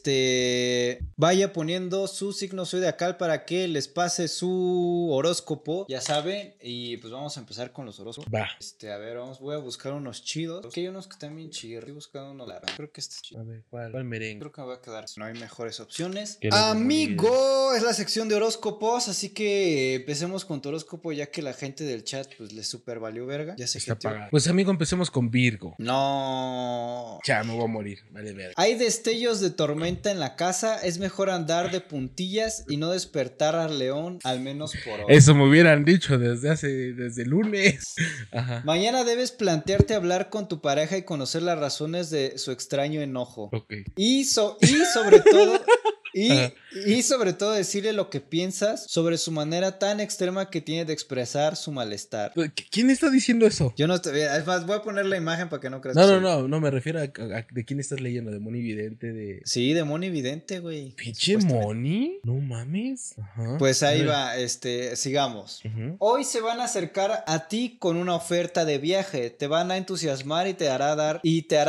vaya poniendo su signo zodiacal para que les pase su horóscopo, ya saben. Y pues vamos a empezar con los horóscopos. Va. A ver, voy a buscar unos chidos. Porque hay unos que están bien chidos. Estoy buscando uno largo. Creo que este es chido. A ver, ¿cuál merengue? Creo que me voy a quedar. No hay mejores opciones. Que los Amigo, es la sección de horóscopos. Así que empecemos con tu horóscopo, ya que la gente del chat pues le super valió verga. Ya sé Está que apagado. Pues amigo, empecemos con Virgo. No. Ya, me voy a morir. Vale, verga. Hay destellos de tormenta en la casa. Es mejor andar de puntillas y no despertar al león, al menos por hoy. Eso me hubieran dicho desde lunes. Ajá. Mañana debes plantearte hablar con tu pareja y conocer las razones de su extraño enojo. Ok. Y sobre todo, Y sobre todo decirle lo que piensas sobre su manera tan extrema que tiene de expresar su malestar. ¿Quién está diciendo eso? Yo no estoy... Es más, voy a poner la imagen para que no creas que No, me refiero a de quién estás leyendo, de Moni Vidente, de... Sí, de Moni Vidente, güey. ¿Pinche Moni? No mames. Ajá. Pues ahí va, sigamos. Hoy se van a acercar a ti con una oferta de viaje. Te van a entusiasmar y te hará dar...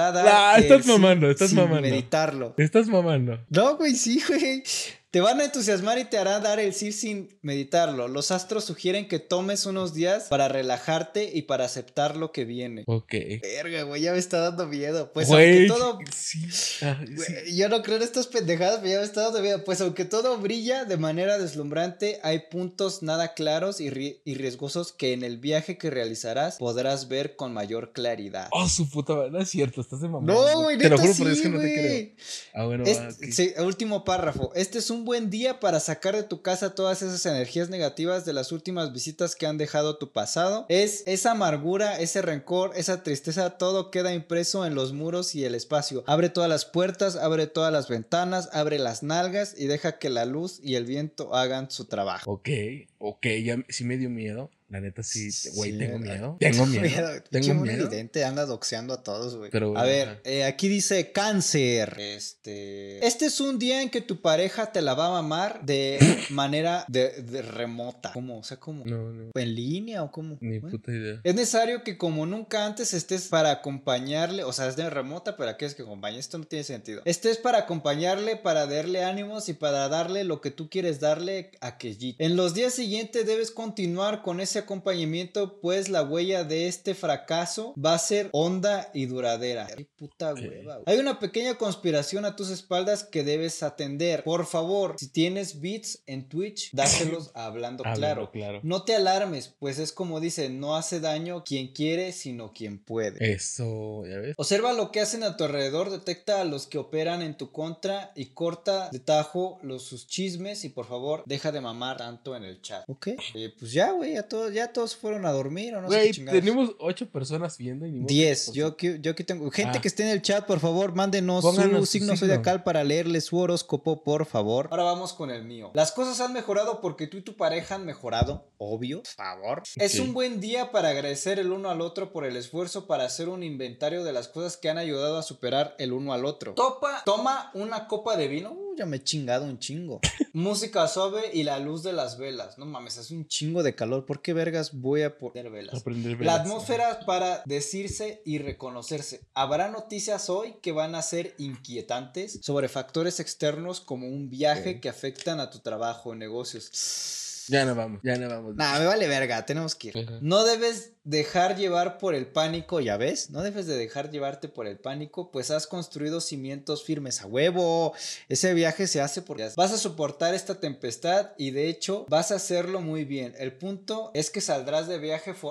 Estás mamando. meditarlo. Estás mamando. No, güey, sí, güey. Te van a entusiasmar y te hará dar el sí sin meditarlo. Los astros sugieren que tomes unos días para relajarte y para aceptar lo que viene. Ok. Verga, güey, ya me está dando miedo. Pues güey, aunque todo... Sí. Güey, yo no creo en estas pendejadas, pero ya me está dando miedo. Pues aunque todo brilla de manera deslumbrante, hay puntos nada claros y riesgosos que en el viaje que realizarás podrás ver con mayor claridad. Oh, su puta madre, no es cierto, estás de mamá. No, güey, te lo juro sí, por Dios que no te güey. creo. Ah, bueno, okay. Sí, último párrafo. Este es un buen día para sacar de tu casa todas esas energías negativas de las últimas visitas que han dejado tu pasado. Esa amargura, ese rencor, esa tristeza, todo queda impreso en los muros y el espacio. Abre todas las puertas, abre todas las ventanas, abre las nalgas y deja que la luz y el viento hagan su trabajo. Ok, ya sí me dio miedo. La neta sí, güey, tengo miedo. Tengo miedo. Evidente, anda doxeando a todos, güey. A ver, aquí dice cáncer. Este es un día en que tu pareja te la va a mamar de manera de remota. ¿Cómo? O sea, ¿cómo? No. ¿En línea o cómo? Ni puta idea. Es necesario que como nunca antes estés para acompañarle, o sea, es de remota, pero aquí es que acompañe. Esto no tiene sentido. Estés para acompañarle, para darle ánimos y para darle lo que tú quieres darle a aquellito. En los días siguientes debes continuar con ese acompañamiento, pues la huella de este fracaso va a ser honda y duradera. Qué puta hueva, güey. Hay una pequeña conspiración a tus espaldas que debes atender. Por favor, si tienes beats en Twitch, dáselos a Hablando Claro. No te alarmes, pues es como dice, no hace daño quien quiere, sino quien puede. Eso, ya ves. Observa lo que hacen a tu alrededor, detecta a los que operan en tu contra y corta de tajo sus chismes y por favor, deja de mamar tanto en el chat. Ok. Pues ya, güey, ya todos fueron a dormir o no sé qué chingados. Tenemos 8 personas viendo y ni 10. Yo aquí tengo gente que esté en el chat, por favor, mándenos su signo zodiacal para leerles su horóscopo, por favor. Ahora vamos con el mío. Las cosas han mejorado porque tú y tu pareja han mejorado, obvio, por favor. Okay. Es un buen día para agradecer el uno al otro por el esfuerzo para hacer un inventario de las cosas que han ayudado a superar el uno al otro. Toma una copa de vino. Ya me he chingado un chingo. Música suave y la luz de las velas. No mames, hace un chingo de calor. ¿Por qué vergas voy a poner velas? La atmósfera para decirse y reconocerse. Habrá noticias hoy que van a ser inquietantes sobre factores externos como un viaje que afectan a tu trabajo, negocios. Ya no vamos. Nah, me vale verga, tenemos que ir. No debes dejar llevar por el pánico, ya ves, no debes de dejar llevarte por el pánico, pues has construido cimientos firmes a huevo. Ese viaje se hace porque vas a soportar esta tempestad y de hecho vas a hacerlo muy bien. El punto es que saldrás del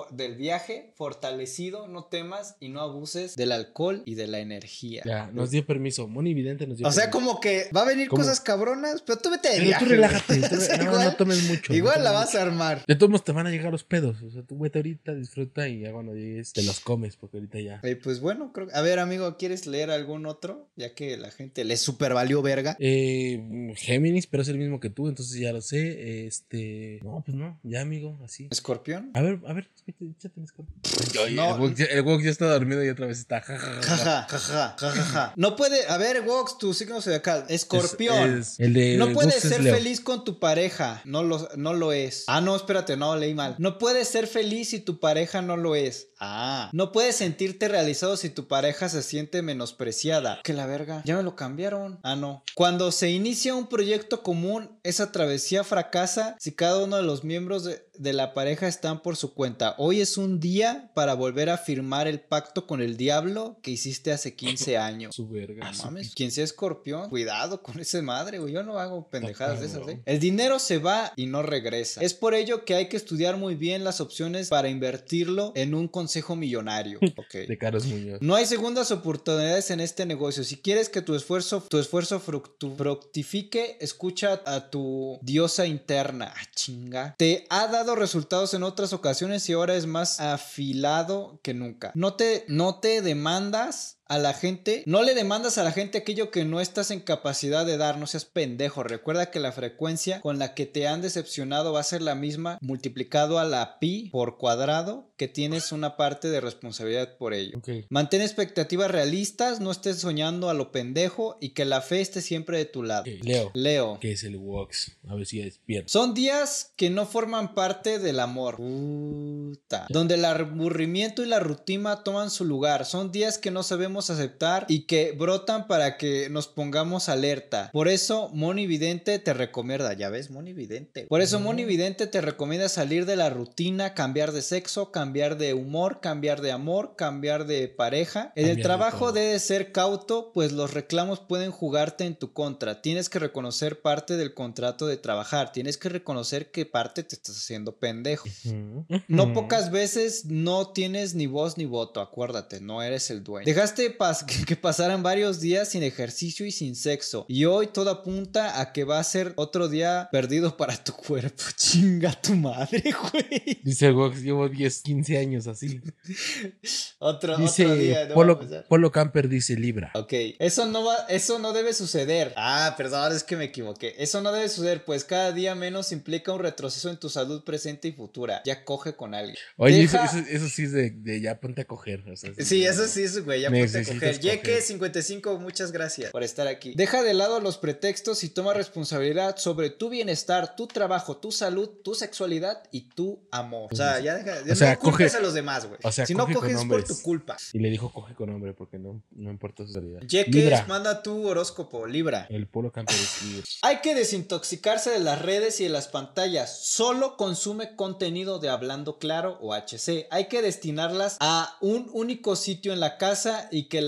viaje fortalecido, no temas y no abuses del alcohol y de la energía. Ya, nos dio permiso, Moni Vidente nos dio permiso. O sea, como que va a venir cosas cabronas, pero tú vete de viaje. Tú relájate, no tomes mucho. Igual la vas a armar. De todos modos te van a llegar los pedos. O sea, tú vete ahorita, disfruta y ya cuando llegues te los comes porque ahorita ya. Pues bueno, creo. A ver, amigo, ¿quieres leer algún otro? Ya que la gente le super valió verga. Géminis, pero es el mismo que tú, entonces ya lo sé. No, pues no, ya amigo, así. ¿Escorpión? A ver, échate el escorpión. No, el Wox ya está dormido y otra vez está jajaja. No puede. A ver, Wox, tu signo zodiacal. Escorpión. El de no puedes ser feliz con tu pareja. No lo es. Ah, no, espérate, no, leí mal. No puedes ser feliz si tu pareja no lo es. No puedes sentirte realizado si tu pareja se siente menospreciada. Que la verga, ya me lo cambiaron. No. Cuando se inicia un proyecto común, esa travesía fracasa si cada uno de los miembros de la pareja están por su cuenta. Hoy es un día para volver a firmar el pacto con el diablo que hiciste hace 15 años. Su verga. No mames, quien sea escorpión, cuidado con ese madre, güey. Yo no hago pendejadas de esas, El dinero se va y no regresa. Es por ello que hay que estudiar muy bien las opciones para invertirlo en un consejo millonario. Okay. De Carlos Muñoz. No hay segundas oportunidades en este negocio. Si quieres que tu esfuerzo fructifique, escucha a tu diosa interna. Chinga. Te ha dado resultados en otras ocasiones y ahora es más afilado que nunca. No te demandas a la gente, no le demandas a la gente aquello que no estás en capacidad de dar, no seas pendejo. Recuerda que la frecuencia con la que te han decepcionado va a ser la misma multiplicado a la pi por cuadrado, que tienes una parte de responsabilidad por ello. Ok. Mantén expectativas realistas, no estés soñando a lo pendejo y que la fe esté siempre de tu lado. Ok, Leo. Que ¿Qué es el Wox? A ver si ya despierto. son días que no forman parte del amor. Puta. Donde el aburrimiento y la rutina toman su lugar. Son días que no sabemos aceptar y que brotan para que nos pongamos alerta. Por eso Moni Vidente te recomienda, ya ves, Moni Vidente. Por eso Moni Vidente te recomienda salir de la rutina, cambiar de sexo, cambiar de humor, cambiar de amor, cambiar de pareja. En el Cambiar de trabajo todo. debes ser cauto, pues los reclamos pueden jugarte en tu contra. Tienes que reconocer parte del contrato de trabajar. Tienes que reconocer que parte te estás haciendo pendejo. No pocas veces no tienes ni voz ni voto, acuérdate, no eres el dueño. Dejaste que pasaran varios días sin ejercicio y sin sexo, y hoy todo apunta a que va a ser otro día perdido para tu cuerpo. Chinga tu madre, güey. Dice el Wox, llevo 10, 15 años así. Otro Dice día. No Polo, va a pasar. Polo Camper dice Libra. Ok, eso no debe suceder. Ah, perdón, es que me equivoqué. Eso no debe suceder, pues cada día menos implica un retroceso en tu salud presente y futura. Ya coge con alguien. Oye, Deja- eso sí es de ya ponte a coger. O sea, Sí, eso sí es, güey, ya ponte a Necesitas coger. coger. Yeque55, muchas gracias por estar aquí. Deja de lado los pretextos y toma responsabilidad sobre tu bienestar, tu trabajo, tu salud, tu sexualidad y tu amor. O sea, ya deja, O sea, no culpes coge- a los demás, güey. o sea, si no coge con coges es por hombres. tu culpa. Y le dijo coge con hombre porque no importa su realidad. Yeques, Libra. manda tu horóscopo, Libra. El Polo Camper es Libra. Hay que desintoxicarse de las redes y de las pantallas. Solo consume contenido de Hablando Claro o HC. Hay que destinarlas a un único sitio en la casa y que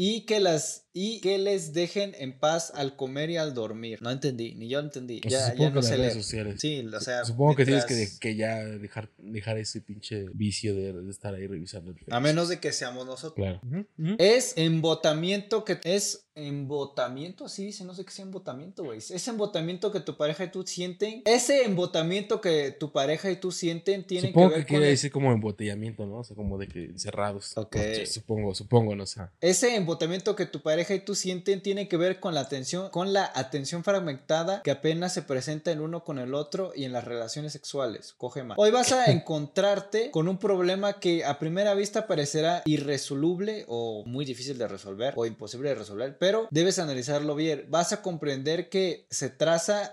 les dejen en paz al comer y al dormir. No entendí, ni yo entendí. O sea, Ya supongo no que sé las redes leer. sociales. Sí, o sea, Supongo que tienes mientras- que ya dejar ese pinche vicio de estar ahí revisando el A Facebook. menos de que seamos nosotros. Claro. Es embotamiento así dice, no sé qué sea embotamiento, güey. Ese embotamiento que tu pareja y tú sienten. Ese embotamiento que tu pareja y tú sienten tiene Supongo que que ver quiere con decir como embotellamiento, ¿no? O sea, como de que encerrados. Ok. O sea, supongo, no sé. ese embotamiento que tu pareja y tú sienten tiene que ver con la atención fragmentada que apenas se presenta el uno con el otro y en las relaciones sexuales. Coge más. Hoy vas a encontrarte con un problema que a primera vista parecerá irresoluble o muy difícil de resolver o imposible de resolver, pero debes analizarlo bien. Vas a comprender que se trata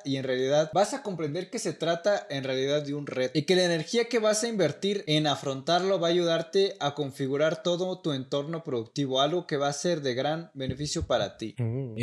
en realidad de un reto y que la energía que vas a invertir en afrontarlo va a ayudarte a configurar todo tu entorno productivo, algo que va a ser de gran beneficio para ti.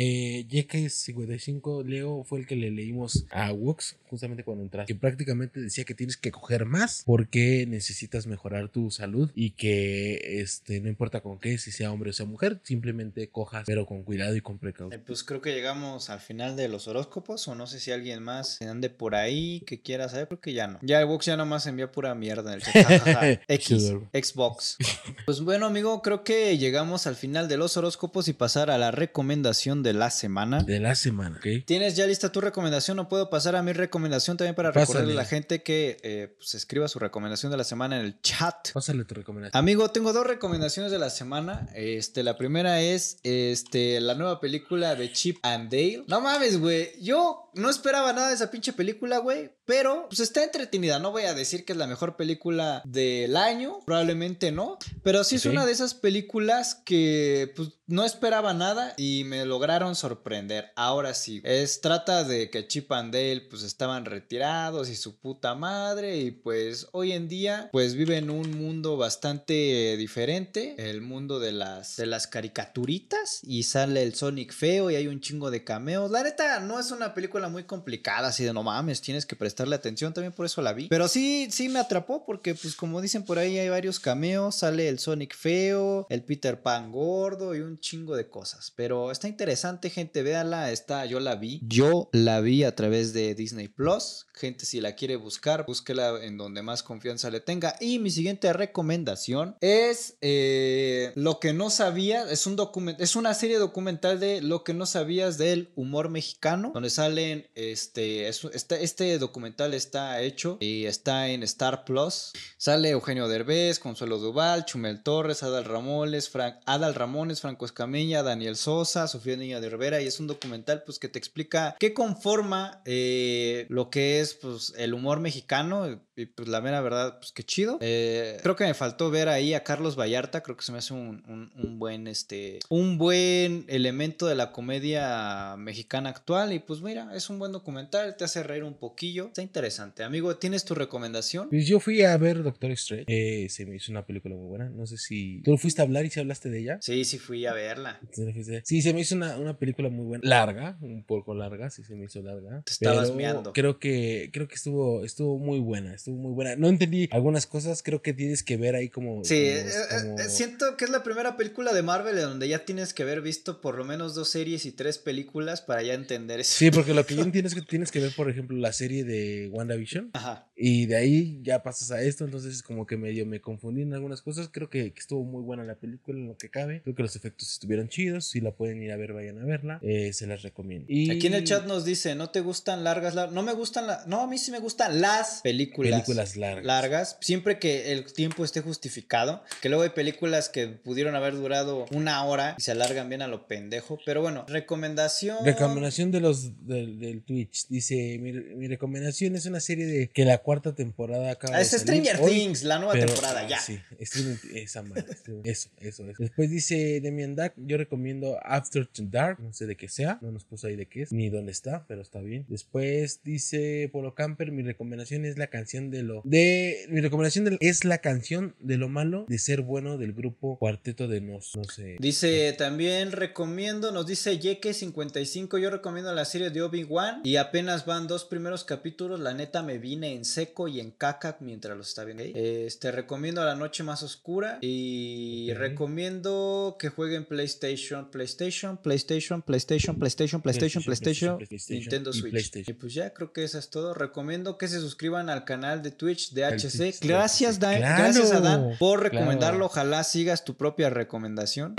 Yeke55, Leo fue el que le leímos a Wox justamente cuando entraste, que prácticamente decía que tienes que coger más porque necesitas mejorar tu salud y que no importa con qué, si sea hombre o sea mujer, simplemente cojas, pero con cuidado y con precaución. Pues creo que llegamos al final de los horóscopos, o no sé si alguien más ande por ahí que quiera saber, porque ya no. Ya el Vox ya nomás envía pura mierda en el chat. Jajaja. Xbox. Pues bueno, amigo, creo que llegamos al final de los horóscopos y pasar a la recomendación de la semana. De la semana, ¿ok? ¿Tienes ya lista tu recomendación o puedo pasar a mi recomendación también para Pásale. recordarle a la gente que pues escriba su recomendación de la semana en el chat? Pásale tu recomendación. Amigo, tengo dos recomendaciones de la semana. La primera es la nueva película de Chip and Dale. No mames, güey. Yo no esperaba nada de esa pinche película, güey. Pero pues está entretenida. No voy a decir que es la mejor película del año. Probablemente no. Pero sí es Ok. una de esas películas que pues no esperaba nada y me lograron sorprender. Ahora sí. Trata de que Chip and Dale pues estaban retirados y su puta madre. Y pues hoy en día pues viven un mundo bastante diferente. El mundo de las caricaturitas. Y sale el Sonic feo y hay un chingo de cameos. La neta no es una película muy complicada. Así de no mames, tienes que prestarle atención. También por eso la vi. Pero sí me atrapó porque pues como dicen por ahí hay varios cameos. Sale el Sonic feo, el Peter Pan gordo y un chingo de cosas. Pero está interesante, gente. Véanla. Yo la vi a través de Disney Plus. Gente, si la quiere buscar, búsquela en donde más confianza le tenga. Y mi siguiente recomendación es Lo que no sabía. Es una serie documental de Lo que no sabías del humor mexicano, donde salen este documental documental está hecho y está en Star Plus. Sale Eugenio Derbez, Consuelo Duval, Chumel Torres, Adal Ramones, Franco Escamilla, Daniel Sosa, Sofía Niño de Rivera, y es un documental pues que te explica qué conforma lo que es pues el humor mexicano, y pues la mera verdad pues qué chido. Creo que me faltó ver ahí a Carlos Vallarta, creo que se me hace un buen elemento de la comedia mexicana actual, y pues mira, es un buen documental, te hace reír un poquillo, está interesante. Amigo, ¿tienes tu recomendación? Pues yo fui a ver Doctor Strange. Se me hizo una película muy buena. No sé si tú fuiste a hablar y si hablaste de ella. Sí, fui a verla. Sí, se me hizo una película muy buena. Larga, un poco larga, sí se me hizo larga. Te estabas meando. Creo que estuvo muy buena, estuvo muy buena. No entendí algunas cosas, creo que tienes que ver ahí como... Sí, siento que es la primera película de Marvel en donde ya tienes que haber visto por lo menos 2 series y 3 películas para ya entender eso. Sí, porque lo que yo entiendo es que tienes que ver, por ejemplo, la serie de WandaVision. Ajá. Y de ahí ya pasas a esto, entonces como que medio me confundí en algunas cosas. Creo que estuvo muy buena la película en lo que cabe. Creo que los efectos estuvieron chidos. Si la pueden ir a ver, vayan a verla. Se las recomiendo. Y... aquí en el chat nos dice, ¿no te gustan largas? No me gustan no, a mí sí me gustan las películas largas. Siempre que el tiempo esté justificado. Que luego hay películas que pudieron haber durado 1 hora y se alargan bien a lo pendejo. Pero bueno, recomendación del Twitch. Dice, mi recomendación es una serie de que la 4ª temporada acaba de es salir Stranger hoy, Things, la nueva temporada, ya. Sí, esa madre. Eso. Después dice Demian Dark, yo recomiendo After Dark, no sé de qué sea, no nos puso ahí de qué es, ni dónde está, pero está bien. Después dice Polo Camper, mi recomendación es la canción es la canción de lo malo de ser bueno del grupo Cuarteto de Nos, no sé. Dice, también recomiendo, nos dice Yeke55, yo recomiendo la serie de Obi-Wan y apenas van 2 primeros capítulos, la neta me vine en seco y en caca mientras los está viendo. Recomiendo La Noche Más Oscura y recomiendo que jueguen PlayStation, Nintendo Switch. Y pues ya creo que eso es todo. Recomiendo que se suscriban al canal de Twitch de HC. Gracias, gracias a Dan por recomendarlo. Ojalá sigas tu propia recomendación.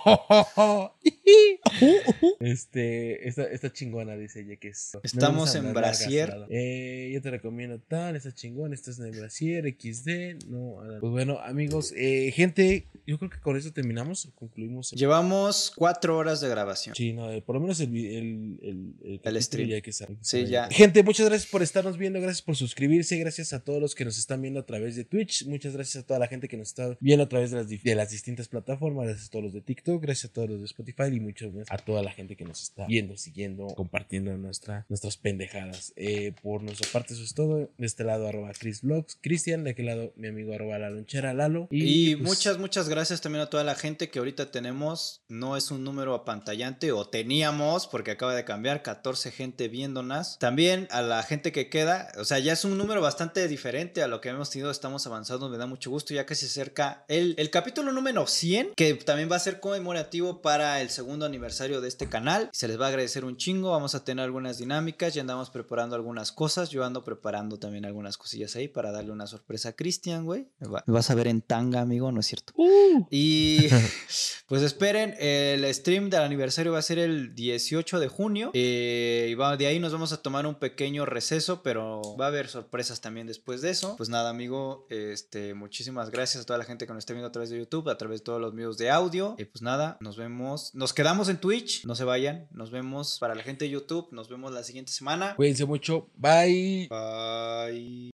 Esta chingona, dice ella que es. Estamos en Brasier. Yo te recomiendo tal, esta chingona, esta es en Brasier, XD. No, pues bueno, amigos, gente, yo creo que con eso terminamos, concluimos. Llevamos 4 horas de grabación. Sí, no, por lo menos el stream. Ya hay que saber. Sí, ya. Gente, muchas gracias por estarnos viendo, gracias por suscribirse, gracias a todos los que nos están viendo a través de Twitch, muchas gracias a toda la gente que nos está viendo a través de las distintas plataformas, gracias a todos los de TikTok, gracias a todos los de Spotify y muchas gracias a toda la gente que nos está viendo, siguiendo, compartiendo nuestras pendejadas. Por nuestra parte eso es todo. De este lado @ChrisVlogs, Cristian, de aquel lado mi amigo @La Lonchera, Lalo. Y pues, muchas gracias también a toda la gente que ahorita tenemos, no es un número apantallante, o teníamos, porque acaba de cambiar, 14 gente viéndonos. También a la gente que queda, o sea, ya es un número bastante diferente a lo que hemos tenido, estamos avanzando, me da mucho gusto, ya que se acerca el capítulo número 100, que también va a ser conmemorativo para el 2º aniversario de este canal. Se les va a agradecer un chingo, vamos a tener algunas dinámicas, ya andamos preparando algunas cosas, yo ando preparando también algunas cosillas ahí para darle una sorpresa a Cristian, güey. Me vas a ver en tanga, amigo, no es cierto. Y pues esperen, el stream del aniversario va a ser el 18 de junio, y de ahí nos vamos a tomar un pequeño receso, pero va a haber sorpresas también después de eso. Pues nada, amigo, muchísimas gracias a toda la gente que nos está viendo a través de YouTube, a través de todos los medios de audio. Y pues nada, nos vemos, nos quedamos en Twitch, no se vayan, nos vemos para la gente de YouTube, nos vemos la siguiente semana. Cuídense mucho, bye. Bye.